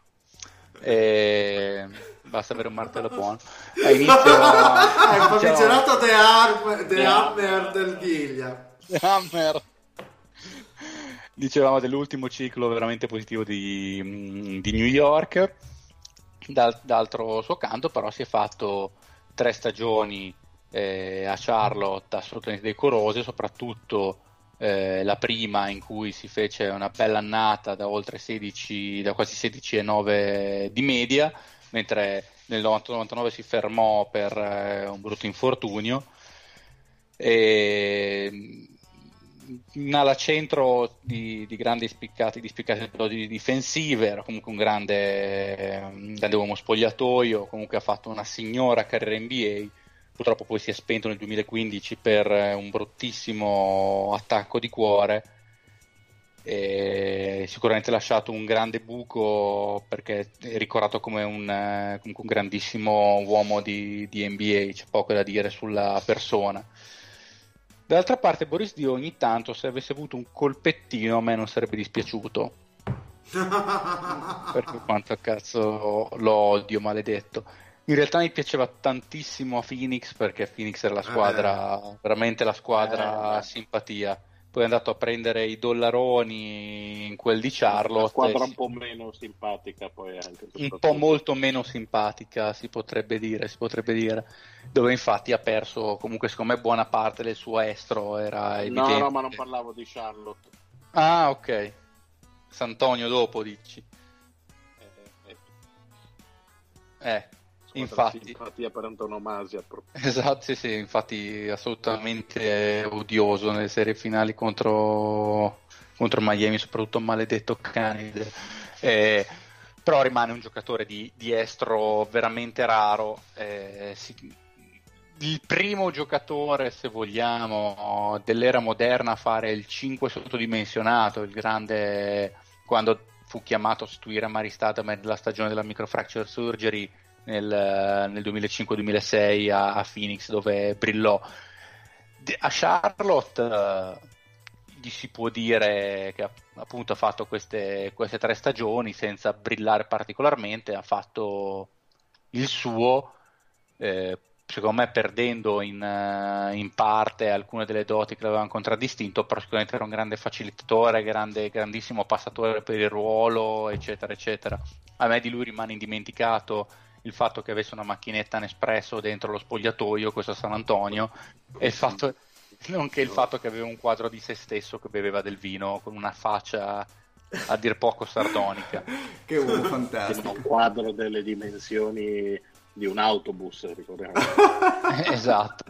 Basta avere un martello buono. Il famigerato The Hammer del Gilliam. Hammer. Dicevamo dell'ultimo ciclo veramente positivo di New York. D'altro suo canto però si è fatto 3 stagioni a Charlotte assolutamente decorose, soprattutto la prima, in cui si fece una bella annata da quasi 16,9 di media, mentre nel 90-99 si fermò per un brutto infortunio. Ala centro di grandi spiccate doti difensive, era comunque un grande uomo spogliatoio, comunque ha fatto una signora carriera NBA. Purtroppo poi si è spento nel 2015 per un bruttissimo attacco di cuore, e sicuramente ha lasciato un grande buco, perché è ricordato come un grandissimo uomo di NBA, c'è poco da dire sulla persona. Dall'altra parte Boris Dio ogni tanto, se avesse avuto un colpettino, a me non sarebbe dispiaciuto, perché quanto cazzo lo odio, maledetto. In realtà mi piaceva tantissimo a Phoenix, perché Phoenix era la squadra, veramente la squadra simpatia. Poi è andato a prendere i dollaroni in quel di Charlotte. Una squadra un po' meno simpatica, poi anche. Un po' molto meno simpatica, si potrebbe dire. Dove infatti ha perso comunque, secondo me, buona parte del suo estro, era evidente. No, ma non parlavo di Charlotte. Ah, ok. Sant'Antonio dopo, dici. Infatti, simpatia per antonomasia. esatto, sì, infatti assolutamente odioso nelle serie finali contro Miami, soprattutto maledetto Canide. Però rimane un giocatore di estro veramente raro. Il primo giocatore, se vogliamo, dell'era moderna a fare il 5 sottodimensionato, il grande, quando fu chiamato a sostituire Amar'e Stoudemire nella stagione della microfracture surgery nel 2005-2006 a Phoenix, dove brillò. A Charlotte gli si può dire che appunto ha fatto queste 3 stagioni senza brillare particolarmente, ha fatto il suo, secondo me perdendo in parte alcune delle doti che l'avevano contraddistinto, però sicuramente era un grande facilitatore, grandissimo passatore per il ruolo, eccetera eccetera. A me di lui rimane indimenticato il fatto che avesse una macchinetta Nespresso dentro lo spogliatoio, questo a San Antonio, e il fatto, nonché il fatto che aveva un quadro di se stesso che beveva del vino con una faccia a dir poco sardonica. Che uomo fantastico. Un quadro delle dimensioni di un autobus, ricordiamo. esatto,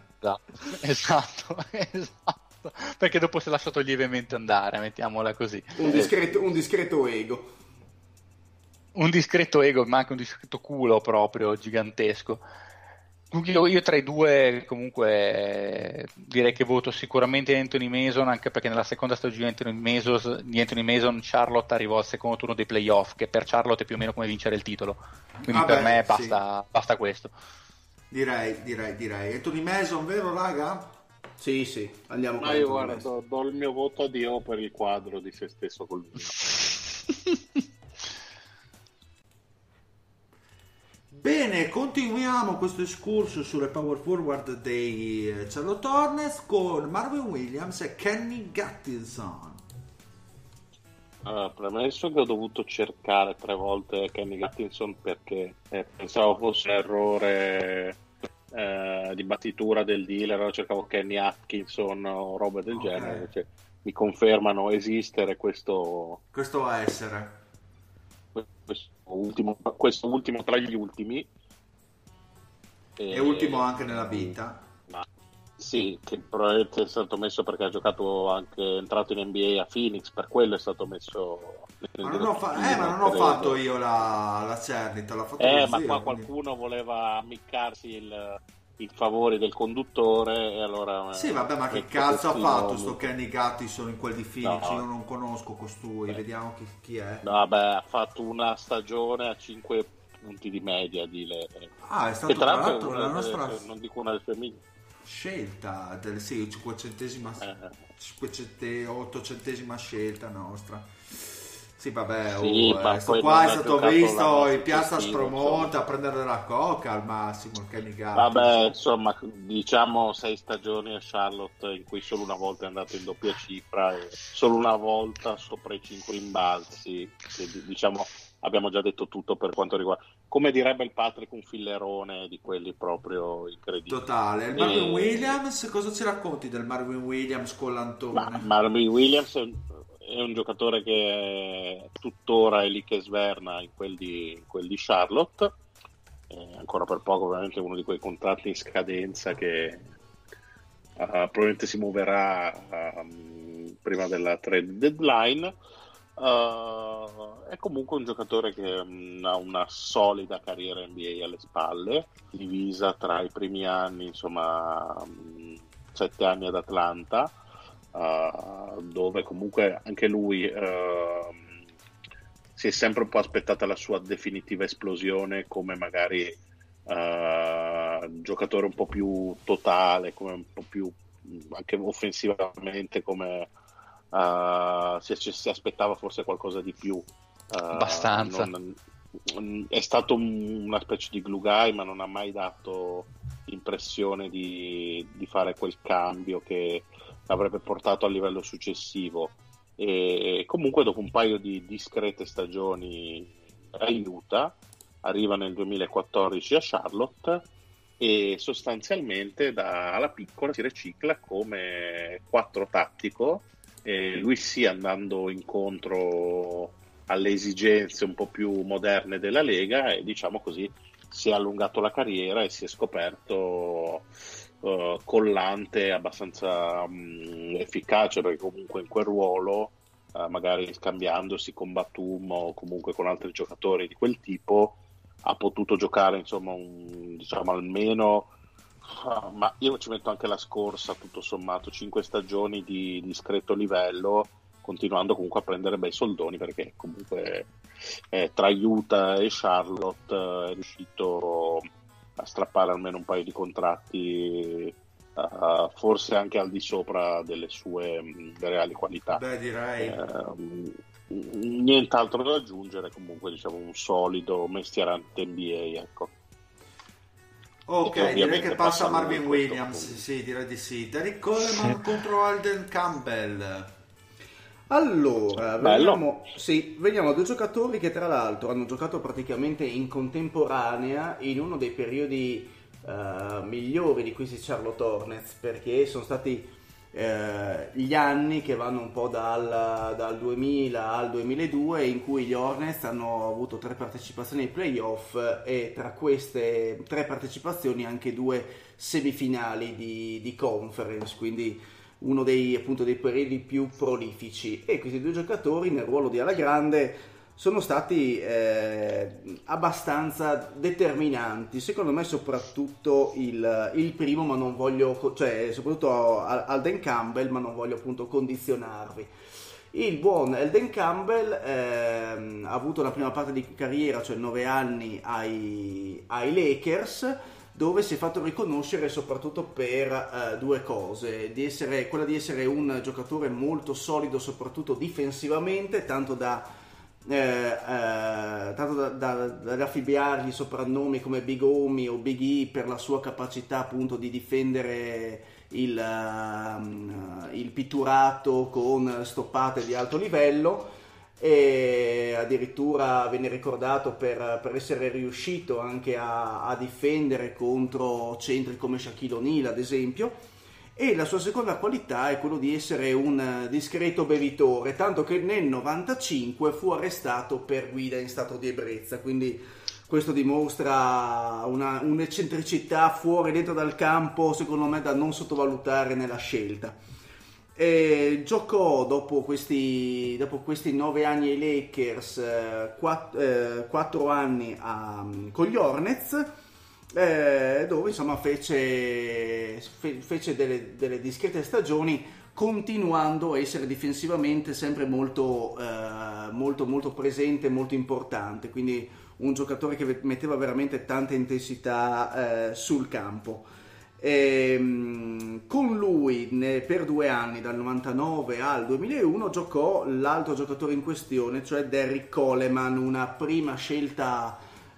perché dopo si è lasciato lievemente andare, mettiamola così. Un discreto ego. un discreto ego, ma anche un discreto culo proprio gigantesco. Io tra i due comunque direi che voto sicuramente Anthony Mason, anche perché nella seconda stagione di Anthony Mason Charlotte arrivò al secondo turno dei playoff, che per Charlotte è più o meno come vincere il titolo, quindi per me basta questo. Direi Anthony Mason, vero raga? Sì, andiamo con io guarda, do il mio voto a Dio per il quadro di se stesso col vino. Bene, continuiamo questo escurso sulle power forward dei Charlotte Hornets con Marvin Williams e Kenny Gattinson. Premesso che ho dovuto cercare 3 volte Kenny Gattinson perché pensavo fosse un errore di battitura del dealer, cercavo Kenny Atkinson o roba del genere, cioè, mi confermano esistere questo essere. Questo ultimo tra gli ultimi e ultimo anche nella vita, ma sì, che probabilmente è stato messo perché ha giocato anche, è entrato in NBA a Phoenix, per quello è stato messo. Ma non ho fatto io la cernita, l'ha fatto ma zio, qua qualcuno voleva ammiccarsi il favore del conduttore e allora sì, vabbè, ma che cazzo ha fatto sto Kenny Gattinson in quel di Phoenix? Io non conosco costui, vediamo chi è. No, vabbè, ha fatto una stagione a 5 punti di media è stato tra l'altro la nostra, non dico una delle sue migliori scelta del 500esima 800esima scelta nostra. Sì, vabbè, sto qua è stato visto in piazza Spromonte a prendere della coca al massimo il Kenny Gattinson. Vabbè, insomma, diciamo 6 stagioni a Charlotte in cui solo una volta è andato in doppia cifra e solo una volta sopra i 5 rimbalzi, che, diciamo, abbiamo già detto tutto per quanto riguarda, come direbbe il Patrick, un fillerone di quelli proprio incredibili. Totale. Il Marvin Williams, cosa ci racconti del Marvin Williams con l'Antone? Marvin Williams è un giocatore che tuttora è lì che sverna in quel di Charlotte, ancora per poco ovviamente uno di quei contratti in scadenza che probabilmente si muoverà prima della trade deadline. È comunque un giocatore che ha una solida carriera NBA alle spalle, divisa tra i primi anni, insomma 7 anni ad Atlanta, dove comunque anche lui si è sempre un po' aspettata la sua definitiva esplosione come magari giocatore un po' più totale, come un po' più anche offensivamente, come si aspettava forse qualcosa di più. Abbastanza. È stato una specie di glue guy, ma non ha mai dato l'impressione di fare quel cambio che l'avrebbe portato al livello successivo, e comunque dopo un paio di discrete stagioni aiuta, arriva nel 2014 a Charlotte e sostanzialmente alla piccola si ricicla come 4 tattico, e lui andando incontro alle esigenze un po' più moderne della Lega, e diciamo così si è allungato la carriera e si è scoperto collante, abbastanza efficace, perché comunque in quel ruolo, magari scambiandosi con Batum o comunque con altri giocatori di quel tipo, ha potuto giocare insomma diciamo almeno, ma io ci metto anche la scorsa, tutto sommato 5 stagioni di discreto livello, continuando comunque a prendere bei soldoni, perché comunque tra Utah e Charlotte è riuscito a strappare almeno un paio di contratti, forse anche al di sopra delle sue reali qualità. Beh, direi nient'altro da aggiungere, comunque diciamo un solido mestierante NBA, ecco. Ok, direi che passa a Marvin Williams. Sì, direi di sì. Derrick Coleman contro Alden Campbell. Allora, veniamo a 2 giocatori che tra l'altro hanno giocato praticamente in contemporanea in uno dei periodi migliori di questi Charlotte Hornets, perché sono stati gli anni che vanno un po' dal 2000 al 2002, in cui gli Hornets hanno avuto 3 partecipazioni ai playoff, e tra queste 3 partecipazioni anche 2 semifinali di conference, quindi uno dei periodi più prolifici. E questi 2 giocatori nel ruolo di ala grande sono stati abbastanza determinanti. Secondo me soprattutto il primo, ma non voglio, cioè soprattutto Alden Campbell, ma non voglio appunto condizionarvi. Il buon Alden Campbell ha avuto la prima parte di carriera, cioè 9 anni ai Lakers, dove si è fatto riconoscere soprattutto per due cose: quella di essere un giocatore molto solido soprattutto difensivamente, tanto da affibbiargli soprannomi come Big Omi o Big E per la sua capacità appunto di difendere il pitturato con stoppate di alto livello, e addirittura venne ricordato per essere riuscito anche a difendere contro centri come Shaquille O'Neal ad esempio. E la sua seconda qualità è quello di essere un discreto bevitore, tanto che nel 95 fu arrestato per guida in stato di ebbrezza, quindi questo dimostra un'eccentricità fuori e dentro dal campo, secondo me, da non sottovalutare nella scelta. E giocò dopo questi 9 anni ai Lakers 4 anni con gli Hornets, dove insomma fece delle discrete stagioni, continuando a essere difensivamente sempre molto presente, molto importante, quindi un giocatore che metteva veramente tanta intensità sul campo. Con lui per 2 anni, dal 99 al 2001, giocò l'altro giocatore in questione, cioè Derrick Coleman, una prima scelta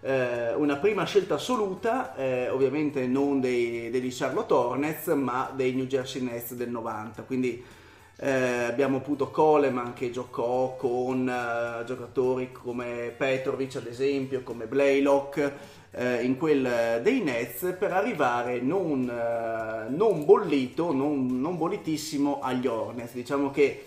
assoluta, ovviamente non degli Charlotte Hornets, ma dei New Jersey Nets del 90. Quindi abbiamo appunto Coleman che giocò con giocatori come Petrovic ad esempio, come Blaylock, in quel dei Nets, per arrivare non bollitissimo agli Hornets. Diciamo che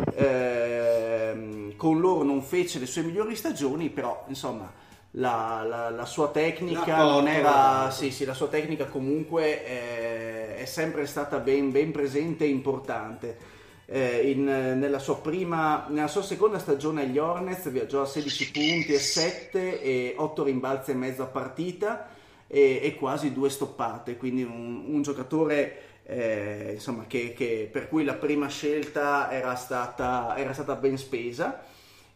con loro non fece le sue migliori stagioni, però insomma la sua tecnica non era la sua tecnica comunque è sempre stata ben presente e importante. Nella sua seconda stagione agli Hornets viaggiò a 16 punti e 7 e 8 rimbalzi e mezzo a partita e quasi 2 stoppate, quindi un giocatore insomma che per cui la prima scelta era stata ben spesa.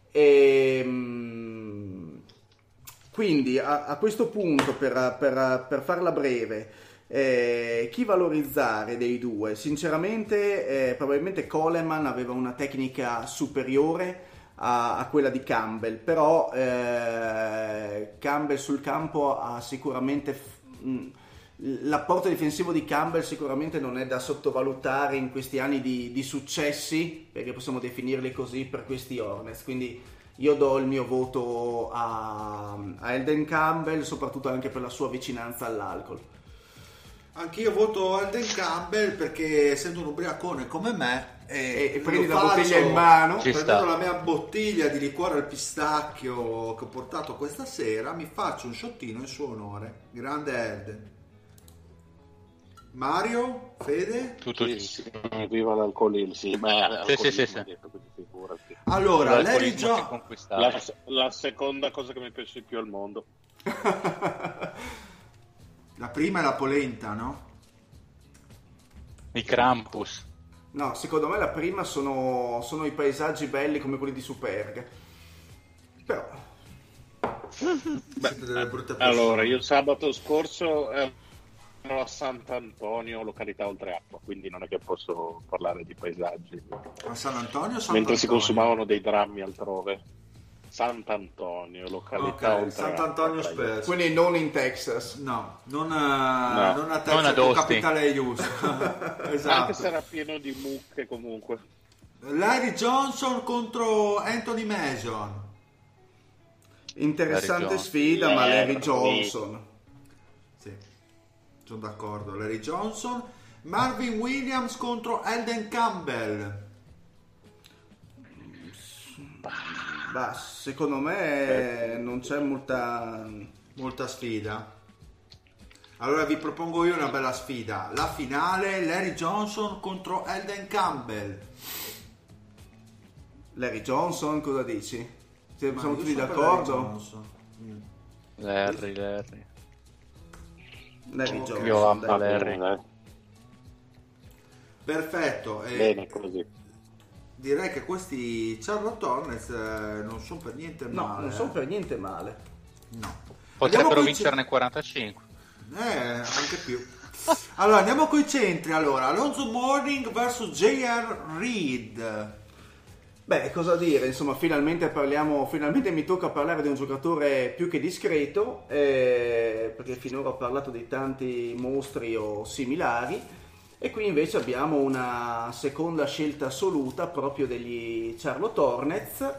Quindi a questo punto, per farla breve, chi valorizzare dei due? Sinceramente probabilmente Coleman aveva una tecnica superiore a quella di Campbell, però Campbell sul campo ha sicuramente l'apporto difensivo di Campbell sicuramente non è da sottovalutare in questi anni di successi, perché possiamo definirli così, per questi Hornets. Quindi io do il mio voto a Alden Campbell, soprattutto anche per la sua vicinanza all'alcol. Anch'io voto Alden Campbell perché, essendo un ubriacone come me, e prendi la bottiglia in mano, prendendo la mia bottiglia di liquore al pistacchio che ho portato questa sera, mi faccio un shottino in suo onore. Grande Alden. Mario, Fede? Tutto viva l'alcolismo, sì. Allora, Larry Johnson, la seconda cosa che mi piace di più al mondo. La prima è la polenta, no? I Krampus. No, secondo me la prima sono i paesaggi belli come quelli di Superga. Però delle brutte persone. Allora, io sabato scorso ero a Sant'Antonio, località Oltreacqua, quindi non è che posso parlare di paesaggi. A San Antonio? Mentre si consumavano dei drammi altrove. Sant'Antonio, località Oltreacqua. Sant'Antonio Spurs. Quindi non in Texas. No, non a Texas, capitale Houston. Esatto. Anche se era pieno di mucche comunque. Larry Johnson contro Anthony Mason. Interessante sfida, ma Larry Johnson. Sì, sono d'accordo. Larry Johnson. Marvin Williams contro Alden Campbell. Secondo me non c'è molta sfida. Allora vi propongo io una bella sfida. La finale, Larry Johnson contro Alden Campbell. Larry Johnson, cosa dici? Siamo tutti d'accordo? Larry Johnson. Io amo Larry. Perfetto. Bene così. Direi che questi Charlotte Hornets non sono per niente male. No, non sono per niente male. No. Potrebbero vincerne 45. Anche più. Allora, andiamo coi centri. Allora, Alonso Mourning vs J.R. Reed. Beh, cosa dire, insomma, finalmente mi tocca parlare di un giocatore più che discreto, perché finora ho parlato di tanti mostri o similari, e qui invece abbiamo una seconda scelta assoluta proprio degli Charlotte Hornets,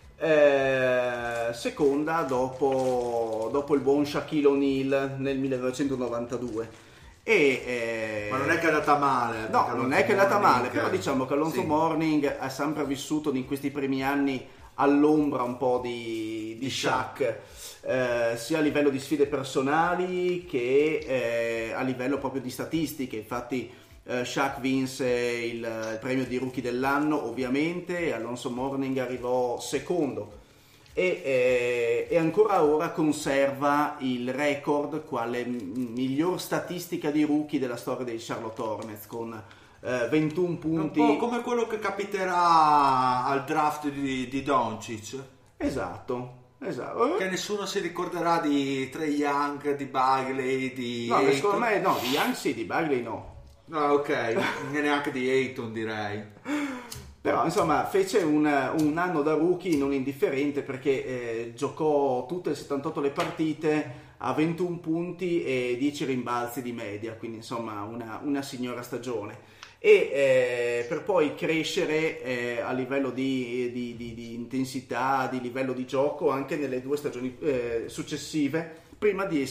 seconda dopo il buon Shaquille O'Neal nel 1992. Ma non è che è andata male. No, non è che è andata male, però che... diciamo che Alonso Mourning ha sempre vissuto in questi primi anni all'ombra un po' di Shaq, sia a livello di sfide personali che a livello proprio di statistiche. Infatti Shaq vinse il premio di rookie dell'anno, ovviamente, e Alonso Mourning arrivò secondo. E ancora ora conserva il record quale miglior statistica di rookie della storia dei Charlotte Hornets, con 21 punti. Un po' come quello che capiterà al draft di Doncic. Esatto. Che nessuno si ricorderà di Trae Young, di Bagley, di No, Ayton. secondo me no, di Young sì, di Bagley no. No, ok, neanche di Ayton, direi. Però insomma fece un anno da rookie non indifferente, perché giocò tutte le 78 le partite a 21 punti e 10 rimbalzi di media, quindi insomma una signora stagione, e per poi crescere a livello di intensità, di livello di gioco anche nelle 2 stagioni successive, prima di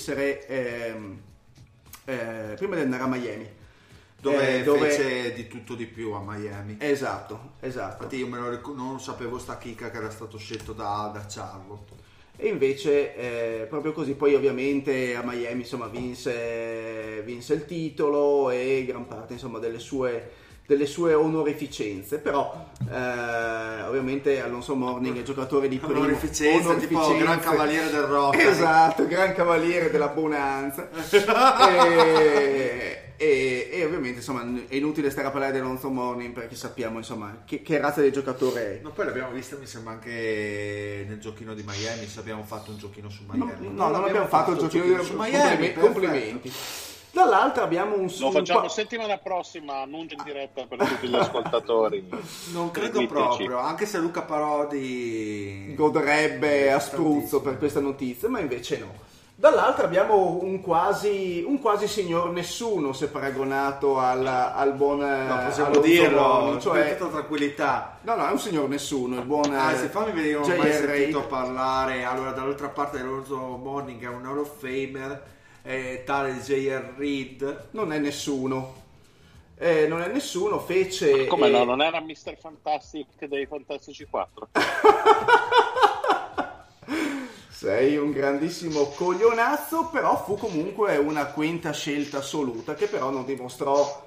andare a Miami. Dove fece di tutto di più a Miami. Esatto. Infatti io non sapevo sta chicca che era stato scelto da Charlotte. E invece proprio così, poi ovviamente a Miami insomma vinse il titolo e gran parte insomma delle sue onorificenze, però ovviamente Alonso Mourning è giocatore di primo. Onorificenze, tipo gran cavaliere del rock. Esatto, gran cavaliere della bonanza. E ovviamente insomma è inutile stare a parlare di Alonso Mourning, perché sappiamo insomma che razza di giocatore è. Ma poi l'abbiamo visto, mi sembra, anche nel giochino di Miami. Se abbiamo fatto un giochino su Miami. No, non abbiamo fatto il giochino su Miami. Complimenti. Dall'altra abbiamo lo facciamo settimana prossima, annuncio in diretta per tutti gli ascoltatori. Non credo proprio, anche se Luca Parodi godrebbe a spruzzo per questa notizia, ma invece no. Dall'altra abbiamo un quasi signor nessuno, se paragonato al buon no, possiamo dirlo, Mourning, cioè per tutta tranquillità. No, è un signor nessuno, il buon se fammi vedere, non ho mai J.R. sentito parlare. Allora, dall'altra parte Alonso Mourning è un Hall of Famer, tale J.R. Reed non è nessuno. Fece... Come no? Non era Mr. Fantastic dei Fantastici 4? Sei un grandissimo coglionazzo, però fu comunque una quinta scelta assoluta, che però non dimostrò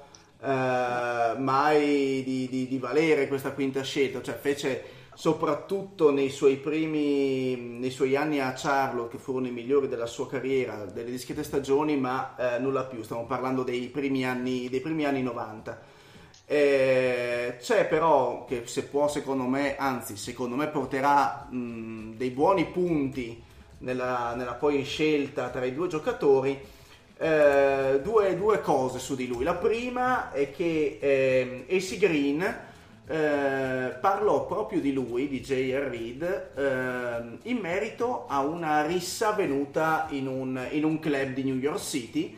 mai di valere questa quinta scelta. Cioè fece soprattutto nei suoi anni a Charlotte, che furono i migliori della sua carriera, delle discrete stagioni, ma nulla più. Stiamo parlando dei primi anni 90. C'è però che secondo me porterà dei buoni punti nella poi scelta tra i due giocatori, due cose su di lui. La prima è che AC Green parlò proprio di lui, di J.R. Reed, in merito a una rissa avvenuta in un club di New York City,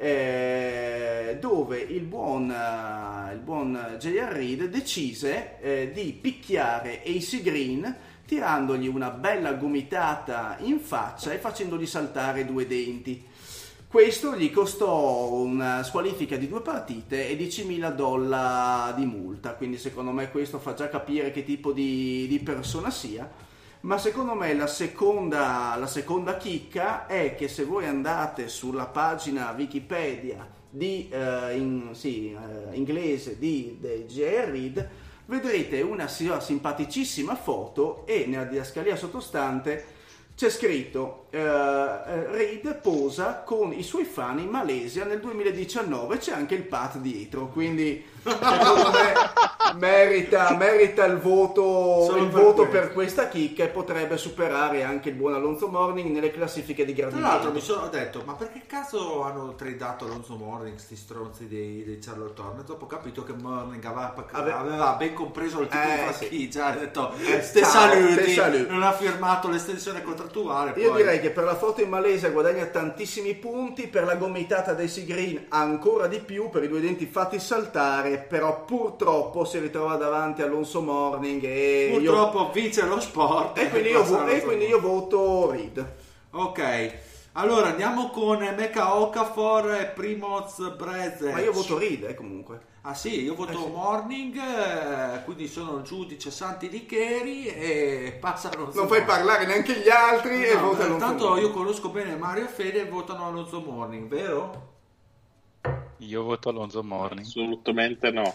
dove il buon J.R. Reed decise di picchiare AC Green, tirandogli una bella gomitata in faccia e facendogli saltare 2 denti. Questo gli costò una squalifica di 2 partite e $10.000 di multa, quindi secondo me questo fa già capire che tipo di persona sia. Ma secondo me la seconda chicca è che se voi andate sulla pagina Wikipedia inglese di J.R. Reed, vedrete una simpaticissima foto e nella didascalia sottostante c'è scritto Reed posa con i suoi fan in Malesia nel 2019, c'è anche il Pat dietro, quindi secondo me merita il voto per questa chicca e potrebbe superare anche il buon Alonso Mourning nelle classifiche di gradimento. Tra l'altro mi sono detto, ma perché caso hanno tradato Alonso Mourning, sti stronzi dei Charlotte Hornets? Dopo ho capito che Mourning aveva ben compreso il tipo di franchigia, ha detto ste saluti, non ha firmato l'estensione contrattuale. Io direi che per la foto in Malesia guadagna tantissimi punti, per la gomitata dei Sea Green ancora di più, per i 2 denti fatti saltare, però purtroppo si ritrova davanti Alonso Mourning e purtroppo vince lo sport e quindi io voto Reed. Ok, allora andiamo con Mecca Okafor e Primoz Brezec. Ma io voto Reed comunque. Ah sì, io voto Mourning, quindi sono il giudice Santi Licheri e passano. Non fai parlare neanche gli altri e votano. Tanto io conosco bene Mario e Fede e votano Alonso Mourning, vero? Io voto Alonso Mourning. Assolutamente no.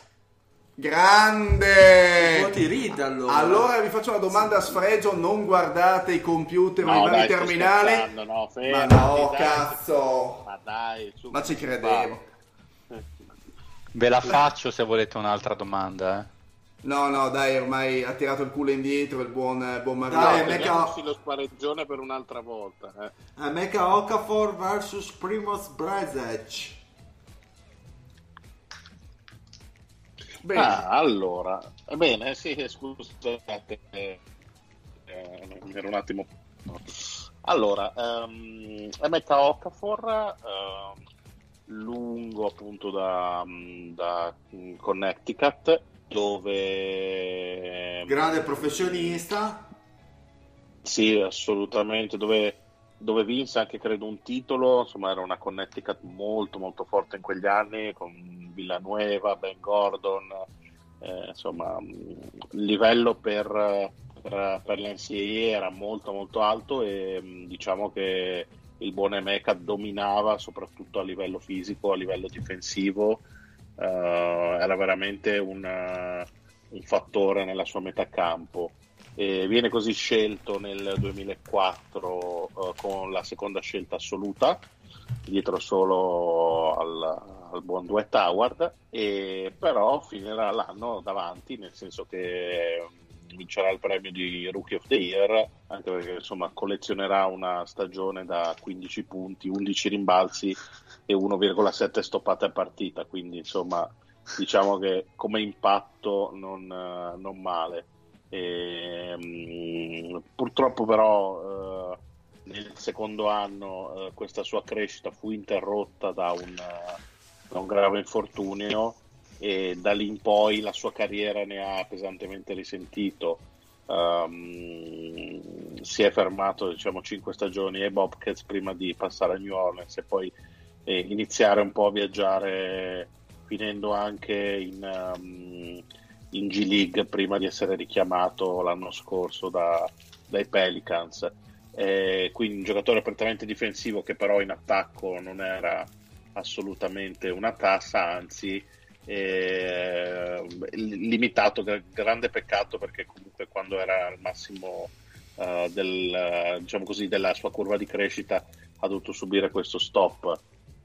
Grande! Voti Reed allora. Allora vi faccio una domanda a sfregio, non guardate i computer o i vari terminali. No, ma no, cazzo! Ma dai, ma ci credevo. Ve la faccio se volete un'altra domanda. No, dai, ormai ha tirato il culo indietro il buon Mario. Dai, mettiamoci lo spareggione per un'altra volta. Mecca Okafor vs Primoz Brezec. Bene. Allora, bene, sì, scusate, ero un attimo. Allora, Mecca Okafor, lungo appunto da Connecticut, dove grande professionista. Sì, assolutamente, dove vinse anche credo un titolo, insomma era una Connecticut molto molto forte in quegli anni con Villanueva, Ben Gordon, insomma il livello per l'NCAA era molto molto alto e diciamo che il buon Emeka dominava soprattutto a livello fisico, a livello difensivo, era veramente un fattore nella sua metà campo. E viene così scelto nel 2004 con la seconda scelta assoluta, dietro solo al buon Dwight Howard, e però finirà l'anno davanti, nel senso che vincerà il premio di Rookie of the Year, anche perché insomma collezionerà una stagione da 15 punti, 11 rimbalzi e 1,7 stoppate a partita, quindi insomma diciamo che come impatto non male. Purtroppo però nel secondo anno questa sua crescita fu interrotta da un grave infortunio e da lì in poi la sua carriera ne ha pesantemente risentito. Si è fermato 5 stagioni ai Bobcats prima di passare a New Orleans e poi iniziare un po' a viaggiare, finendo anche in G League prima di essere richiamato l'anno scorso dai Pelicans. Quindi un giocatore prettamente difensivo che però in attacco non era assolutamente una tassa, anzi limitato, grande peccato, perché comunque quando era al massimo della sua curva di crescita ha dovuto subire questo stop.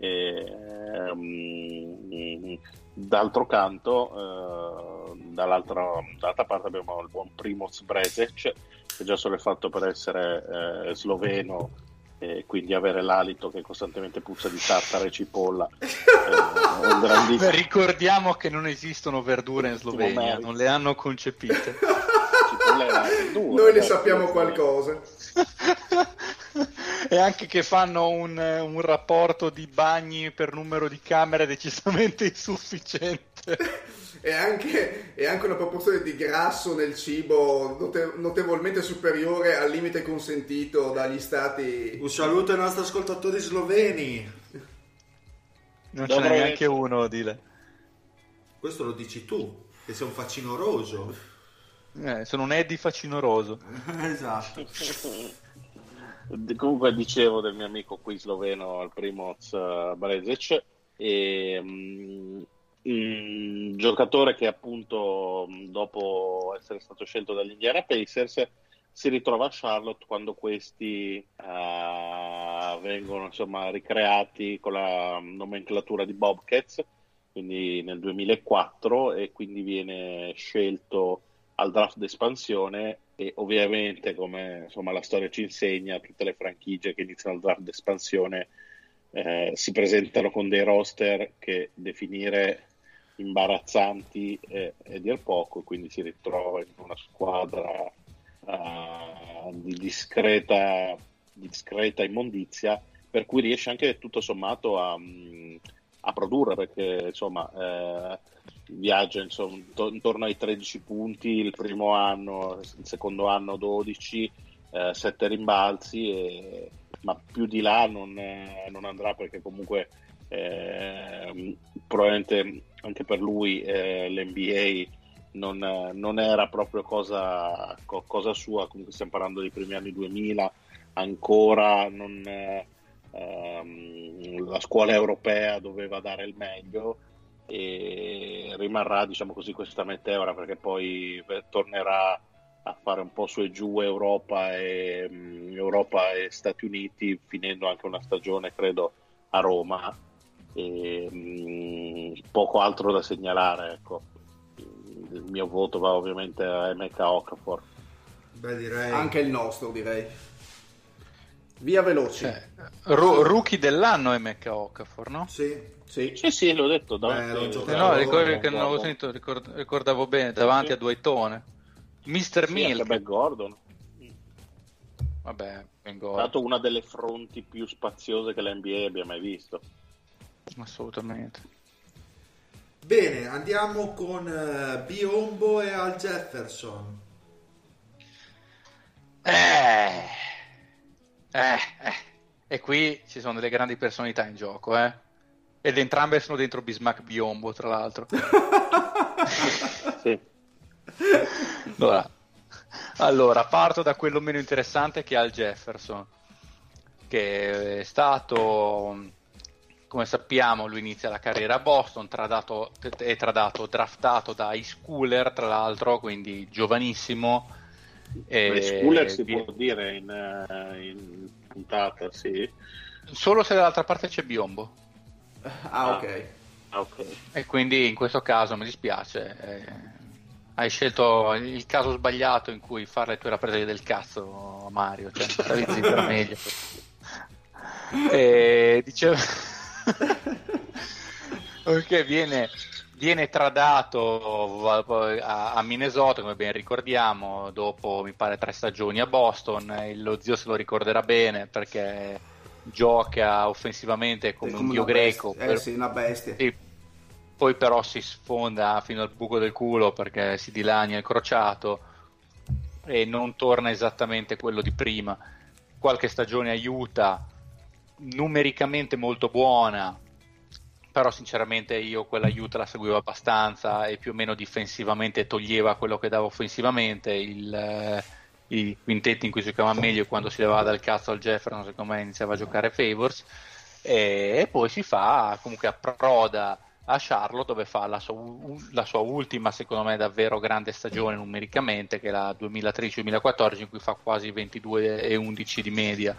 D'altro canto, dall'altra parte abbiamo il buon Primoz Brezec, che già solo il fatto per essere sloveno e quindi avere l'alito che costantemente puzza di tartare e cipolla, un grandissimo. Ricordiamo che non esistono verdure in Slovenia, non le hanno concepite. Noi ne sappiamo qualcosa. E anche che fanno un rapporto di bagni per numero di camere decisamente insufficiente. E anche una proporzione di grasso nel cibo notevolmente superiore al limite consentito dagli stati. Un saluto ai nostri ascoltatori sloveni. Non ce n'è neanche uno, dile. Questo lo dici tu, che sei un facinoroso. Sono un Eddie facinoroso. Esatto. Comunque dicevo del mio amico qui sloveno, al Primoz Brezec, e giocatore che appunto dopo essere stato scelto dagli Indiana Pacers si ritrova a Charlotte quando questi vengono insomma ricreati con la nomenclatura di Bobcats, quindi nel 2004, e quindi viene scelto al draft d'espansione. E ovviamente, come insomma la storia ci insegna, tutte le franchigie che iniziano al draft d'espansione si presentano con dei roster che definire imbarazzanti è dir poco, quindi si ritrova in una squadra di discreta immondizia, per cui riesce anche tutto sommato a produrre, perché insomma viaggia intorno ai 13 punti il primo anno, il secondo anno 12, 7 rimbalzi, ma più di là non andrà, perché comunque probabilmente anche per lui l'NBA non era proprio cosa sua. Comunque stiamo parlando dei primi anni 2000, ancora la scuola europea doveva dare il meglio, e rimarrà, diciamo così, questa meteora, perché poi tornerà a fare un po' su e giù Europa e Stati Uniti, finendo anche una stagione credo a Roma, e poco altro da segnalare, ecco. Il mio voto va ovviamente a Emeka Okafor. Beh, direi anche il nostro, direi. Via veloci. Rookie dell'anno Emeka Okafor, no? sì. Sì, l'ho detto l'ho giocato. No, ricordo che non l'avevo sentito, ricordavo bene, davanti a Dwaytone. Mr. Milk. Ben Gordon. Vabbè, Ben È Gordon. stato una delle fronti più spaziose che l'NBA abbia mai visto. Assolutamente. Bene, andiamo con Biyombo e Al Jefferson. E qui ci sono delle grandi personalità in gioco, ed entrambe sono dentro Bismack Biyombo, tra l'altro. Sì. Allora, parto da quello meno interessante, che è Al Jefferson, che è stato, come sappiamo, lui inizia la carriera a Boston, draftato da high schooler, tra l'altro, quindi giovanissimo. Schooler si può dire in puntata, sì. Solo se dall'altra parte c'è Biyombo. Ok. E quindi in questo caso mi dispiace. Hai scelto il caso sbagliato in cui fare le tue rappresaglie del cazzo, Mario. Cioè, stavi zitto, era meglio. Dicevo perché viene tradato a Minnesota, come ben ricordiamo, dopo mi pare 3 stagioni a Boston. Lo zio se lo ricorderà bene, perché gioca offensivamente come un dio greco. Sì, una bestia. Sì. Poi però si sfonda fino al buco del culo perché si dilania il crociato e non torna esattamente quello di prima. Qualche stagione aiuta, numericamente molto buona, però sinceramente io quella aiuta la seguivo abbastanza, e più o meno difensivamente toglieva quello che dava offensivamente. I quintetti in cui si giocava meglio, quando si levava dal cazzo al Jefferson, secondo me iniziava a giocare Favors, e poi si fa comunque approda a Charlotte, dove fa la sua ultima, secondo me, davvero grande stagione numericamente, che è la 2013-2014, in cui fa quasi 22 e 11 di media.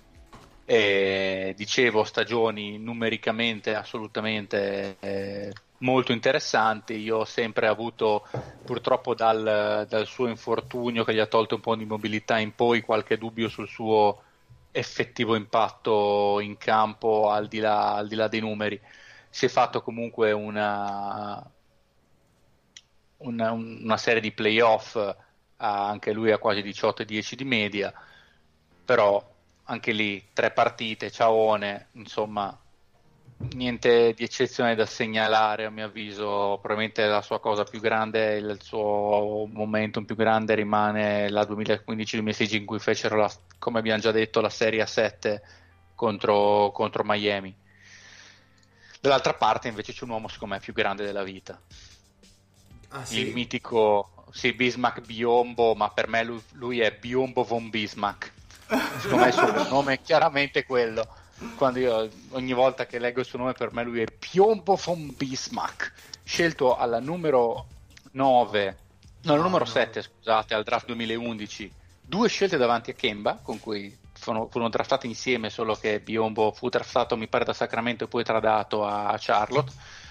Dicevo, stagioni numericamente assolutamente molto interessanti. Io ho sempre avuto, purtroppo dal suo infortunio che gli ha tolto un po' di mobilità in poi, qualche dubbio sul suo effettivo impatto in campo, al di là dei numeri. Si è fatto comunque una serie di playoff, anche lui a quasi 18-10 di media, però anche lì 3 partite, ciaone, insomma niente di eccezionale da segnalare a mio avviso. Probabilmente la sua cosa più grande, il suo momentum più grande rimane la 2015-2016, in cui fecero, come abbiamo già detto, la serie a 7 contro Miami. Dall'altra parte invece c'è un uomo secondo me più grande della vita, sì? Il mitico Bismack Biyombo, ma per me lui è Biyombo von Bismack. Secondo me il suo nome è chiaramente quello. quando io ogni volta che leggo il suo nome, per me lui è Biombo von Bismarck, scelto alla numero 9, no, alla numero 7, scusate, al draft 2011, 2 scelte davanti a Kemba, con cui furono draftati insieme, solo che Biombo fu draftato mi pare da Sacramento e poi tradato a Charlotte.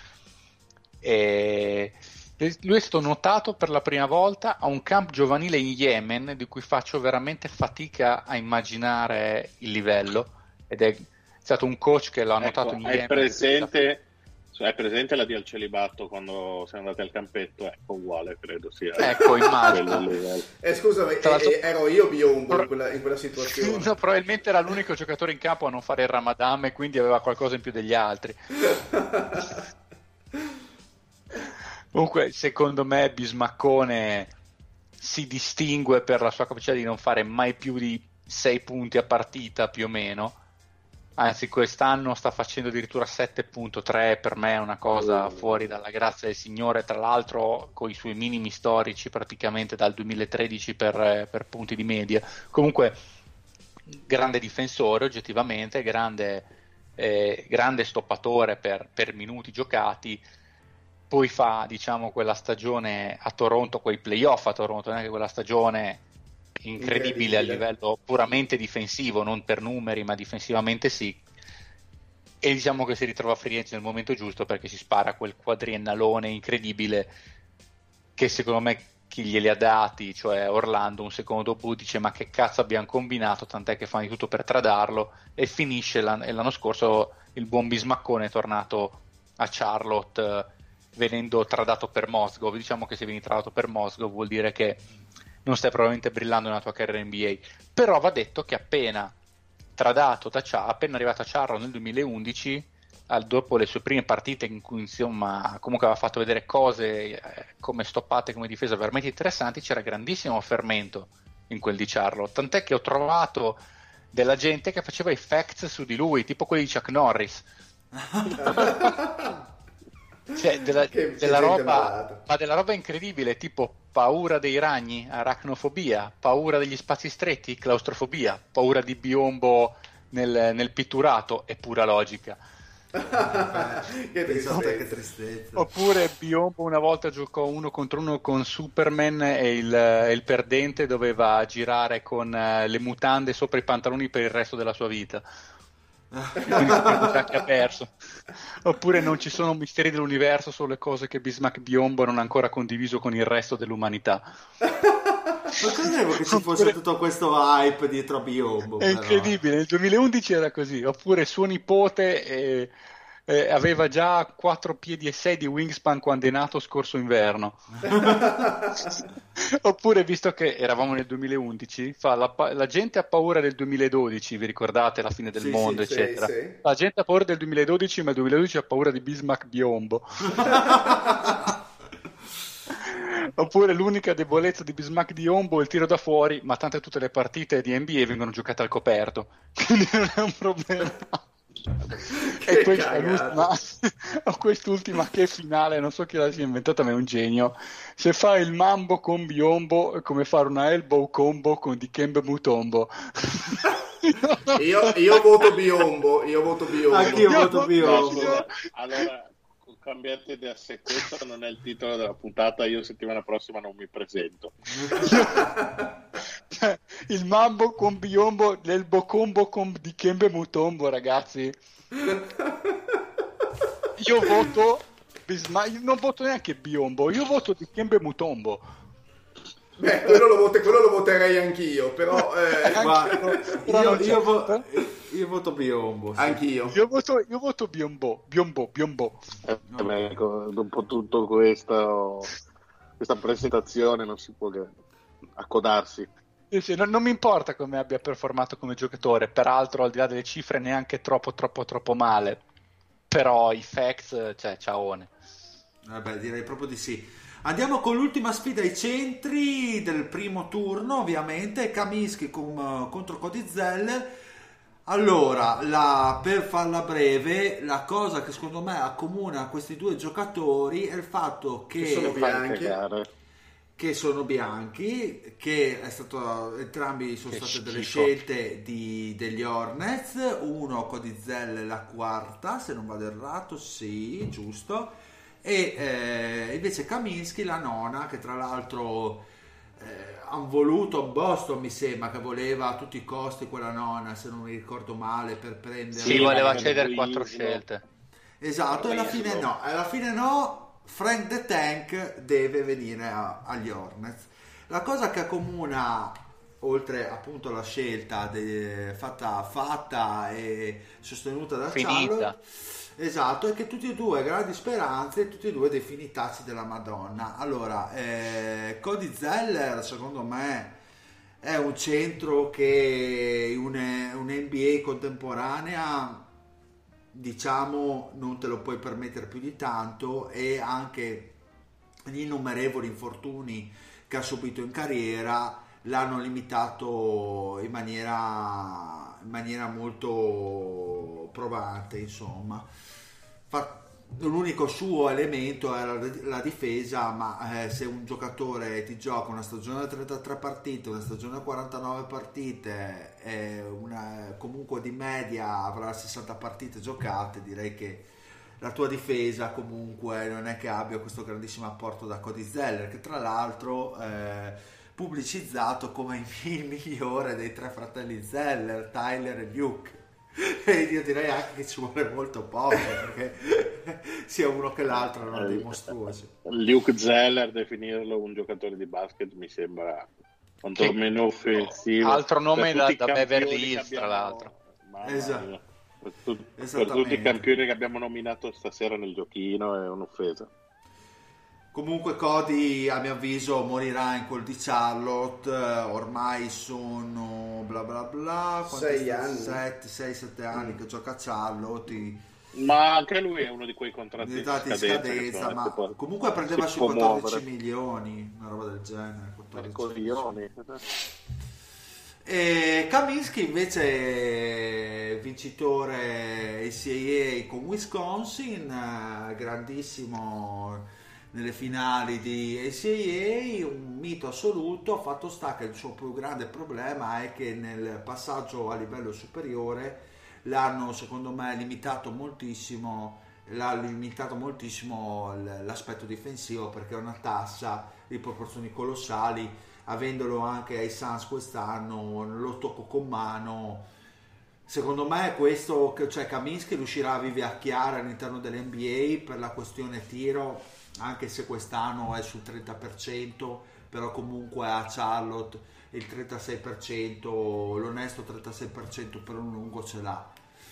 E lui è stato notato per la prima volta a un camp giovanile in Yemen, di cui faccio veramente fatica a immaginare il livello, ed è stato un coach che l'ha notato in Yemen. È presente la di al celibato quando siamo andati al campetto? Ecco, uguale credo sia. Ecco, immagino. Scusami, ero io Biombo in quella situazione. No, probabilmente era l'unico giocatore in campo a non fare il Ramadan e quindi aveva qualcosa in più degli altri. Comunque, secondo me Bismaccone si distingue per la sua capacità di non fare mai più di 6 punti a partita, più o meno. Anzi, quest'anno sta facendo addirittura 7.3, per me è una cosa fuori dalla grazia del Signore, tra l'altro con i suoi minimi storici praticamente dal 2013 per punti di media. Comunque, grande difensore oggettivamente, grande stoppatore per minuti giocati. Poi fa, diciamo, quella stagione a Toronto, quei playoff a Toronto, neanche quella stagione incredibile a livello puramente difensivo, non per numeri ma difensivamente sì, e diciamo che si ritrova a free agent nel momento giusto, perché si spara quel quadriennalone incredibile che secondo me chi glieli ha dati, cioè Orlando, un secondo dopo dice ma che cazzo abbiamo combinato, tant'è che fanno di tutto per tradarlo, e finisce l'anno scorso il buon Bismaccone è tornato a Charlotte venendo tradato per Mozgov. Diciamo che se vieni tradato per Mozgov vuol dire che non stai probabilmente brillando nella tua carriera NBA, però va detto che appena arrivato a Charlotte nel 2011, dopo le sue prime partite in cui insomma comunque aveva fatto vedere cose come stoppate, come difesa veramente interessanti, c'era grandissimo fermento in quel di Charlotte, tant'è che ho trovato della gente che faceva i facts su di lui, tipo quelli di Chuck Norris. Cioè, della roba incredibile, tipo paura dei ragni, aracnofobia, paura degli spazi stretti, claustrofobia, paura di Biombo nel pitturato, è pura logica. Che tristezza. Oppure Biombo una volta giocò 1 contro 1 con Superman e il perdente doveva girare con le mutande sopra i pantaloni per il resto della sua vita. Quindi già che ha perso. Oppure non ci sono misteri dell'universo, solo le cose che Bismack Biombo non ha ancora condiviso con il resto dell'umanità. Ma credevo che ci fosse tutto questo hype dietro a Biombo. È incredibile, nel 2011 era così. Oppure suo nipote aveva già 4 piedi e 6 di wingspan quando è nato scorso inverno. Oppure, visto che eravamo nel 2011, la gente ha paura del 2012, vi ricordate la fine del mondo, eccetera. Sì. La gente ha paura del 2012, ma il 2012 ha paura di Bismack Biombo. Oppure l'unica debolezza di Bismack Biombo è il tiro da fuori, ma tante tutte le partite di NBA vengono giocate al coperto, quindi non è un problema. E poi quest'ultima che è finale, non so chi l'ha inventata, ma è un genio. Se fa il mambo con Biombo è come fare una elbow combo con Dikembe Mutombo. Io voto Biombo. Anch'io voto Biombo. Allora, cambiate idea, se questo non è il titolo della puntata, io settimana prossima non mi presento. Il mambo con Biombo, l'elbow combo con Dikembe Mutombo, ragazzi. Io voto non voto neanche Biombo, io voto Dikembe Mutombo. Beh, quello lo voterei anch'io, però io voto Biombo. Sì. Anch'io. Io voto Biombo. Dopo tutto questa presentazione non si può che accodarsi. Sì, non mi importa come abbia performato come giocatore, peraltro al di là delle cifre neanche troppo male, però i facts, cioè ciaone. Vabbè, direi proprio di sì. Andiamo con l'ultima sfida ai centri del primo turno, ovviamente, Kaminsky contro Cody Zeller. Allora, per farla breve, la cosa che secondo me accomuna questi due giocatori è il fatto che sono bianchi. che sono bianchi, che è stato, entrambi sono Che state delle schifo. scelte degli Hornets, uno Codizelle la quarta, se non vado errato, sì, giusto, e invece Kaminsky la nona, che tra l'altro hanno voluto Boston, mi sembra, che voleva a tutti i costi quella nona, se non mi ricordo male, per prendere... Sì, Sì, voleva anche cedere lui, 4 no. scelte. Esatto, e Islo. alla fine no, Frank the Tank deve venire agli Hornets. La cosa che accomuna, oltre appunto alla scelta fatta e sostenuta da Finita. Charlotte, esatto, è che tutti e due grandi speranze, tutti e due dei finitacci della Madonna. Allora, Cody Zeller secondo me è un centro che un NBA contemporanea, diciamo, non te lo puoi permettere più di tanto, e anche gli innumerevoli infortuni che ha subito in carriera l'hanno limitato in maniera molto provante, insomma. L'unico suo elemento era la difesa, ma se un giocatore ti gioca una stagione da 33 partite, una stagione da 49 partite, comunque di media avrà 60 partite giocate, direi che la tua difesa comunque non è che abbia questo grandissimo apporto da Cody Zeller, che tra l'altro pubblicizzato come il migliore dei tre fratelli Zeller, Tyler e Luke. E io direi anche che ci vuole molto poco perché sia uno che l'altro erano dei mostruosi. Luke Zeller, definirlo un giocatore di basket mi sembra quantomeno offensivo. Altro nome Per tutti da i campioni Beverly che Hills, tra abbiamo- l'altro. Mamma Esatto. mia. Per tutti Esattamente. i campioni che abbiamo nominato stasera nel giochino è un'offesa. Comunque Cody, a mio avviso, morirà in quel di Charlotte. Ormai sono bla bla bla 6-7 anni che gioca a Charlotte, Ma anche lui è uno di quei contratti di di dati in scadenza, scadenza, che ma si può- comunque prendeva si sui può 14 muovere. milioni, una roba del genere, 14 Coglioni. E Kaminsky invece vincitore NCAA con Wisconsin, grandissimo nelle finali di NCAA, un mito assoluto. Fatto sta che il suo più grande problema è che nel passaggio a livello superiore l'hanno, secondo me, l'ha limitato moltissimo l'aspetto difensivo, perché è una tassa di proporzioni colossali. Avendolo anche ai Suns quest'anno, lo tocco con mano. Secondo me questo, cioè Kaminsky riuscirà a vivacchiare all'interno dell'NBA per la questione tiro, anche se quest'anno è sul 30%, però comunque a Charlotte il 36%, l'onesto 36% per un lungo ce l'ha.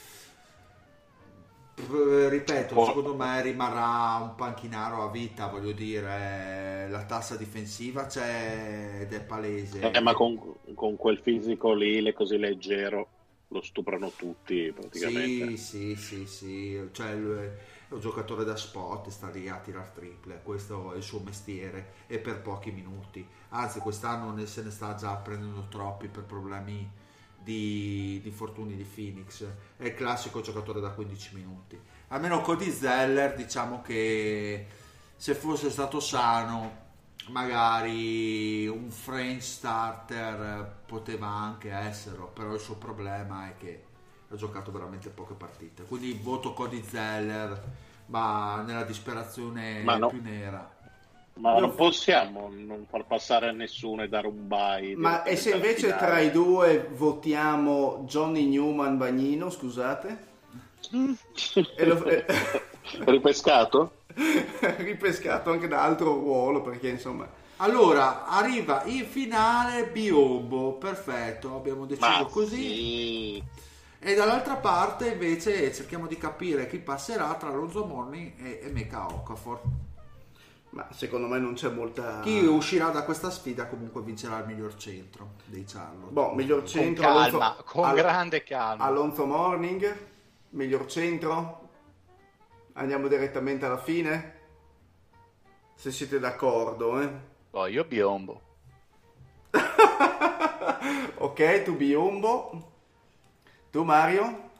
Ripeto, secondo me rimarrà un panchinaro a vita, voglio dire, la tassa difensiva c'è ed è palese. Ma con quel fisico lì, così leggero, lo stuprano tutti praticamente. Sì, cioè è un giocatore da sport, sta lì a tirar triple, questo è il suo mestiere, e per pochi minuti. Anzi, quest'anno se ne sta già prendendo troppi per problemi di infortuni di Phoenix. È il classico giocatore da 15 minuti. Almeno Cody Zeller, diciamo che se fosse stato sano, magari un French starter poteva anche esserlo, però il suo problema è che ha giocato veramente poche partite, quindi voto Cody Zeller, ma nella disperazione Ma no. più nera. Ma non possiamo non far passare a nessuno e dare un bye. Ma e se invece finale? tra i due votiamo Johnny Newman Bagnino, scusate? Ripescato? Ripescato anche da altro ruolo, perché insomma... Allora, arriva in finale Biombo, perfetto, abbiamo deciso così. Sì. E dall'altra parte invece cerchiamo di capire chi passerà tra Lonzo Mourning e Emeka Okafor. Ma secondo me non c'è molta... Chi uscirà da questa sfida comunque vincerà il miglior centro dei Charlotte. Boh, miglior Con centro... calma, con grande calma. Alonso Mourning, miglior centro? Andiamo direttamente alla fine? Se siete d'accordo, Poi io Biombo. Ok, tu Biombo. Tu Mario?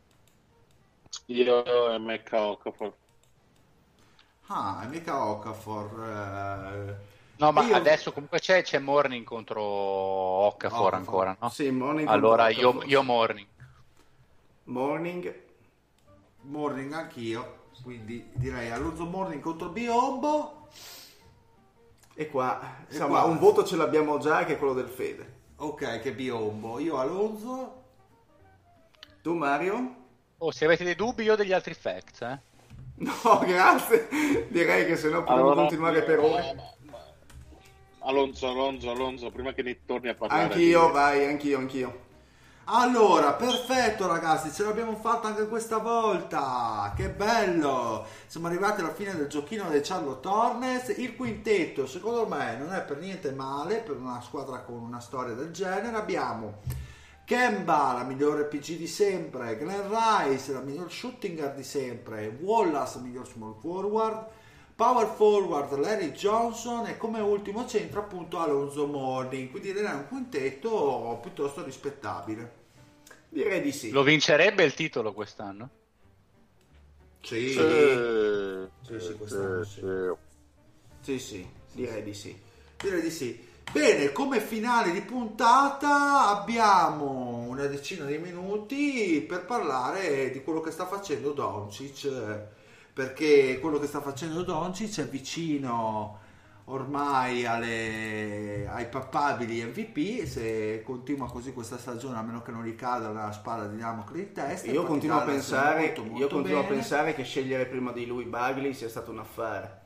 Io e Mecca Okafor. Emeka Okafor, No, ma Io- adesso comunque c'è Morning contro Okafor ancora, no? Sì, Morning Allora contro io Morning. Morning. anch'io, quindi direi Alonso Morning contro Biombo. E qua, insomma, un voto ce l'abbiamo già, che è quello del Fede. Ok, che Biombo. Io Alonso. Tu, Mario? Oh, se avete dei dubbi io ho degli altri facts, eh? No, grazie. Direi che se no potremmo continuare per ore. Alonso, prima che ne torni a parlare. Anch'io, vai, anch'io. Allora, perfetto ragazzi, ce l'abbiamo fatta anche questa volta, che bello! Siamo arrivati alla fine del giochino dei Charlotte Hornets. Il quintetto secondo me non è per niente male per una squadra con una storia del genere. Abbiamo Kemba, la migliore PG di sempre, Glenn Rice, la miglior shooting guard di sempre, Wallace, la miglior small forward, power forward Larry Johnson e come ultimo centro appunto Alonso Mourning, quindi direi un quintetto piuttosto rispettabile. Direi di sì. Lo vincerebbe il titolo quest'anno? Sì, quest'anno sì. Sì, direi di sì. Direi di sì. Bene, come finale di puntata abbiamo una decina di minuti per parlare di quello che sta facendo Doncic, perché quello che sta facendo Doncic è vicino ormai ai papabili MVP. Se continua così questa stagione, a meno che non ricada una spada di Damocle in testa, Io continuo a pensare, bene. che scegliere prima di lui Bagley sia stato un affare.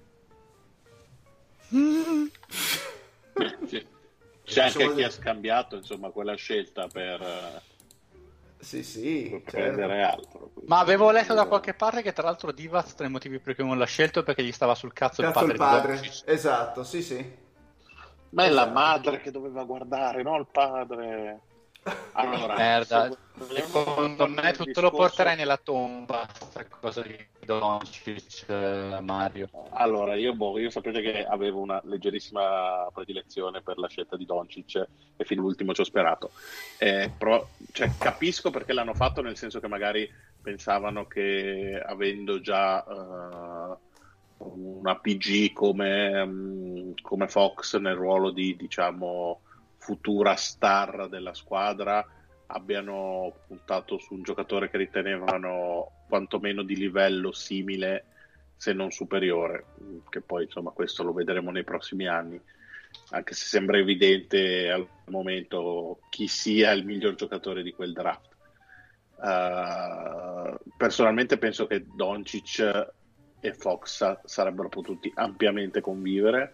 C'è anche chi ha scambiato insomma quella scelta per Sì, prendere altro. Quindi. Ma avevo letto da qualche parte che tra l'altro Divac tra i motivi per cui non l'ha scelto è perché gli stava sul cazzo il padre. Di Doncic. Esatto, sì. Ma è la madre che doveva guardare, no il padre. Allora, Merda, secondo me tutto lo porterai nella tomba questa cosa di Doncic, Mario. Allora, io sapete che avevo una leggerissima predilezione per la scelta di Doncic e fino all'ultimo ci ho sperato. Però, capisco perché l'hanno fatto, nel senso che magari pensavano che avendo già una PG come Fox nel ruolo di, diciamo, futura star della squadra, abbiano puntato su un giocatore che ritenevano quantomeno di livello simile se non superiore, che poi insomma questo lo vedremo nei prossimi anni, anche se sembra evidente al momento chi sia il miglior giocatore di quel draft. Personalmente penso che Doncic e Fox sarebbero potuti ampiamente convivere,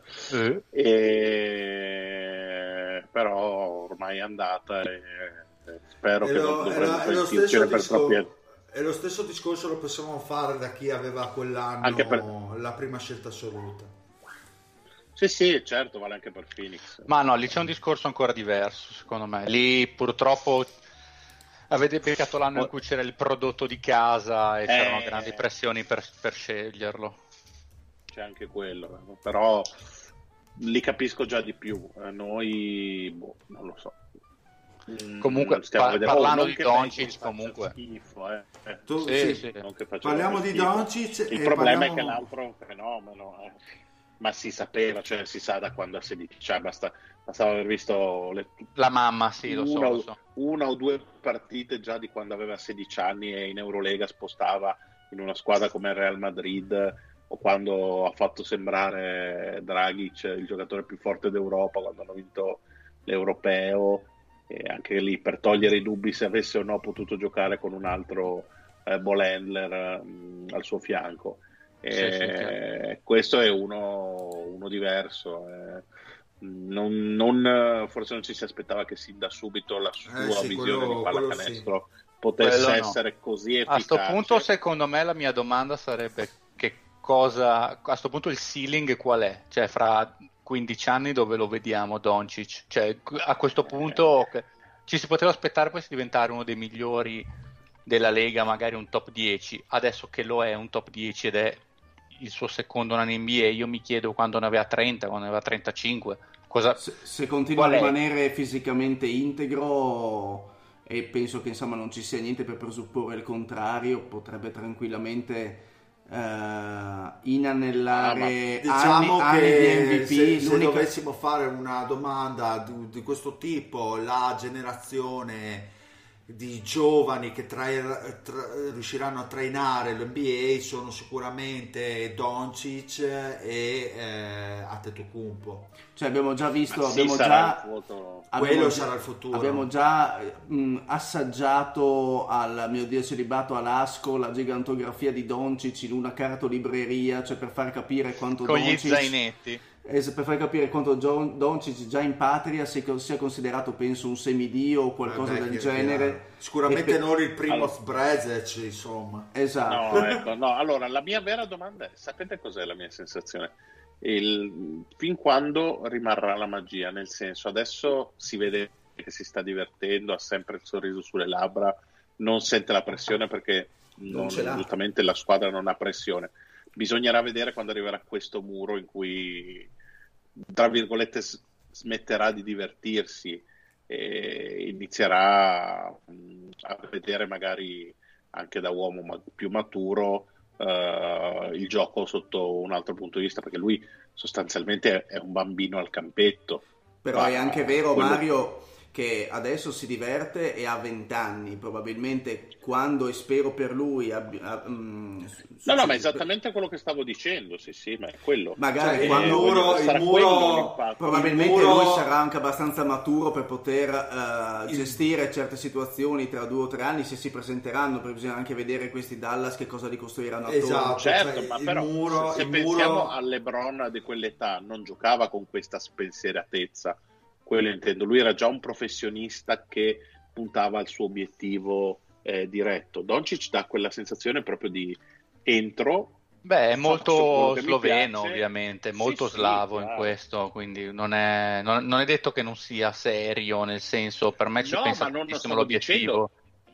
però ormai è andata e spero che non dovremo insistere per troppi anni. E lo stesso discorso lo possiamo fare da chi aveva quell'anno la prima scelta assoluta. Sì, certo, vale anche per Phoenix. Ma no, lì c'è un discorso ancora diverso, secondo me. Lì purtroppo avete beccato l'anno in cui c'era il prodotto di casa e c'erano grandi pressioni per sceglierlo. C'è anche quello, però li capisco già di più. Noi, non lo so. Comunque, parlando di Doncic, comunque. Schifo, Sì. Parliamo di Doncic. Il problema è che l'altro è un fenomeno. Ma si sapeva, cioè si sa da quando ha 16, cioè bastava aver visto la mamma, sì, lo so. Una o due partite già di quando aveva 16 anni e in Eurolega spostava in una squadra come il Real Madrid, o quando ha fatto sembrare Dragic il giocatore più forte d'Europa quando hanno vinto l'Europeo, e anche lì per togliere i dubbi se avesse o no potuto giocare con un altro ball handler al suo fianco. Sì. Questo è uno diverso, forse non ci si aspettava che sin da subito la sua visione di pallacanestro potesse essere così efficace. A sto punto secondo me la mia domanda sarebbe a sto punto il ceiling qual è? Cioè fra 15 anni dove lo vediamo Doncic? Cioè a questo punto ci si poteva aspettare poi di diventare uno dei migliori della Lega, magari un top 10, adesso che lo è un top 10 ed è il suo secondo anno in NBA, io mi chiedo quando ne aveva 30, quando ne aveva 35 se continua a rimanere fisicamente integro, e penso che insomma non ci sia niente per presupporre il contrario, potrebbe tranquillamente inanellare diciamo anni che di MVP. se dovessimo fare una domanda di questo tipo, la generazione di giovani che riusciranno a trainare l'NBA sono sicuramente Doncic e Antetokounmpo. Cioè abbiamo già visto, quello sarà il futuro. Abbiamo già assaggiato al mio Dio celibato all'Asco la gigantografia di Doncic in una cartolibreria, cioè per far capire quanto con Doncic, gli zainetti. per far capire quanto Doncic già in patria sia considerato, penso, un semidio o qualcosa del genere. Sicuramente non il primo Brezec, insomma. Esatto. Allora la mia vera domanda è: sapete cos'è la mia sensazione? Fin quando rimarrà la magia? Nel senso, adesso si vede che si sta divertendo, ha sempre il sorriso sulle labbra, non sente la pressione perché giustamente la squadra non ha pressione. Bisognerà vedere quando arriverà questo muro in cui, tra virgolette, smetterà di divertirsi e inizierà a vedere, magari anche da uomo più maturo, il gioco sotto un altro punto di vista, perché lui sostanzialmente è un bambino al campetto. Però è anche vero, Mario, che adesso si diverte e ha 20 anni, probabilmente quando, e spero per lui, ma esattamente quello che stavo dicendo, sì, ma è quello. Magari il muro probabilmente lui sarà anche abbastanza maturo per poter gestire certe situazioni tra 2 o 3 anni, se si presenteranno, perché bisogna anche vedere questi Dallas che cosa li costruiranno attorno. Esatto, certo, ma però se pensiamo a LeBron di quell'età, non giocava con questa spensieratezza. Quello intendo, lui era già un professionista che puntava al suo obiettivo diretto. Doncic dà quella sensazione proprio di entro. Beh, è molto sloveno, piace, ovviamente, molto slavo in questo, quindi non è detto che non sia serio, nel senso, per me ci pensa tantissimo l'obiettivo.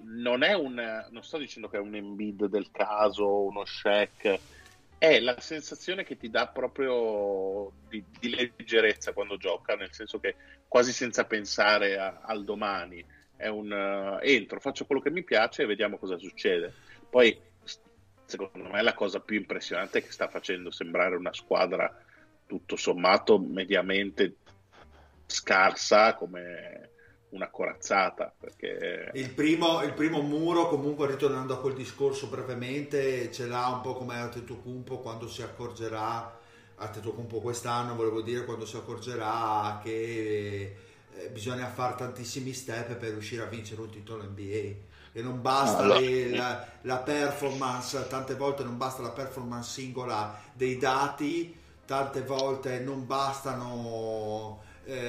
Non sto dicendo che è un Embiid del caso, uno Shaq. È la sensazione che ti dà proprio di leggerezza quando gioca, nel senso che quasi senza pensare al domani è entro, faccio quello che mi piace e vediamo cosa succede. Poi secondo me la cosa più impressionante è che sta facendo sembrare una squadra tutto sommato mediamente scarsa come una corazzata, perché il primo muro, comunque, ritornando a quel discorso brevemente, ce l'ha un po' come Antetokounmpo quando si accorgerà, Antetokounmpo quest'anno volevo dire, quando si accorgerà che bisogna fare tantissimi step per riuscire a vincere un titolo NBA, e non basta la performance, tante volte non basta la performance singola dei dati, tante volte non bastano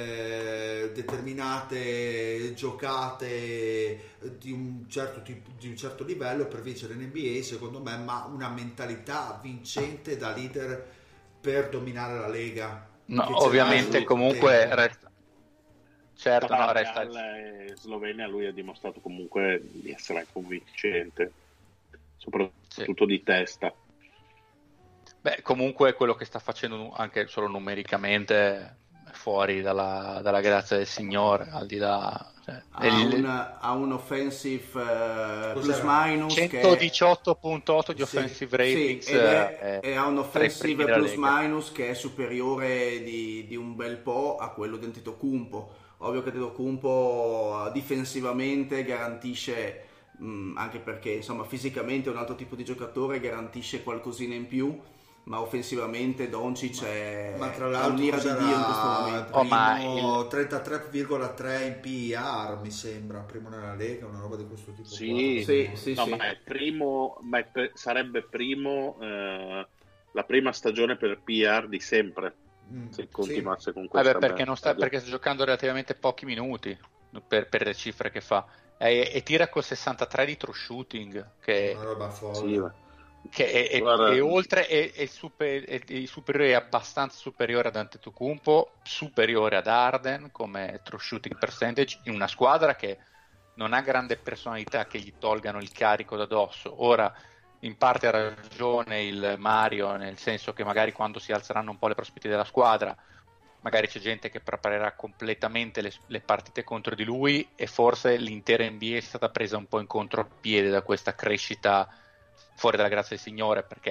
determinate giocate di un certo livello per vincere in NBA, secondo me, ma una mentalità vincente da leader per dominare la Lega. Ovviamente comunque resta. Certo, resta Slovenia. Lui ha dimostrato comunque di essere convincente, soprattutto di testa. Beh, comunque quello che sta facendo anche solo numericamente fuori dalla grazia del Signore, al di là, ha un offensive plus minus 118.8 di offensive ratings, e ha un offensive plus minus che è superiore di un bel po' a quello di Antetokounmpo. Ovvio che Antetokounmpo difensivamente garantisce, anche perché insomma fisicamente è un altro tipo di giocatore, garantisce qualcosina in più, ma offensivamente Doncic è un'ira di Dio in questo momento. 33,3 in PER mi sembra, primo nella Lega, una roba di questo tipo. Sì. Ma è primo, sarebbe primo la prima stagione per PER di sempre, se continuasse con questa. Perché sta giocando relativamente pochi minuti per le cifre che fa, e tira col 63 di true shooting, che è una roba folle. Che è oltre è superiore, è abbastanza superiore ad Antetokounmpo, superiore ad Harden come true shooting percentage, in una squadra che non ha grande personalità che gli tolgano il carico da dosso. Ora, in parte ha ragione il Mario, nel senso che magari quando si alzeranno un po' le prospettive della squadra, magari c'è gente che preparerà completamente le partite contro di lui, e forse l'intera NBA è stata presa un po' in contropiede da questa crescita fuori dalla grazia del Signore, perché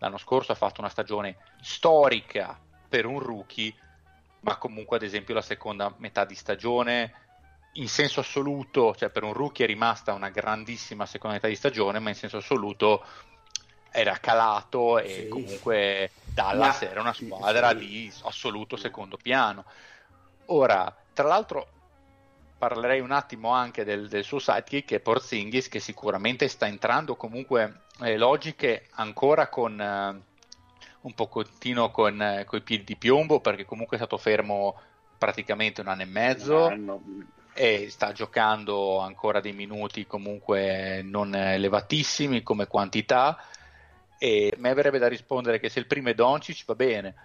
l'anno scorso ha fatto una stagione storica per un rookie, ma comunque ad esempio la seconda metà di stagione in senso assoluto, cioè per un rookie è rimasta una grandissima seconda metà di stagione, ma in senso assoluto era calato e sì, comunque Dallas era una squadra di assoluto secondo piano. Ora, tra l'altro parlerei un attimo anche del suo sidekick, che è Porzingis, che sicuramente sta entrando comunque logiche ancora con un pochettino con i piedi di piombo, perché comunque è stato fermo praticamente un anno e mezzo e sta giocando ancora dei minuti comunque non elevatissimi come quantità, e a me verrebbe da rispondere che se il primo è Doncic va bene,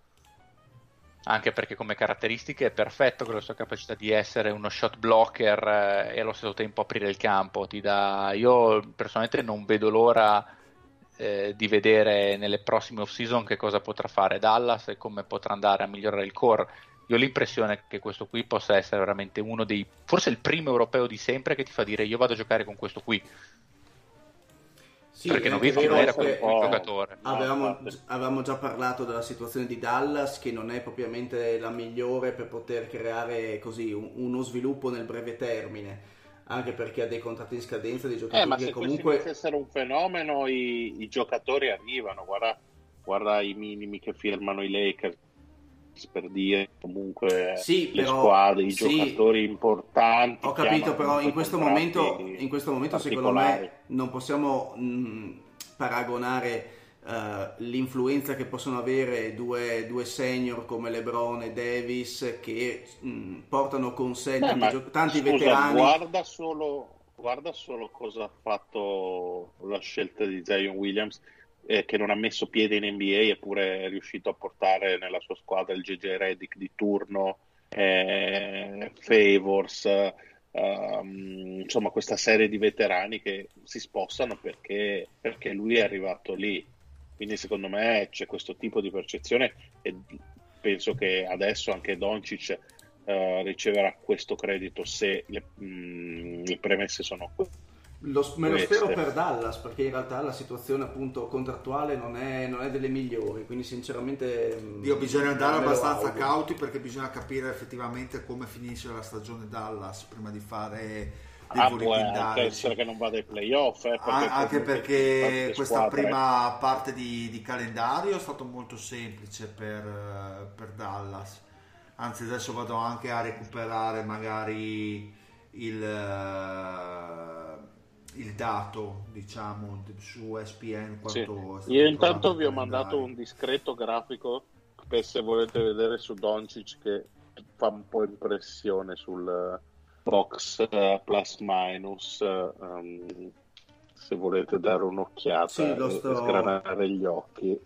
anche perché come caratteristiche è perfetto, con la sua capacità di essere uno shot blocker e allo stesso tempo aprire il campo. Io personalmente non vedo l'ora di vedere nelle prossime off-season che cosa potrà fare Dallas e come potrà andare a migliorare il core. Io ho l'impressione che questo qui possa essere veramente uno dei, forse il primo europeo di sempre che ti fa dire io vado a giocare con questo qui. Sì, perché Nowitzki non era quel giocatore. Avevamo già parlato della situazione di Dallas, che non è propriamente la migliore per poter creare così uno sviluppo nel breve termine, anche perché ha dei contratti in scadenza di giocatori ma che se comunque deve essere un fenomeno, i giocatori arrivano. Guarda i minimi che firmano i Lakers, per dire, comunque sì, le però, squadre, i sì, giocatori importanti. ho capito, però in questo momento secondo me non possiamo paragonare l'influenza che possono avere due senior come LeBron e Davis, che portano con sé tanti veterani. Guarda solo cosa ha fatto la scelta di Zion Williams, che non ha messo piede in NBA, eppure è riuscito a portare nella sua squadra il JJ Redick di turno, Favors, insomma questa serie di veterani che si spostano perché lui è arrivato lì. Quindi secondo me c'è questo tipo di percezione e penso che adesso anche Doncic riceverà questo credito se le premesse sono queste. Me lo spero per Dallas, perché in realtà la situazione appunto contrattuale non è delle migliori, quindi sinceramente bisogna andare abbastanza cauti, perché bisogna capire effettivamente come finisce la stagione Dallas prima di fare dei voli anche essere che non vada ai playoff, anche perché questa prima parte di calendario è stato molto semplice per Dallas. Anzi, adesso vado anche a recuperare magari il dato, diciamo, su ESPN quanto sì. Io intanto vi ho mandato un discreto grafico per se volete vedere su Doncic, che fa un po' impressione sul box plus minus, se volete dare un'occhiata e sgranare gli occhi.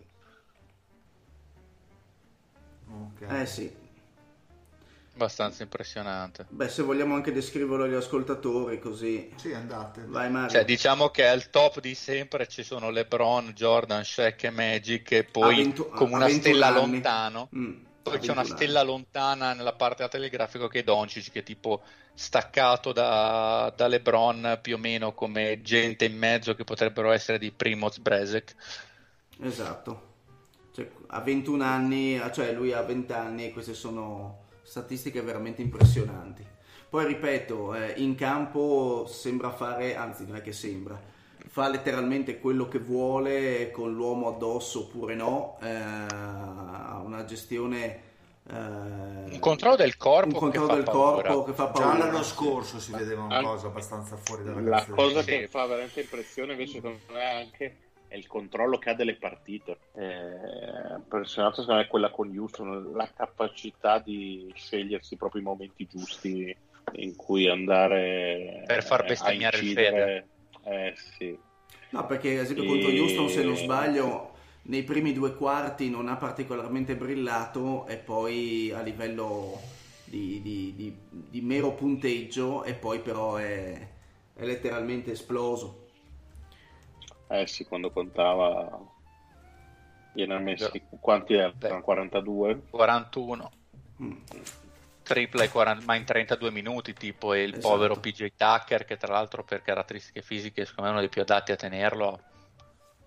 Okay. Sì, abbastanza impressionante. Beh, se vogliamo anche descriverlo agli ascoltatori, così. Sì, andate. Vai, Mario. Cioè, diciamo che al top di sempre ci sono LeBron, Jordan, Shaq e Magic, e poi come una stella lontano. Poi c'è una stella lontana nella parte alta del grafico che è Doncic, che è tipo staccato da LeBron più o meno come gente in mezzo che potrebbero essere di Primoz Brezek. Esatto. Cioè, a 21 anni, cioè lui ha 20 anni, e queste sono statistiche veramente impressionanti. Poi ripeto, in campo sembra fare, anzi non è che sembra, fa letteralmente quello che vuole con l'uomo addosso oppure no, ha una gestione, un controllo del corpo, che fa paura. Già l'anno scorso si vedeva una cosa abbastanza fuori dalla la cosa che fa veramente impressione invece secondo me anche è il controllo che ha delle partite. Impressionante secondo me quella con Houston, la capacità di scegliersi proprio i momenti giusti in cui andare per far bestemmiare il Fede. Sì. No, perché ad esempio contro Houston, se non sbaglio, nei primi 2 quarti non ha particolarmente brillato, e poi a livello di mero punteggio, e poi però è letteralmente esploso. Sì, quando contava gliene ha messi quanti erano? 42? 41 triple ma in 32 minuti tipo, e il esatto. Povero PJ Tucker, che tra l'altro per caratteristiche fisiche secondo me è uno dei più adatti a tenerlo,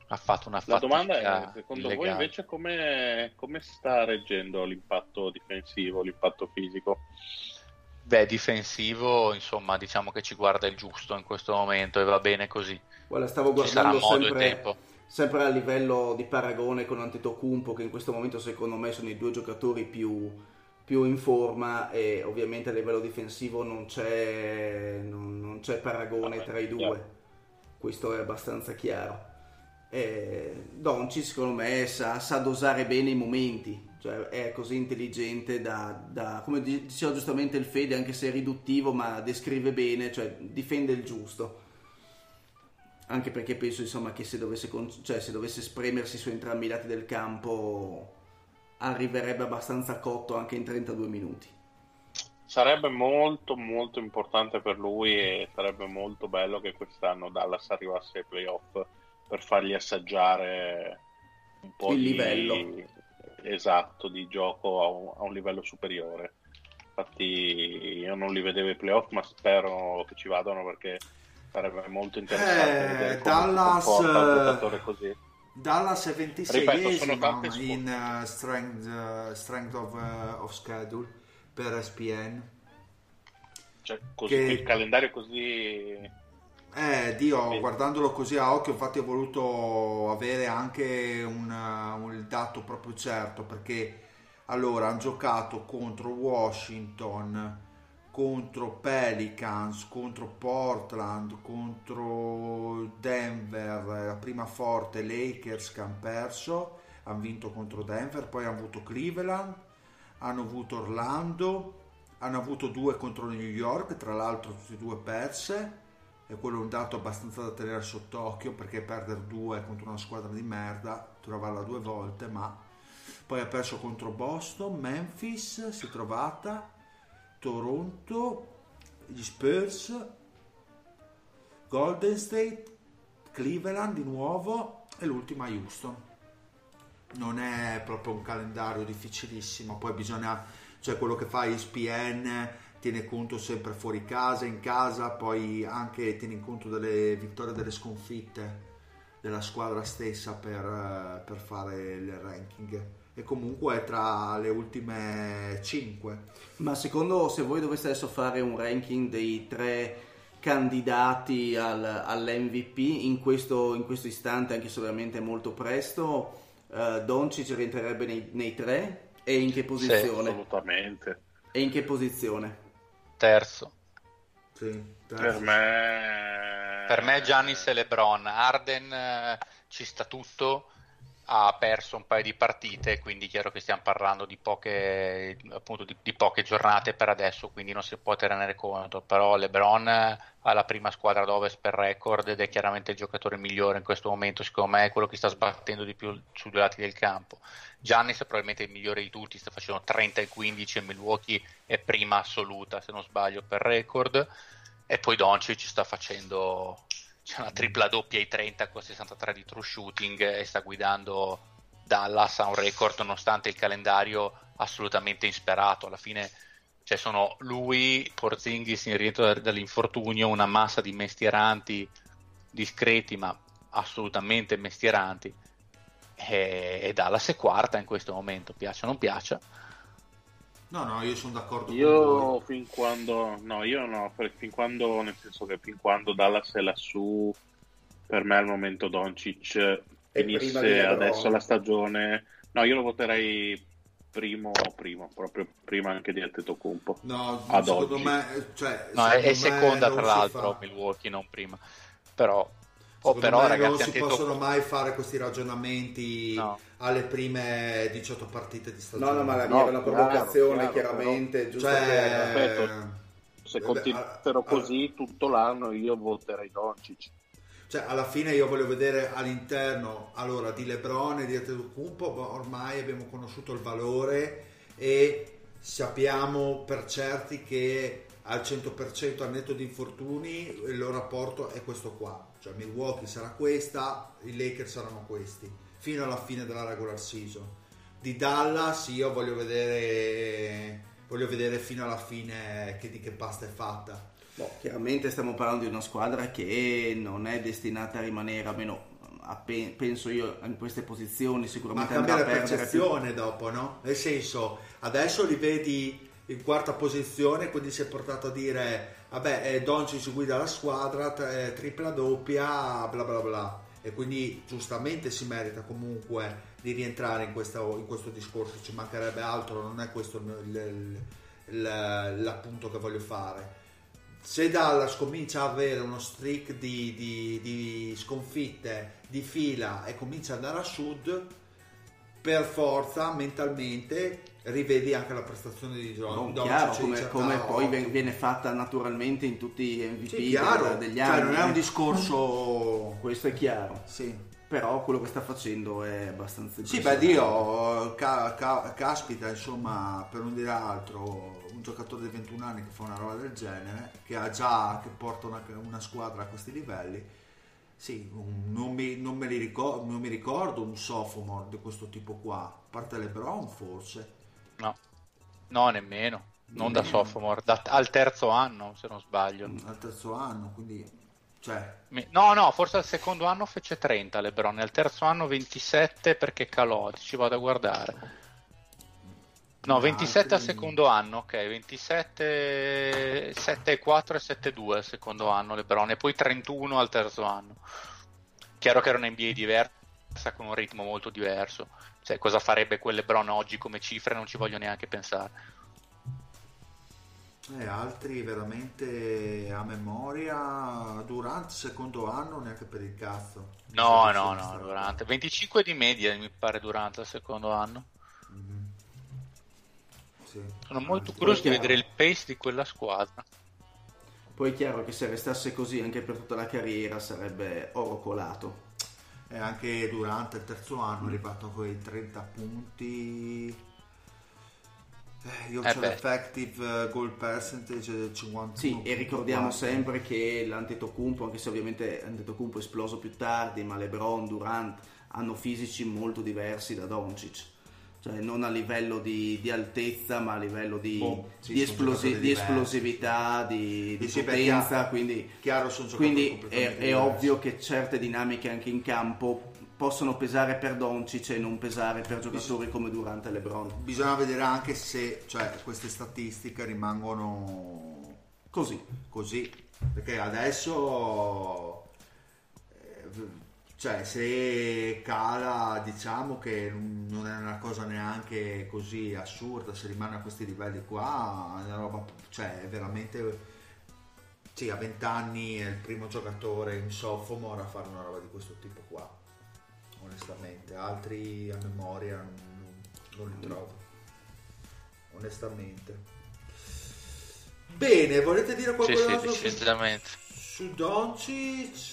ha fatto una La fatica domanda è, secondo voi illegale. invece come sta reggendo l'impatto difensivo, l'impatto fisico? Beh, difensivo, insomma, diciamo che ci guarda il giusto in questo momento e va bene così. Guarda, stavo Ci sarà guardando modo e tempo. sempre a livello di paragone con Antetokounmpo, che in questo momento secondo me sono i due giocatori più in forma, e ovviamente a livello difensivo non c'è paragone tra i due. Chiaro. Questo è abbastanza chiaro. Doncic secondo me sa dosare bene i momenti, cioè è così intelligente come diceva giustamente il Fede, anche se è riduttivo, ma descrive bene, cioè difende il giusto. Anche perché penso insomma che se dovesse spremersi su entrambi i lati del campo arriverebbe abbastanza cotto anche in 32 minuti. Sarebbe molto molto importante per lui e sarebbe molto bello che quest'anno Dallas arrivasse ai playoff per fargli assaggiare un po' Il di livello. esatto di gioco a un livello superiore. Infatti io non li vedevo ai playoff, ma spero che ci vadano, perché sarebbe molto interessante vedere come Dallas, si comporta un giocatore così. Dallas è Ripeto, sono 26esimo tante in strength of schedule per ESPN. Cioè, così, il calendario così... Dio, guardandolo così a occhio, infatti ho voluto avere anche il dato proprio certo, perché allora hanno giocato contro Washington, contro Pelicans, contro Portland, contro Denver, la prima forte, Lakers, che hanno perso, hanno vinto contro Denver, poi hanno avuto Cleveland, hanno avuto Orlando, hanno avuto 2 contro New York, tra l'altro tutti e 2 perse, e quello è un dato abbastanza da tenere sott'occhio, perché perdere 2 contro una squadra di merda, trovarla 2 volte, ma poi ha perso contro Boston, Memphis si è trovata, Toronto, gli Spurs, Golden State, Cleveland di nuovo e l'ultima Houston. Non è proprio un calendario difficilissimo, poi bisogna, cioè quello che fa ESPN tiene conto sempre fuori casa, in casa, poi anche tiene conto delle vittorie e delle sconfitte della squadra stessa per fare il ranking, e comunque è tra le ultime 5. Ma secondo, se voi doveste adesso fare un ranking dei 3 candidati all'MVP in questo istante, anche se ovviamente è molto presto, Doncic rientrerebbe nei 3, e in che posizione? Assolutamente. E in che posizione? Terzo. Sì, Per me Giannis e LeBron. Harden ci sta tutto, ha perso un paio di partite, quindi chiaro che stiamo parlando di poche giornate per adesso, quindi non si può tenere conto, però LeBron ha la prima squadra d'Ovest per record ed è chiaramente il giocatore migliore in questo momento, secondo me è quello che sta sbattendo di più sui 2 lati del campo. Giannis è probabilmente il migliore di tutti, sta facendo 30 e 15 e Milwaukee è prima assoluta se non sbaglio per record, e poi Doncic sta facendo, c'è una tripla doppia ai 30 con 63 di true shooting e sta guidando Dallas a un record nonostante il calendario assolutamente insperato. Alla fine sono lui, Porzingis in rientro dall'infortunio, una massa di mestieranti discreti ma assolutamente mestieranti, e Dallas è quarta in questo momento, piaccia o non piaccia. No, io sono d'accordo con voi. Fin quando nel senso che fin quando Dallas è lassù, per me al momento Doncic finisse adesso la stagione, no, io lo voterei primo, proprio prima anche di Antetokounmpo. No, ad secondo oggi. me, È seconda tra non si l'altro fa. Milwaukee, non prima, però Secondo me ragazzi, non si possono mai fare questi ragionamenti alle prime 18 partite di stagione. No, ma la mia era una provocazione, chiaro, chiaramente, però, giusto ripeto, se continuassero così tutto l'anno io voterei Doncic. Cioè, alla fine io voglio vedere all'interno di LeBron e di Antetokounmpo, ormai abbiamo conosciuto il valore e sappiamo per certi che al 100% al netto di infortuni il loro rapporto è questo qua, cioè Milwaukee sarà questa, i Lakers saranno questi fino alla fine della regular season. Di Dallas io voglio vedere fino alla fine di che pasta è fatta. Chiaramente stiamo parlando di una squadra che non è destinata a rimanere, almeno penso io, in queste posizioni Ma sicuramente cambia andrà la a perdere più. percezione dopo, no? Nel senso, adesso li vedi in quarta posizione, quindi si è portato a dire vabbè, Doncic guida la squadra, tripla doppia, bla bla bla, e quindi giustamente si merita comunque di rientrare in questo discorso, ci mancherebbe altro, non è questo l'appunto che voglio fare. Se Dallas comincia a avere uno streak di sconfitte di fila e comincia ad andare a sud, per forza mentalmente rivedi anche la prestazione di Doncic, chiaro, come poi viene fatta naturalmente in tutti i MVP degli anni. Non è un discorso, questo è chiaro. Sì. Però quello che sta facendo è abbastanza Sì, beh, Dio, caspita, insomma, per non dire altro, un giocatore di 21 anni che fa una roba del genere, che porta una squadra a questi livelli. Sì, non mi ricordo un sophomore di questo tipo qua, a parte LeBron forse. No, nemmeno. Non da sophomore, al terzo anno, se non sbaglio. Al terzo anno, quindi... No, forse al secondo anno fece 30 LeBron, al terzo anno 27 perché calò, ci vado a guardare. No, 27 al secondo anno, ok, 27, 7,4 e 7,2 al secondo anno LeBron, e poi 31 al terzo anno. Chiaro che era un NBA diversa, con un ritmo molto diverso, cioè cosa farebbe quel LeBron oggi come cifre non ci voglio neanche pensare. Altri veramente a memoria. Durant secondo anno neanche per il cazzo. No, Durant 25 di media mi pare Durant al secondo anno. Mm-hmm. Sì. Sono molto curioso di vedere il pace di quella squadra. Poi è chiaro che se restasse così anche per tutta la carriera sarebbe oro colato. E anche Durant il terzo anno è arrivato a quei 30 punti. Io c'ho l'effective goal percentage del 51%. Sì, e ricordiamo sempre che l'Antetokounmpo, anche se ovviamente Antetokounmpo è esploso più tardi, ma LeBron, Durant hanno fisici molto diversi da Doncic, cioè non a livello di altezza, ma a livello di esplosività, di potenza. Quindi è ovvio che certe dinamiche anche in campo possono pesare per Doncic e non pesare per giocatori come Durant e LeBron. Bisogna vedere anche se queste statistiche rimangono così, perché adesso se cala, diciamo che non è una cosa neanche così assurda, se rimane a questi livelli qua è una roba, è veramente a 20 anni è il primo giocatore in sophomore a fare una roba di questo tipo qua. Onestamente, altri a memoria non li trovo, onestamente. Bene, volete dire qualcosa su Doncic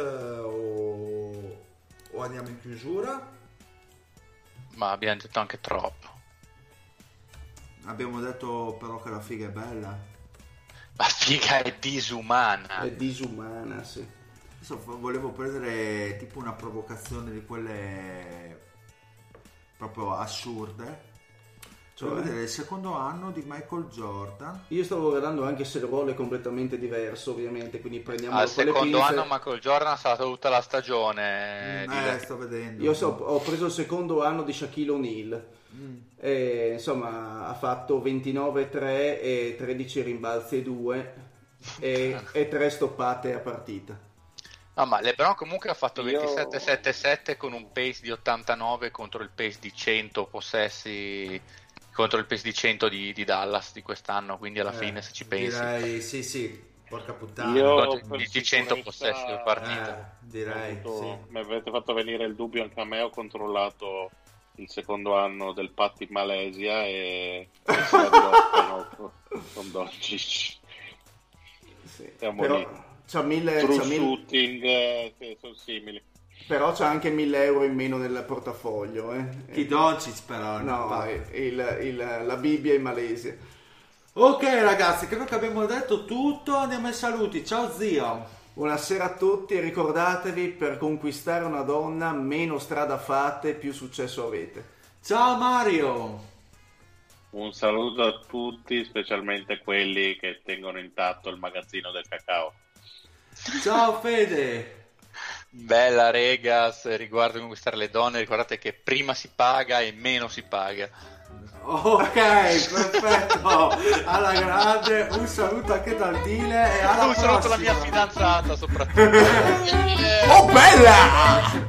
o andiamo in chiusura? Ma abbiamo detto anche troppo. Abbiamo detto però che la figa è bella. La figa è disumana. È disumana, sì. Adesso volevo prendere tipo una provocazione di quelle proprio assurde, cioè vedere il secondo anno di Michael Jordan. Io stavo guardando anche se il ruolo è completamente diverso, ovviamente, quindi prendiamo al secondo anno Michael Jordan è stata tutta la stagione sto vedendo. Io ho preso il secondo anno di Shaquille O'Neal. E, insomma, ha fatto 29-3 e 13 rimbalzi e 2 e 3 stoppate a partita. No, ma LeBron comunque ha fatto 27-7-7 con un pace di 89 contro il pace di 100 possessi, contro il pace di 100 di Dallas di quest'anno, quindi alla fine se ci pensi direi sì, porca puttana, di 100 possessi per partita, direi mi avete fatto venire il dubbio anche a me. Ho controllato il secondo anno del Pat in Malesia e si addoppano con Doncic. Siamo lì. C'ha shooting sono simili, però c'ha anche 1.000 euro in meno nel portafoglio, Chi Doncic però? No, la Bibbia in Malesia. Ok ragazzi, credo che abbiamo detto tutto, andiamo ai saluti. Ciao zio. Buonasera a tutti e ricordatevi, per conquistare una donna meno strada fate, più successo avete. Ciao Mario. Un saluto a tutti, specialmente quelli che tengono intatto il magazzino del cacao. Ciao Fede. Bella Regas, riguardo conquistare le donne, ricordate che prima si paga e meno si paga. Ok, perfetto, alla grande, un saluto anche dal Dile e alla Un saluto alla mia prossima. fidanzata soprattutto. Oh bella!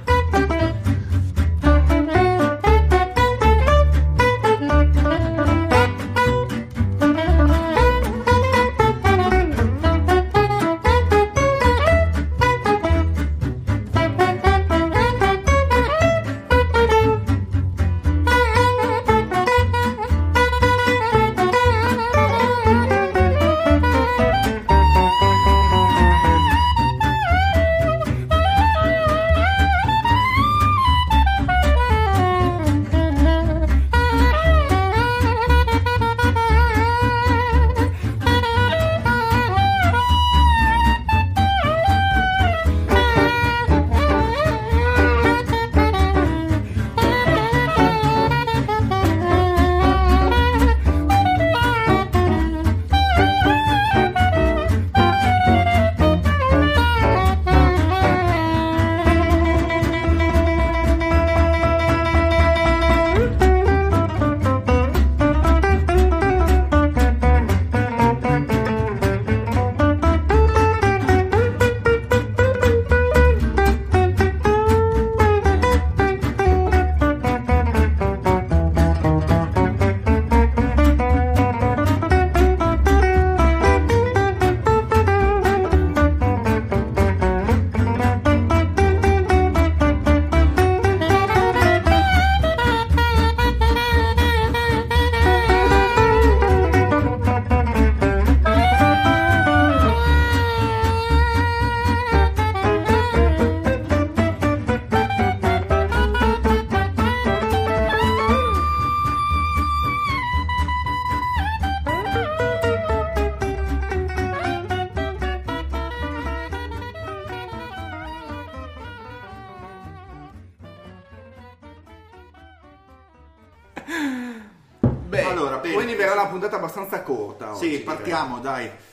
Beh, Allora, bene. quindi verrà una puntata abbastanza corta oggi, Sì, direi. partiamo, dai.